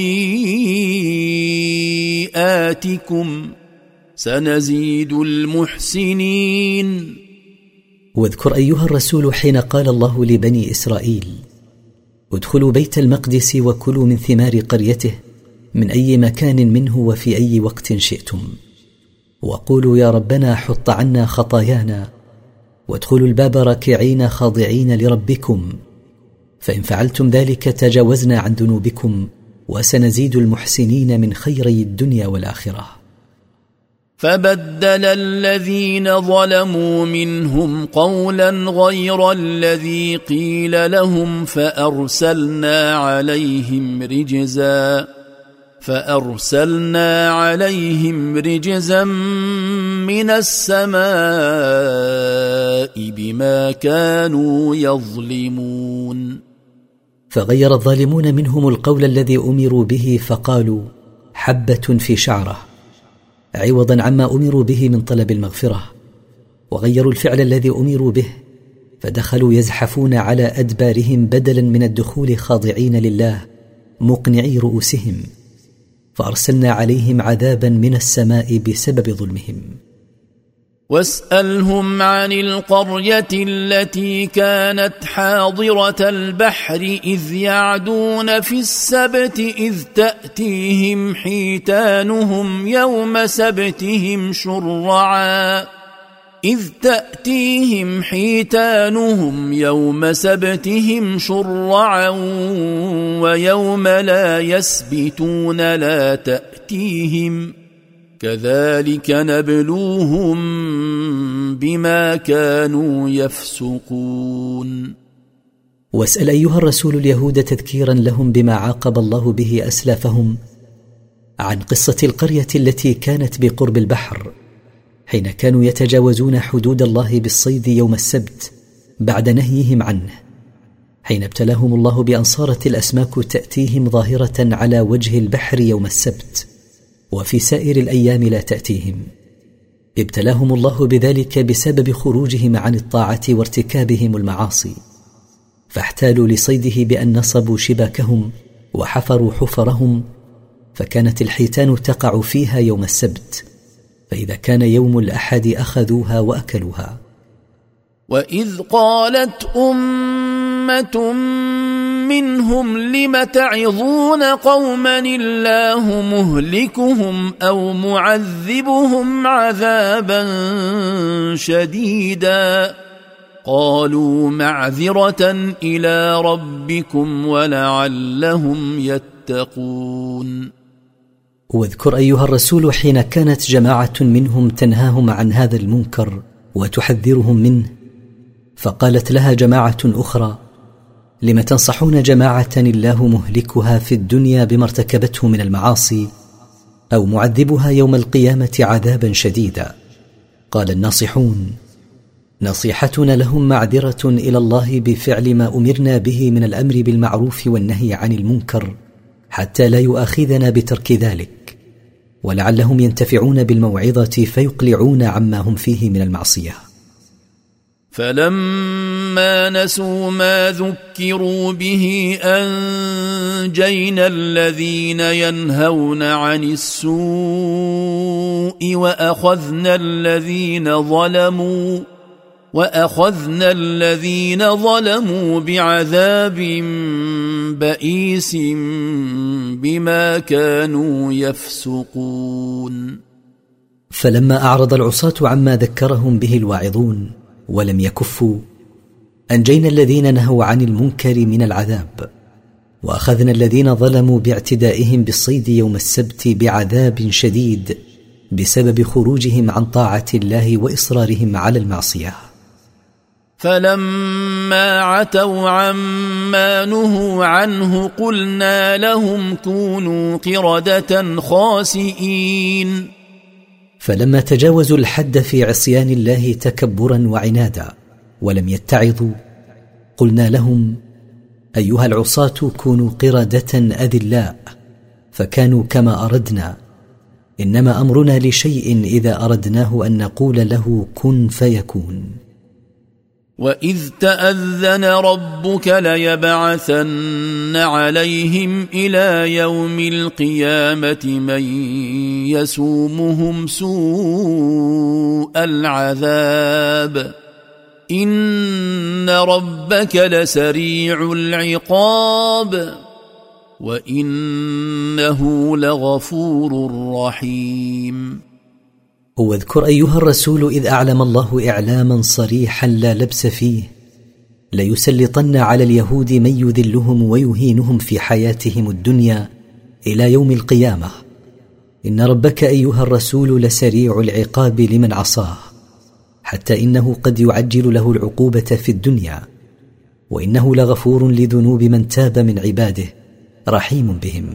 خطيئاتكم سنزيد المحسنين. واذكر أيها الرسول حين قال الله لبني إسرائيل ادخلوا بيت المقدس وكلوا من ثمار قريته من أي مكان منه وفي أي وقت شئتم، وقولوا يا ربنا حط عنا خطايانا، وادخلوا الباب راكعين خاضعين لربكم، فإن فعلتم ذلك تجاوزنا عن ذنوبكم وسنزيد المحسنين من خيري الدنيا والآخرة. فبدل الذين ظلموا منهم قولا غير الذي قيل لهم فأرسلنا عليهم رجزا فأرسلنا عليهم رجزا من السماء بما كانوا يظلمون. فغير الظالمون منهم القول الذي أمروا به فقالوا حبة في شعرة عوضا عما أمروا به من طلب المغفرة، وغيروا الفعل الذي أمروا به فدخلوا يزحفون على أدبارهم بدلا من الدخول خاضعين لله مقنعي رؤوسهم، فأرسلنا عليهم عذابا من السماء بسبب ظلمهم. واسألهم عن القرية التي كانت حاضرة البحر إذ يعدون في السبت إذ تأتيهم حيتانهم يوم سبتهم شرعا إذ تأتيهم حيتانهم يوم سبتهم شرعا ويوم لا يسبتون لا تأتيهم كذلك نبلوهم بما كانوا يفسقون. واسأل أيها الرسول اليهود تذكيرا لهم بما عاقب الله به أسلافهم عن قصة القرية التي كانت بقرب البحر حين كانوا يتجاوزون حدود الله بالصيد يوم السبت بعد نهيهم عنه، حين ابتلاهم الله بأن صارت الأسماك تأتيهم ظاهرة على وجه البحر يوم السبت وفي سائر الأيام لا تأتيهم. ابتلاهم الله بذلك بسبب خروجهم عن الطاعة وارتكابهم المعاصي، فاحتالوا لصيده بأن نصبوا شباكهم وحفروا حفرهم، فكانت الحيتان تقع فيها يوم السبت، فإذا كان يوم الأحد أخذوها وأكلوها. وإذ قالت أمة منهم لم تعظون قوما الله مهلكهم أو معذبهم عذابا شديدا قالوا معذرة إلى ربكم ولعلهم يتقون. واذكر أيها الرسول حين كانت جماعة منهم تنهاهم عن هذا المنكر وتحذرهم منه، فقالت لها جماعة أخرى لم تنصحون جماعة الله مهلكها في الدنيا بما ارتكبته من المعاصي أو معذبها يوم القيامة عذابا شديدا؟ قال الناصحون نصيحتنا لهم معذرة إلى الله بفعل ما أمرنا به من الأمر بالمعروف والنهي عن المنكر حتى لا يؤاخذنا بترك ذلك، ولعلهم ينتفعون بالموعظة فيقلعون عما هم فيه من المعصية. فلما نسوا ما ذكروا به أنجينا الذين ينهون عن السوء وأخذنا الذين ظلموا وأخذنا الذين ظلموا بعذاب بئيس بما كانوا يفسقون. فلما أعرض العصاة عما ذكرهم به الواعظون ولم يكفوا أنجينا الذين نهوا عن المنكر من العذاب، وأخذنا الذين ظلموا باعتدائهم بالصيد يوم السبت بعذاب شديد بسبب خروجهم عن طاعة الله وإصرارهم على المعصية. فلما عتوا عما نهوا عنه قلنا لهم كونوا قردة خاسئين. فلما تجاوزوا الحد في عصيان الله تكبرا وعنادا ولم يتعظوا قلنا لهم أيها العصاة كونوا قردة أذلاء، فكانوا كما أردنا، إنما أمرنا لشيء إذا أردناه أن نقول له كن فيكون. وإذ تأذن ربك ليبعثن عليهم إلى يوم القيامة من يسومهم سوء العذاب إن ربك لسريع العقاب وإنه لغفور رحيم. واذكر أيها الرسول إذ أعلم الله إعلاما صريحا لا لبس فيه ليسلطن على اليهود من يذلهم ويهينهم في حياتهم الدنيا إلى يوم القيامة. إن ربك أيها الرسول لسريع العقاب لمن عصاه، حتى إنه قد يعجل له العقوبة في الدنيا، وإنه لغفور لذنوب من تاب من عباده رحيم بهم.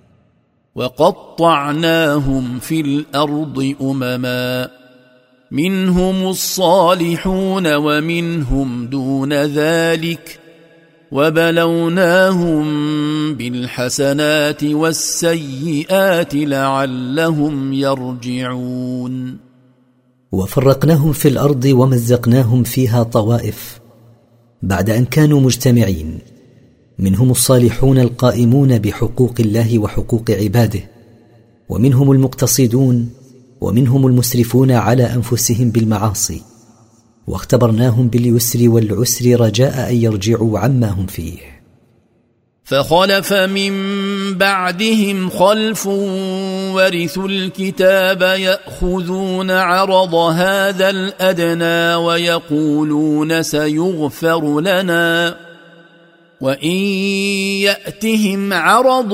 وقطعناهم في الأرض أمما منهم الصالحون ومنهم دون ذلك وبلوناهم بالحسنات والسيئات لعلهم يرجعون. وفرقناهم في الأرض ومزقناهم فيها طوائف بعد أن كانوا مجتمعين، منهم الصالحون القائمون بحقوق الله وحقوق عباده، ومنهم المقتصدون، ومنهم المسرفون على أنفسهم بالمعاصي، واختبرناهم باليسر والعسر رجاء أن يرجعوا عما هم فيه. فخلف من بعدهم خلف ورثوا الكتاب يأخذون عرض هذا الأدنى ويقولون سيغفر لنا، وإن يأتهم عرض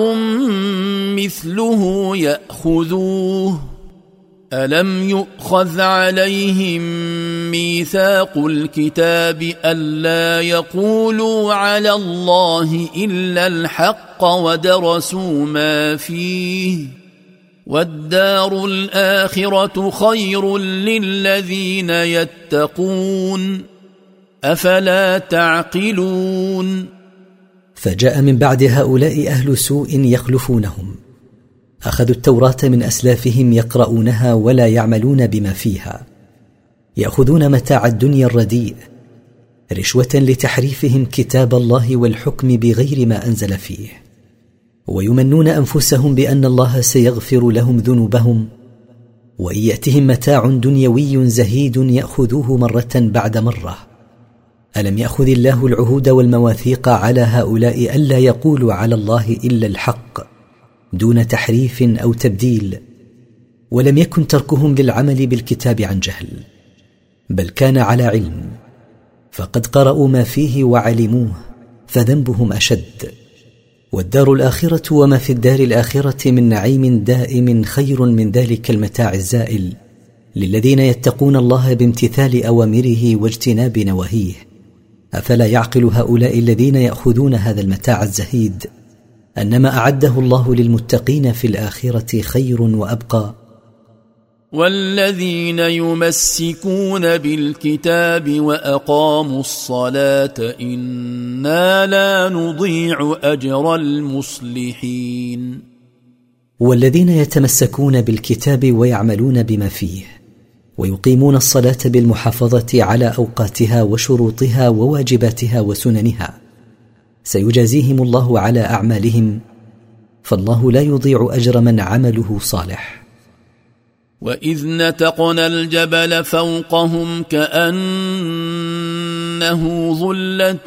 مثله يأخذوه، ألم يؤخذ عليهم ميثاق الكتاب ألا يقولوا على الله إلا الحق ودرسوا ما فيه، والدار الآخرة خير للذين يتقون، أفلا تعقلون. فجاء من بعد هؤلاء أهل سوء يخلفونهم، أخذوا التوراة من أسلافهم يقرؤونها ولا يعملون بما فيها، يأخذون متاع الدنيا الرديء رشوة لتحريفهم كتاب الله والحكم بغير ما أنزل فيه، ويمنون أنفسهم بأن الله سيغفر لهم ذنوبهم، وإن يأتهم متاع دنيوي زهيد يأخذوه مرة بعد مرة. ألم يأخذ الله العهود والمواثيق على هؤلاء ألا يقولوا على الله إلا الحق دون تحريف أو تبديل؟ ولم يكن تركهم للعمل بالكتاب عن جهل، بل كان على علم، فقد قرأوا ما فيه وعلموه، فذنبهم أشد. والدار الآخرة وما في الدار الآخرة من نعيم دائم خير من ذلك المتاع الزائل للذين يتقون الله بامتثال أوامره واجتناب نواهيه. أفلا يعقل هؤلاء الذين يأخذون هذا المتاع الزهيد أن ما أعده الله للمتقين في الآخرة خير وأبقى؟ والذين يمسكون بالكتاب وأقاموا الصلاة إنا لا نضيع أجر المصلحين. والذين يتمسكون بالكتاب ويعملون بما فيه ويقيمون الصلاة بالمحافظة على أوقاتها وشروطها وواجباتها وسننها سيجازيهم الله على أعمالهم، فالله لا يضيع أجر من عمله صالح. وإذ نتقنا الجبل فوقهم كأنه ظلة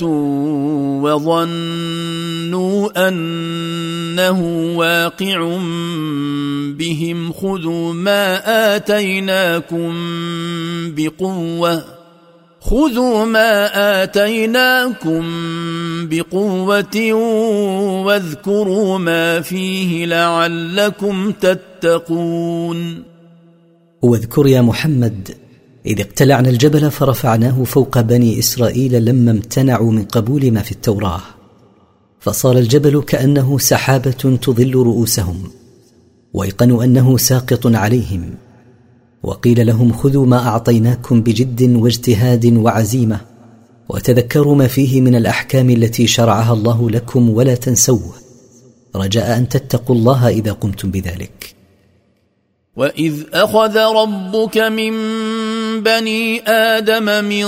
وظنوا أنه واقع بهم خذوا ما آتيناكم بقوة خذوا ما آتيناكم بقوة واذكروا ما فيه لعلكم تتقون. واذكر يا محمد إذ اقتلعنا الجبل فرفعناه فوق بني إسرائيل لما امتنعوا من قبول ما في التوراة، فصار الجبل كأنه سحابة تظل رؤوسهم، وأيقنوا أنه ساقط عليهم، وقيل لهم خذوا ما أعطيناكم بجد واجتهاد وعزيمة، وتذكروا ما فيه من الأحكام التي شرعها الله لكم ولا تنسوه، رجاء أن تتقوا الله إذا قمتم بذلك. وإذ أخذ ربك من بني آدم من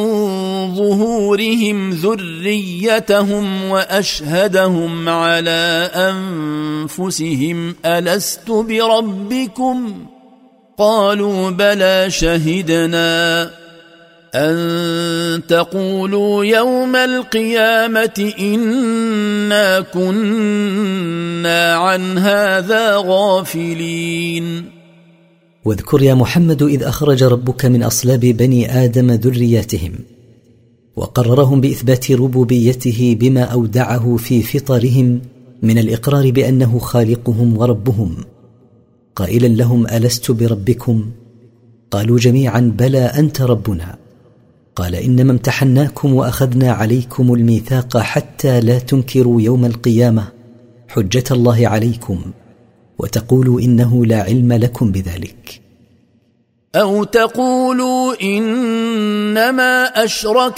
ظهورهم ذريتهم وأشهدهم على أنفسهم ألست بربكم قالوا بلى شهدنا أن تقولوا يوم القيامة إنا كنا عن هذا غافلين. واذكر يا محمد إذ أخرج ربك من أصلاب بني آدم ذرياتهم وقررهم بإثبات ربوبيته بما أودعه في فطرهم من الإقرار بأنه خالقهم وربهم، قائلا لهم ألست بربكم؟ قالوا جميعا بلى أنت ربنا. قال إنما امتحناكم وأخذنا عليكم الميثاق حتى لا تنكروا يوم القيامة حجة الله عليكم وتقولوا إنه لا علم لكم بذلك. أو تقولوا إنما أشرك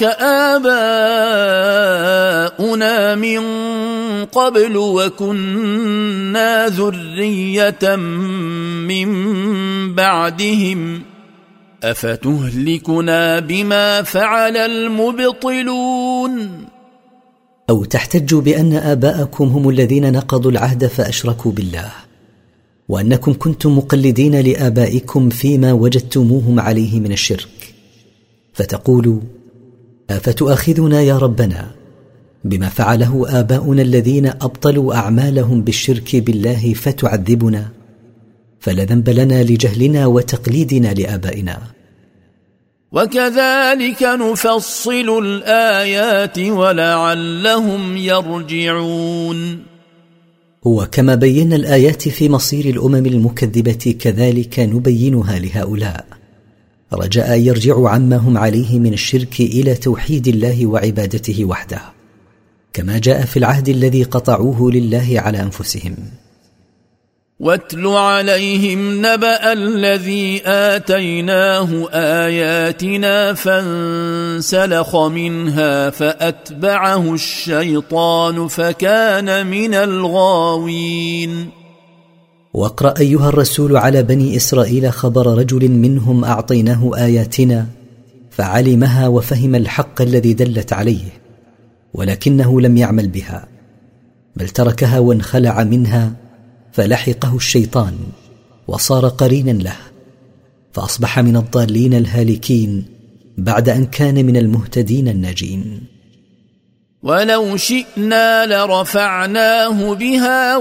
آباؤنا من قبل وكنا ذرية من بعدهم أفتهلكنا بما فعل المبطلون. أو تحتجوا بأن آباءكم هم الذين نقضوا العهد فأشركوا بالله، وأنكم كنتم مقلدين لآبائكم فيما وجدتموهم عليه من الشرك، فتقولوا أفتؤاخذنا يا ربنا بما فعله آباؤنا الذين أبطلوا أعمالهم بالشرك بالله فتعذبنا؟ فلا ذنب لنا لجهلنا وتقليدنا لآبائنا. وكذلك نفصل الآيات ولعلهم يرجعون. وكما بينا الآيات في مصير الأمم المكذبة كذلك نبينها لهؤلاء، رجاء يرجعوا عما هم عليه من الشرك إلى توحيد الله وعبادته وحده، كما جاء في العهد الذي قطعوه لله على أنفسهم. واتل عليهم نبأ الذي آتيناه آياتنا فانسلخ منها فأتبعه الشيطان فكان من الغاوين. واقرأ أيها الرسول على بني إسرائيل خبر رجل منهم أعطيناه آياتنا فعلمها وفهم الحق الذي دلت عليه، ولكنه لم يعمل بها بل تركها وانخلع منها، فلحقه الشيطان وصار قرينا له، فأصبح من الضالين الهالكين بعد أن كان من المهتدين الناجين. ولو شئنا لرفعناه بها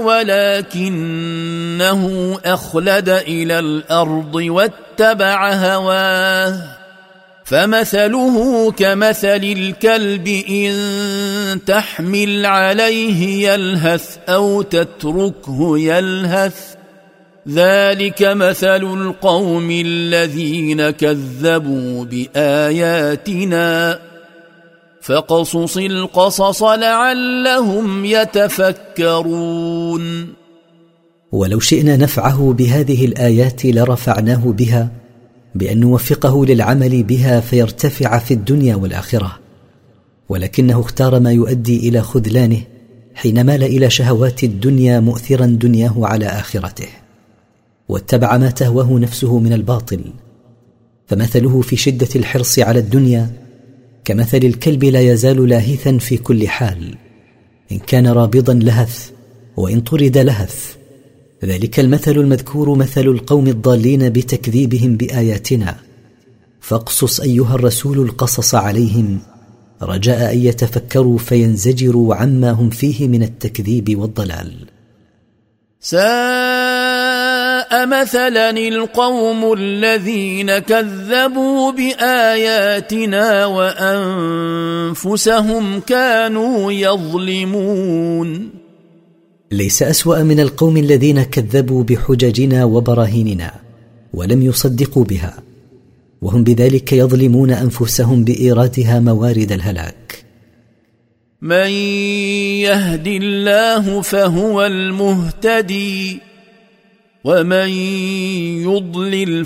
ولكنه أخلد إلى الأرض واتبع هواه فمثله كمثل الكلب إن تحمل عليه يلهث أو تتركه يلهث ذلك مثل القوم الذين كذبوا بآياتنا فقصص القصص لعلهم يتفكرون. ولو شئنا نفعه بهذه الآيات لرفعناه بها بأن نوفقه للعمل بها فيرتفع في الدنيا والآخرة، ولكنه اختار ما يؤدي إلى خذلانه حين مال إلى شهوات الدنيا مؤثرا دنياه على آخرته، واتبع ما تهواه نفسه من الباطل، فمثله في شدة الحرص على الدنيا كمثل الكلب لا يزال لاهثا في كل حال، إن كان رابضا لهث وإن طرد لهث. ذلك المثل المذكور مثل القوم الضالين بتكذيبهم بآياتنا، فاقصص أيها الرسول القصص عليهم رجاء أن يتفكروا فينزجروا عما هم فيه من التكذيب والضلال. ساء مثلا القوم الذين كذبوا بآياتنا وأنفسهم كانوا يظلمون. ليس أسوأ من القوم الذين كذبوا بحججنا وبراهيننا ولم يصدقوا بها، وهم بذلك يظلمون أنفسهم بإيرادها موارد الهلاك. من يهد الله فهو المهتدي ومن يضلل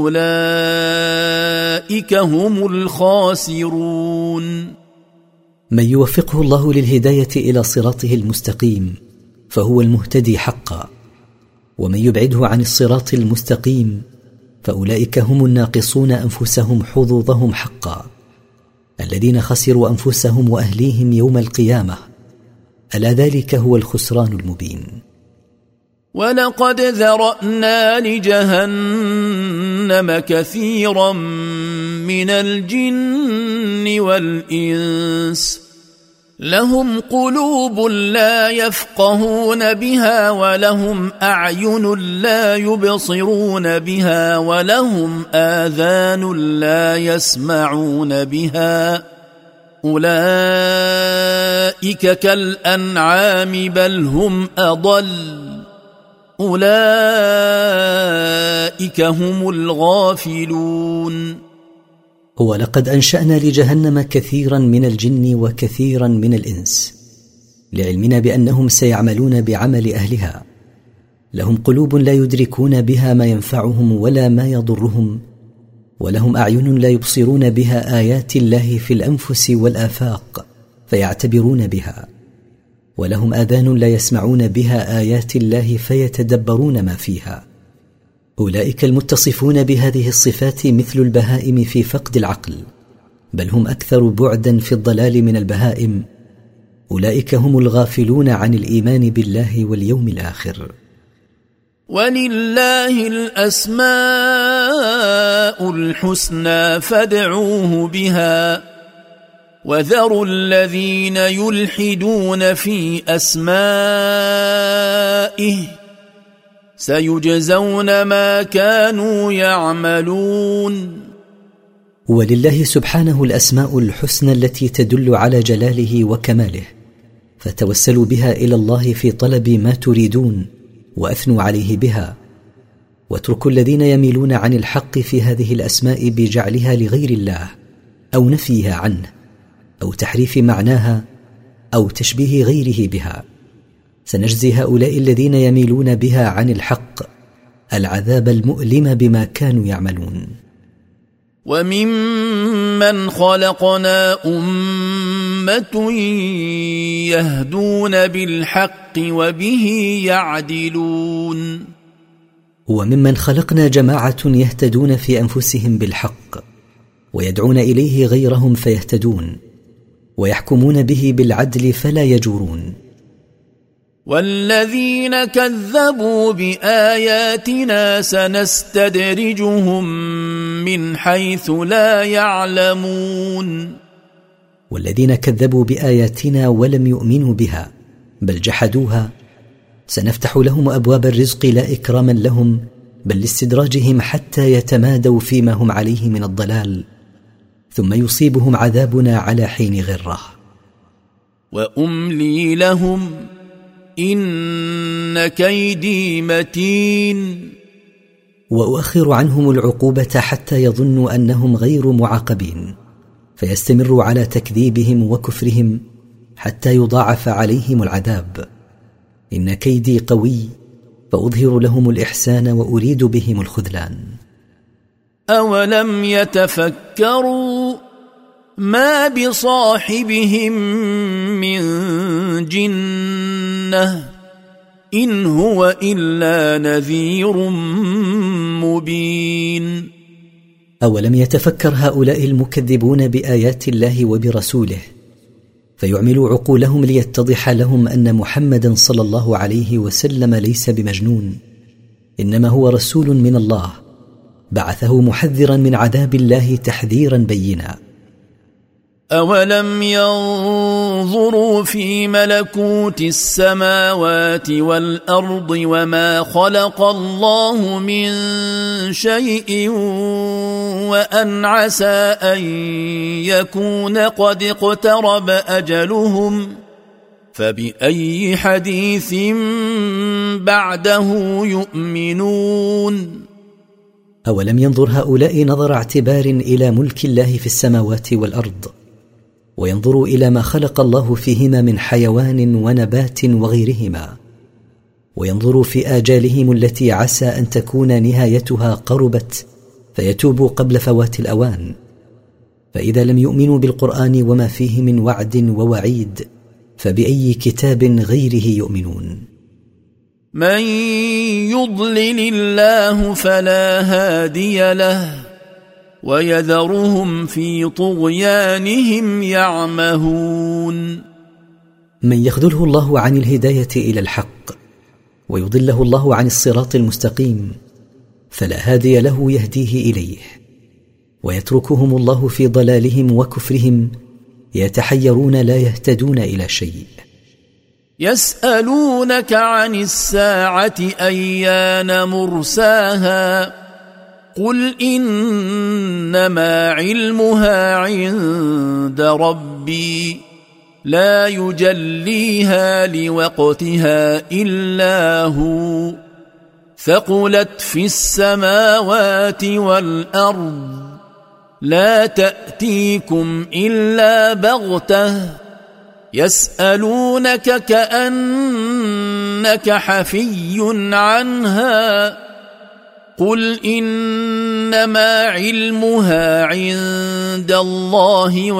فأولئك هم الخاسرون. من يوفقه الله للهداية إلى صراطه المستقيم فهو المهتدي حقا، ومن يبعده عن الصراط المستقيم فأولئك هم الناقصون أنفسهم حظوظهم حقا، الذين خسروا أنفسهم وأهليهم يوم القيامة، ألا ذلك هو الخسران المبين. ولقد ذرأنا لجهنم كثيرا من الجن والإنس لهم قلوب لا يفقهون بها ولهم أعين لا يبصرون بها ولهم آذان لا يسمعون بها أولئك كالأنعام بل هم أضل أولئك هم الغافلون. ولقد أنشأنا لجهنم كثيرا من الجن وكثيرا من الإنس لعلمنا بأنهم سيعملون بعمل أهلها، لهم قلوب لا يدركون بها ما ينفعهم ولا ما يضرهم، ولهم أعين لا يبصرون بها آيات الله في الأنفس والآفاق فيعتبرون بها، ولهم آذان لا يسمعون بها آيات الله فيتدبرون ما فيها. أولئك المتصفون بهذه الصفات مثل البهائم في فقد العقل، بل هم أكثر بعدا في الضلال من البهائم. أولئك هم الغافلون عن الإيمان بالله واليوم الآخر. ولله الأسماء الحسنى فادعوه بها وذروا الذين يلحدون في أسمائه سيجزون ما كانوا يعملون. ولله سبحانه الأسماء الحسنى التي تدل على جلاله وكماله، فتوسلوا بها إلى الله في طلب ما تريدون وأثنوا عليه بها، واتركوا الذين يميلون عن الحق في هذه الأسماء بجعلها لغير الله أو نفيها عنه أو تحريف معناها أو تشبيه غيره بها. سنجزي هؤلاء الذين يميلون بها عن الحق العذاب المؤلم بما كانوا يعملون. وممن خلقنا أمة يهدون بالحق وبه يعدلون. وممن خلقنا جماعة يهتدون في أنفسهم بالحق ويدعون إليه غيرهم فيهتدون، ويحكمون به بالعدل فلا يجورون. والذين كذبوا بآياتنا سنستدرجهم من حيث لا يعلمون. والذين كذبوا بآياتنا ولم يؤمنوا بها بل جحدوها سنفتح لهم أبواب الرزق لا إكراما لهم بل لاستدراجهم حتى يتمادوا فيما هم عليه من الضلال، ثم يصيبهم عذابنا على حين غره. وأملي لهم إن كيدي متين. وأؤخر عنهم العقوبة حتى يظنوا أنهم غير معاقبين، فيستمروا على تكذيبهم وكفرهم حتى يضاعف عليهم العذاب. إن كيدي قوي فأظهر لهم الإحسان وأريد بهم الخذلان. أولم يتفكروا ما بصاحبهم من جنة إن هو إلا نذير مبين. أولم يتفكر هؤلاء المكذبون بآيات الله وبرسوله فيعملوا عقولهم ليتضح لهم أن محمدا صلى الله عليه وسلم ليس بمجنون، إنما هو رسول من الله بعثه محذرا من عذاب الله تحذيرا بينا. أولم ينظروا في ملكوت السماوات والأرض وما خلق الله من شيء وأن عسى أن يكون قد اقترب أجلهم فبأي حديث بعده يؤمنون. أولم ينظر هؤلاء نظر اعتبار إلى ملك الله في السماوات والأرض، وينظروا إلى ما خلق الله فيهما من حيوان ونبات وغيرهما، وينظروا في آجالهم التي عسى أن تكون نهايتها قربت فيتوبوا قبل فوات الأوان. فإذا لم يؤمنوا بالقرآن وما فيه من وعد ووعيد فبأي كتاب غيره يؤمنون؟ من يضلل الله فلا هادي له ويذرهم في طغيانهم يعمهون. من يخذله الله عن الهداية إلى الحق ويضله الله عن الصراط المستقيم فلا هادي له يهديه إليه، ويتركهم الله في ضلالهم وكفرهم يتحيرون لا يهتدون إلى شيء. يسألونك عن الساعة أيان مرساها قل إنما علمها عند ربي لا يجليها لوقتها إلا هو ثقلت في السماوات والأرض لا تأتيكم إلا بغتة يسألونك كأنك حفي عنها قل إنما علمها عند الله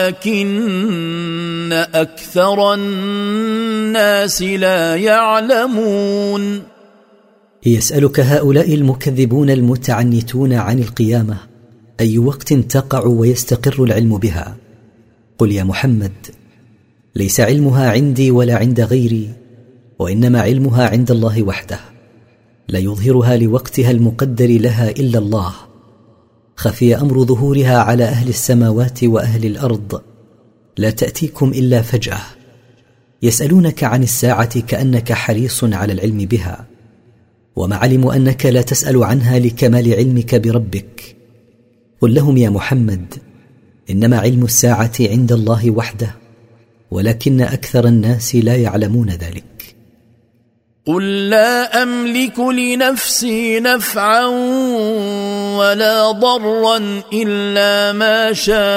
ولكن أكثر الناس لا يعلمون. يسألك هؤلاء المكذبون المتعنتون عن القيامة أي وقت تقع ويستقر العلم بها. قل يا محمد ليس علمها عندي ولا عند غيري، وإنما علمها عند الله وحده، لا يظهرها لوقتها المقدر لها إلا الله. خفي أمر ظهورها على أهل السماوات وأهل الأرض، لا تأتيكم إلا فجأة. يسألونك عن الساعة كأنك حريص على العلم بها، وما علموا أنك لا تسأل عنها لكمال علمك بربك. قل لهم يا محمد إنما علم الساعة عند الله وحده، ولكن أكثر الناس لا يعلمون ذلك. قل لا أملك لنفسي نفعا ولا ضرا إلا ما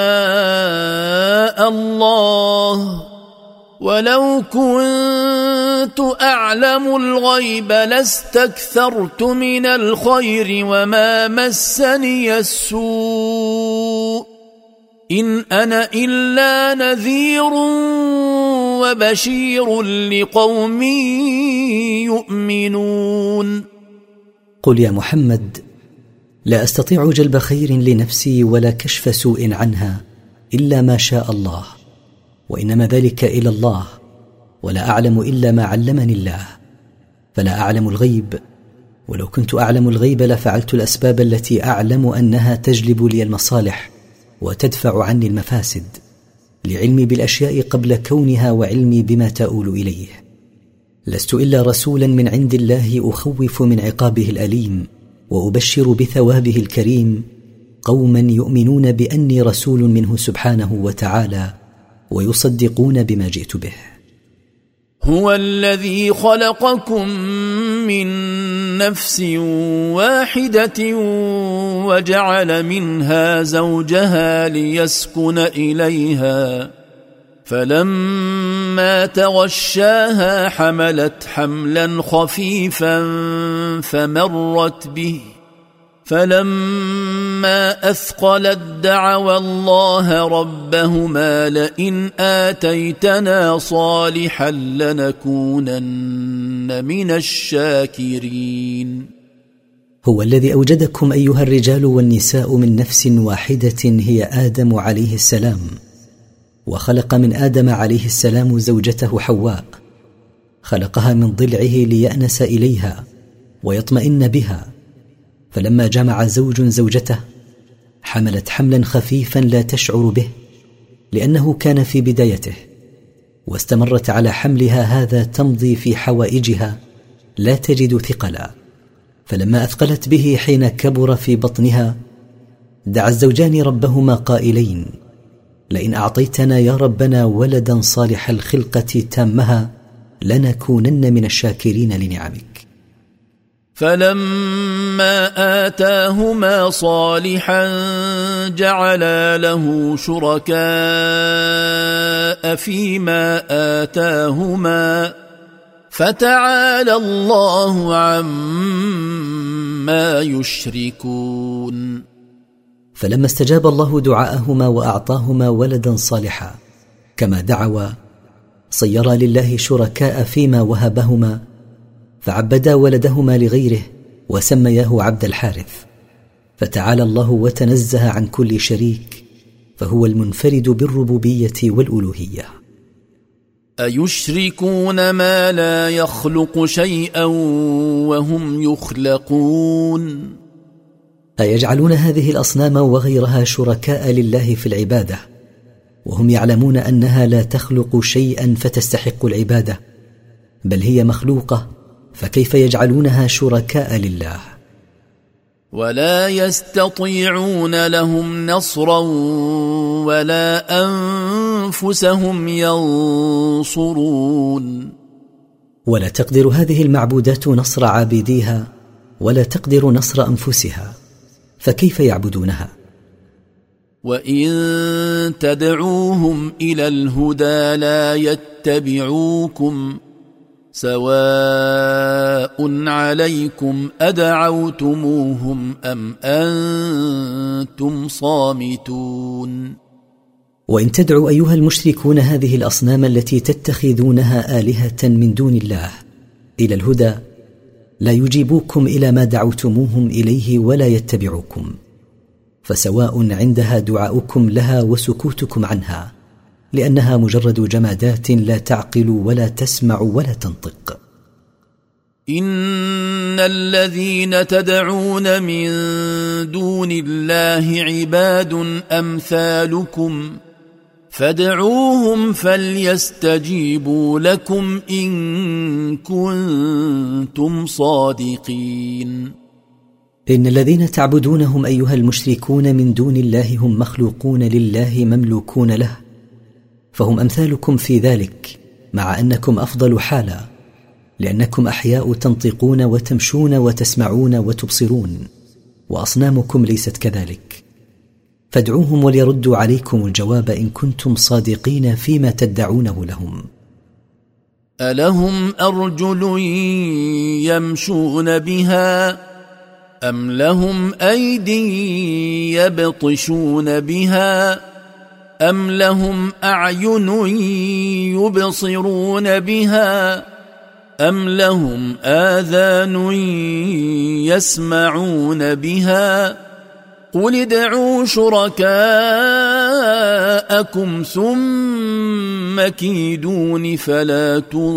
شاء الله ولو كنت أعلم الغيب لاستكثرت من الخير وما مسني السوء إن أنا إلا نذير وبشير لقوم يؤمنون. قل يا محمد لا أستطيع جلب خير لنفسي ولا كشف سوء عنها إلا ما شاء الله، وإنما ذلك إلى الله، ولا أعلم إلا ما علمني الله، فلا أعلم الغيب، ولو كنت أعلم الغيب لفعلت الأسباب التي أعلم أنها تجلب لي المصالح وتدفع عني المفاسد، لعلمي بالأشياء قبل كونها وعلمي بما تؤول إليه. لست إلا رسولا من عند الله أخوف من عقابه الأليم وأبشر بثوابه الكريم قوما يؤمنون بأني رسول منه سبحانه وتعالى ويصدقون بما جئت به. هو الذي خلقكم من نفس واحدة وجعل منها زوجها ليسكن إليها فلما تغشاها حملت حملا خفيفا فمرت به فلما أثقلت دعوا الله ربهما لئن آتيتنا صالحا لنكونن من الشاكرين. هو الذي أوجدكم أيها الرجال والنساء من نفس واحدة هي آدم عليه السلام، وخلق من آدم عليه السلام زوجته حواء، خلقها من ضلعه ليأنس إليها ويطمئن بها، فلما جمع زوج زوجته حملت حملا خفيفا لا تشعر به لأنه كان في بدايته، واستمرت على حملها هذا تمضي في حوائجها لا تجد ثقلا، فلما أثقلت به حين كبر في بطنها دعا الزوجان ربهما قائلين: لئن أعطيتنا يا ربنا ولدا صالح الخلقة تامها لنكونن من الشاكرين لنعمك. فلما آتاهما صالحا جعلا له شركاء فيما آتاهما فتعالى الله عما يشركون. فلما استجاب الله دعاءهما وأعطاهما ولدا صالحا كما دعوا، صيرا لله شركاء فيما وهبهما، فعبدا ولدهما لغيره وسمياه عبد الحارث، فتعالى الله وتنزه عن كل شريك، فهو المنفرد بالربوبية والألوهية. أيشركون ما لا يخلق شيئا وهم يخلقون. أيجعلون هذه الأصنام وغيرها شركاء لله في العبادة وهم يعلمون أنها لا تخلق شيئا فتستحق العبادة، بل هي مخلوقة، فكيف يجعلونها شركاء لله؟ ولا يستطيعون لهم نصرا ولا أنفسهم ينصرون. ولا تقدر هذه المعبودات نصر عابديها ولا تقدر نصر أنفسها، فكيف يعبدونها؟ وإن تدعوهم إلى الهدى لا يتبعوكم سواء عليكم أدعوتموهم أم أنتم صامتون. وإن تدعوا أيها المشركون هذه الأصنام التي تتخذونها آلهة من دون الله إلى الهدى لا يجيبوكم إلى ما دعوتموهم إليه ولا يتبعوكم، فسواء عندها دعاؤكم لها وسكوتكم عنها، لأنها مجرد جمادات لا تعقل ولا تسمع ولا تنطق. إن الذين تدعون من دون الله عباد أمثالكم فادعوهم فليستجيبوا لكم إن كنتم صادقين. إن الذين تعبدونهم أيها المشركون من دون الله هم مخلوقون لله مملوكون له، فهم أمثالكم في ذلك، مع أنكم أفضل حالا، لأنكم أحياء تنطقون وتمشون وتسمعون وتبصرون، وأصنامكم ليست كذلك. فادعوهم وليردوا عليكم الجواب إن كنتم صادقين فيما تدعونه لهم. ألهم أرجل يمشون بها أم لهم أيدي يبطشون بها أم لهم أعين يبصرون بها أم لهم آذان يسمعون بها قل ادعوا شركاءكم ثم كيدون فلا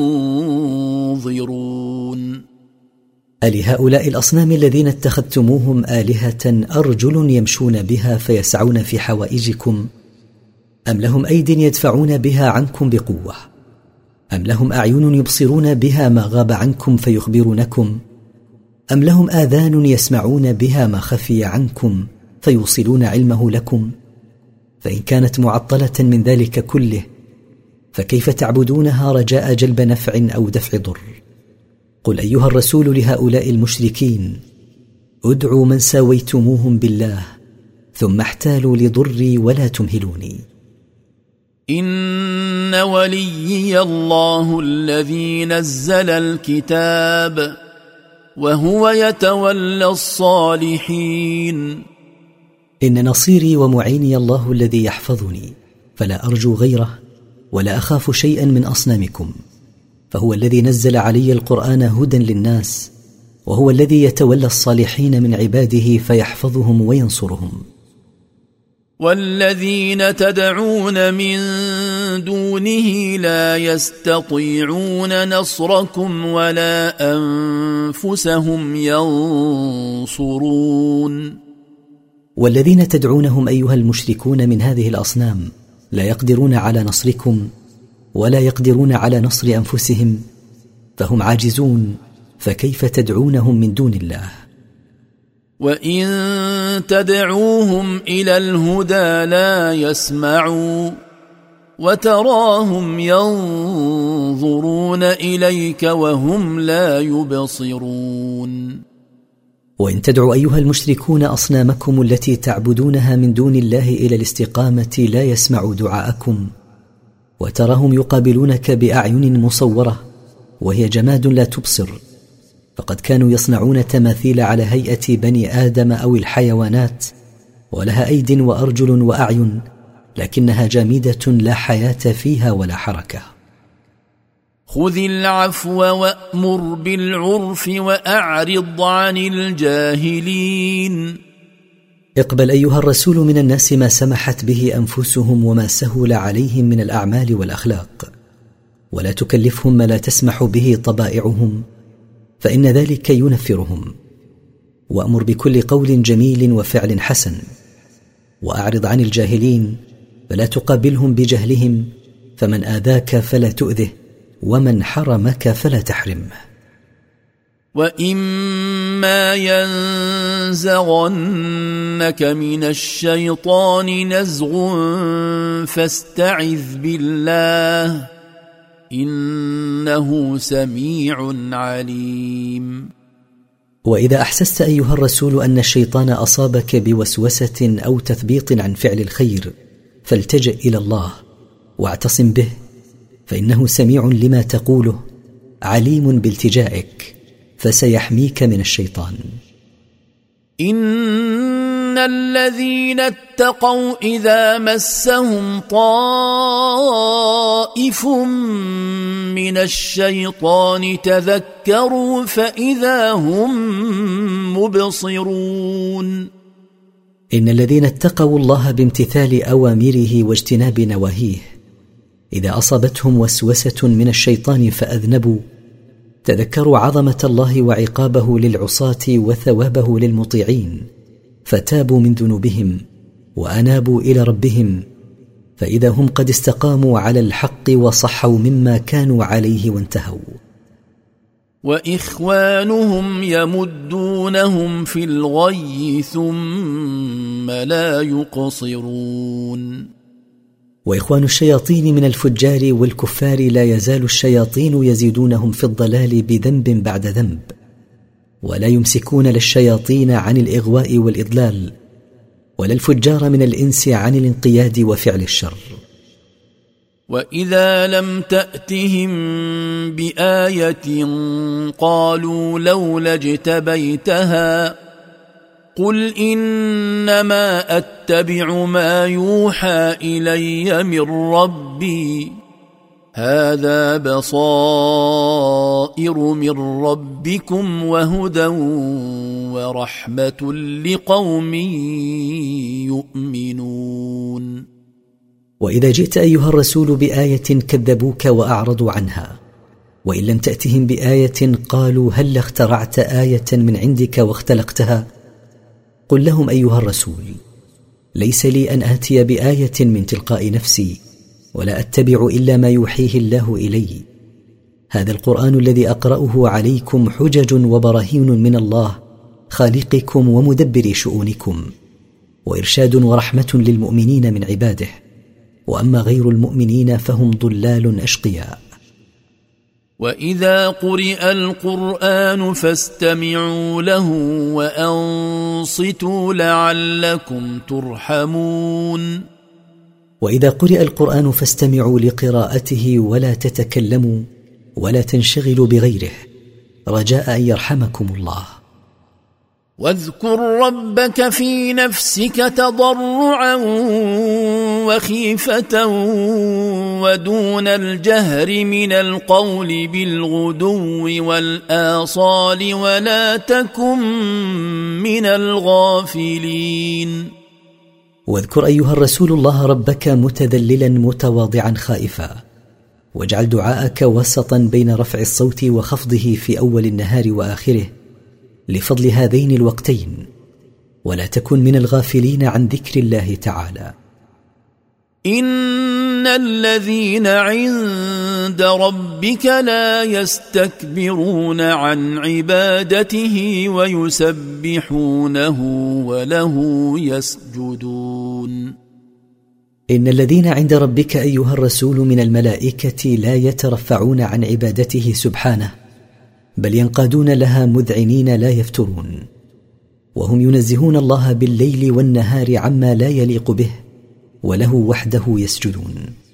تنظرون. ألهؤلاء الأصنام الذين اتخذتموهم آلهة أرجل يمشون بها فيسعون في حوائجكم، أم لهم أيد يدفعون بها عنكم بقوة، أم لهم أعين يبصرون بها ما غاب عنكم فيخبرونكم، أم لهم آذان يسمعون بها ما خفي عنكم فيوصلون علمه لكم؟ فإن كانت معطلة من ذلك كله فكيف تعبدونها رجاء جلب نفع أو دفع ضر؟ قل أيها الرسول لهؤلاء المشركين: ادعوا من ساويتموهم بالله ثم احتالوا لضري ولا تمهلوني. إن وليي الله الذي نزل الكتاب وهو يتولى الصالحين. إن نصيري ومعيني الله الذي يحفظني، فلا أرجو غيره ولا أخاف شيئا من أصنامكم، فهو الذي نزل علي القرآن هدى للناس وهو الذي يتولى الصالحين من عباده فيحفظهم وينصرهم. والذين تدعون من دونه لا يستطيعون نصركم ولا أنفسهم ينصرون. والذين تدعونهم أيها المشركون من هذه الأصنام لا يقدرون على نصركم ولا يقدرون على نصر أنفسهم، فهم عاجزون، فكيف تدعونهم من دون الله؟ وإن تدعوهم إلى الهدى لا يسمعوا وتراهم ينظرون إليك وهم لا يبصرون. وإن تدعوا أيها المشركون أصنامكم التي تعبدونها من دون الله إلى الاستقامة لا يسمعوا دعاءكم، وتراهم يقابلونك بأعين مصورة وهي جماد لا تبصر، فقد كانوا يصنعون تماثيل على هيئة بني آدم أو الحيوانات، ولها أيد وأرجل وأعين، لكنها جامدة لا حياة فيها ولا حركة. خذ العفو وأمر بالعرف وأعرض عن الجاهلين. اقبل أيها الرسول من الناس ما سمحت به أنفسهم وما سهل عليهم من الأعمال والأخلاق، ولا تكلفهم ما لا تسمح به طبائعهم، فإن ذلك ينفرهم. وأمر بكل قول جميل وفعل حسن، وأعرض عن الجاهلين، فلا تقابلهم بجهلهم، فمن آذاك فلا تؤذه، ومن حرمك فلا تحرمه. وإما ينزغنك من الشيطان نزغ فاستعذ بالله إنه سميع عليم. وإذا أحسست أيها الرسول أن الشيطان أصابك بوسوسة أو تثبيط عن فعل الخير، فالتجئ إلى الله واعتصم به، فإنه سميع لما تقوله، عليم بالتجائك، فسيحميك من الشيطان. إن الذين اتقوا إذا مسهم طائف من الشيطان تذكروا فإذا هم مبصرون. إن الذين اتقوا الله بامتثال أوامره واجتناب نواهيه إذا أصابتهم وسوسة من الشيطان فأذنبوا، تذكروا عظمة الله وعقابه للعصاة وثوابه للمطيعين، فتابوا من ذنوبهم وأنابوا إلى ربهم، فإذا هم قد استقاموا على الحق وصحوا مما كانوا عليه وانتهوا. وإخوانهم يمدونهم في الغي ثم لا يقصرون. وإخوان الشياطين من الفجار والكفار لا يزال الشياطين يزيدونهم في الضلال بذنب بعد ذنب، ولا يمسكون للشياطين عن الإغواء والإضلال، ولا الفجار من الإنس عن الانقياد وفعل الشر. وإذا لم تأتهم بآية قالوا لولا اجتبيتها قل إنما أتبع ما يوحى إلي من ربي هذا بصائر من ربكم وهدى ورحمة لقوم يؤمنون. وإذا جئت أيها الرسول بآية كذبوك وأعرضوا عنها، وإن لم تأتهم بآية قالوا هل اخترعت آية من عندك واختلقتها؟ قل لهم أيها الرسول ليس لي أن آتي بآية من تلقاء نفسي، ولا أتبع إلا ما يوحيه الله إلي. هذا القرآن الذي أقرأه عليكم حجج وبراهين من الله خالقكم ومدبر شؤونكم، وإرشاد ورحمة للمؤمنين من عباده، وأما غير المؤمنين فهم ضلال أشقياء. وإذا قرئ القرآن فاستمعوا له وأنصتوا لعلكم ترحمون. وإذا قرئ القرآن فاستمعوا لقراءته ولا تتكلموا ولا تنشغلوا بغيره، رجاء أن يرحمكم الله. واذكر ربك في نفسك تضرعا وخيفة ودون الجهر من القول بالغدو والآصال ولا تكن من الغافلين. واذكر أيها الرسول الله ربك متذللا متواضعا خائفا، واجعل دعاءك وسطا بين رفع الصوت وخفضه في أول النهار وآخره لفضل هذين الوقتين، ولا تكن من الغافلين عن ذكر الله تعالى. إن الذين عند ربك لا يستكبرون عن عبادته ويسبحونه وله يسجدون. إن الذين عند ربك أيها الرسول من الملائكة لا يترفعون عن عبادته سبحانه، بل ينقادون لها مذعنين لا يفترون، وهم ينزهون الله بالليل والنهار عما لا يليق به، وله وحده يسجدون.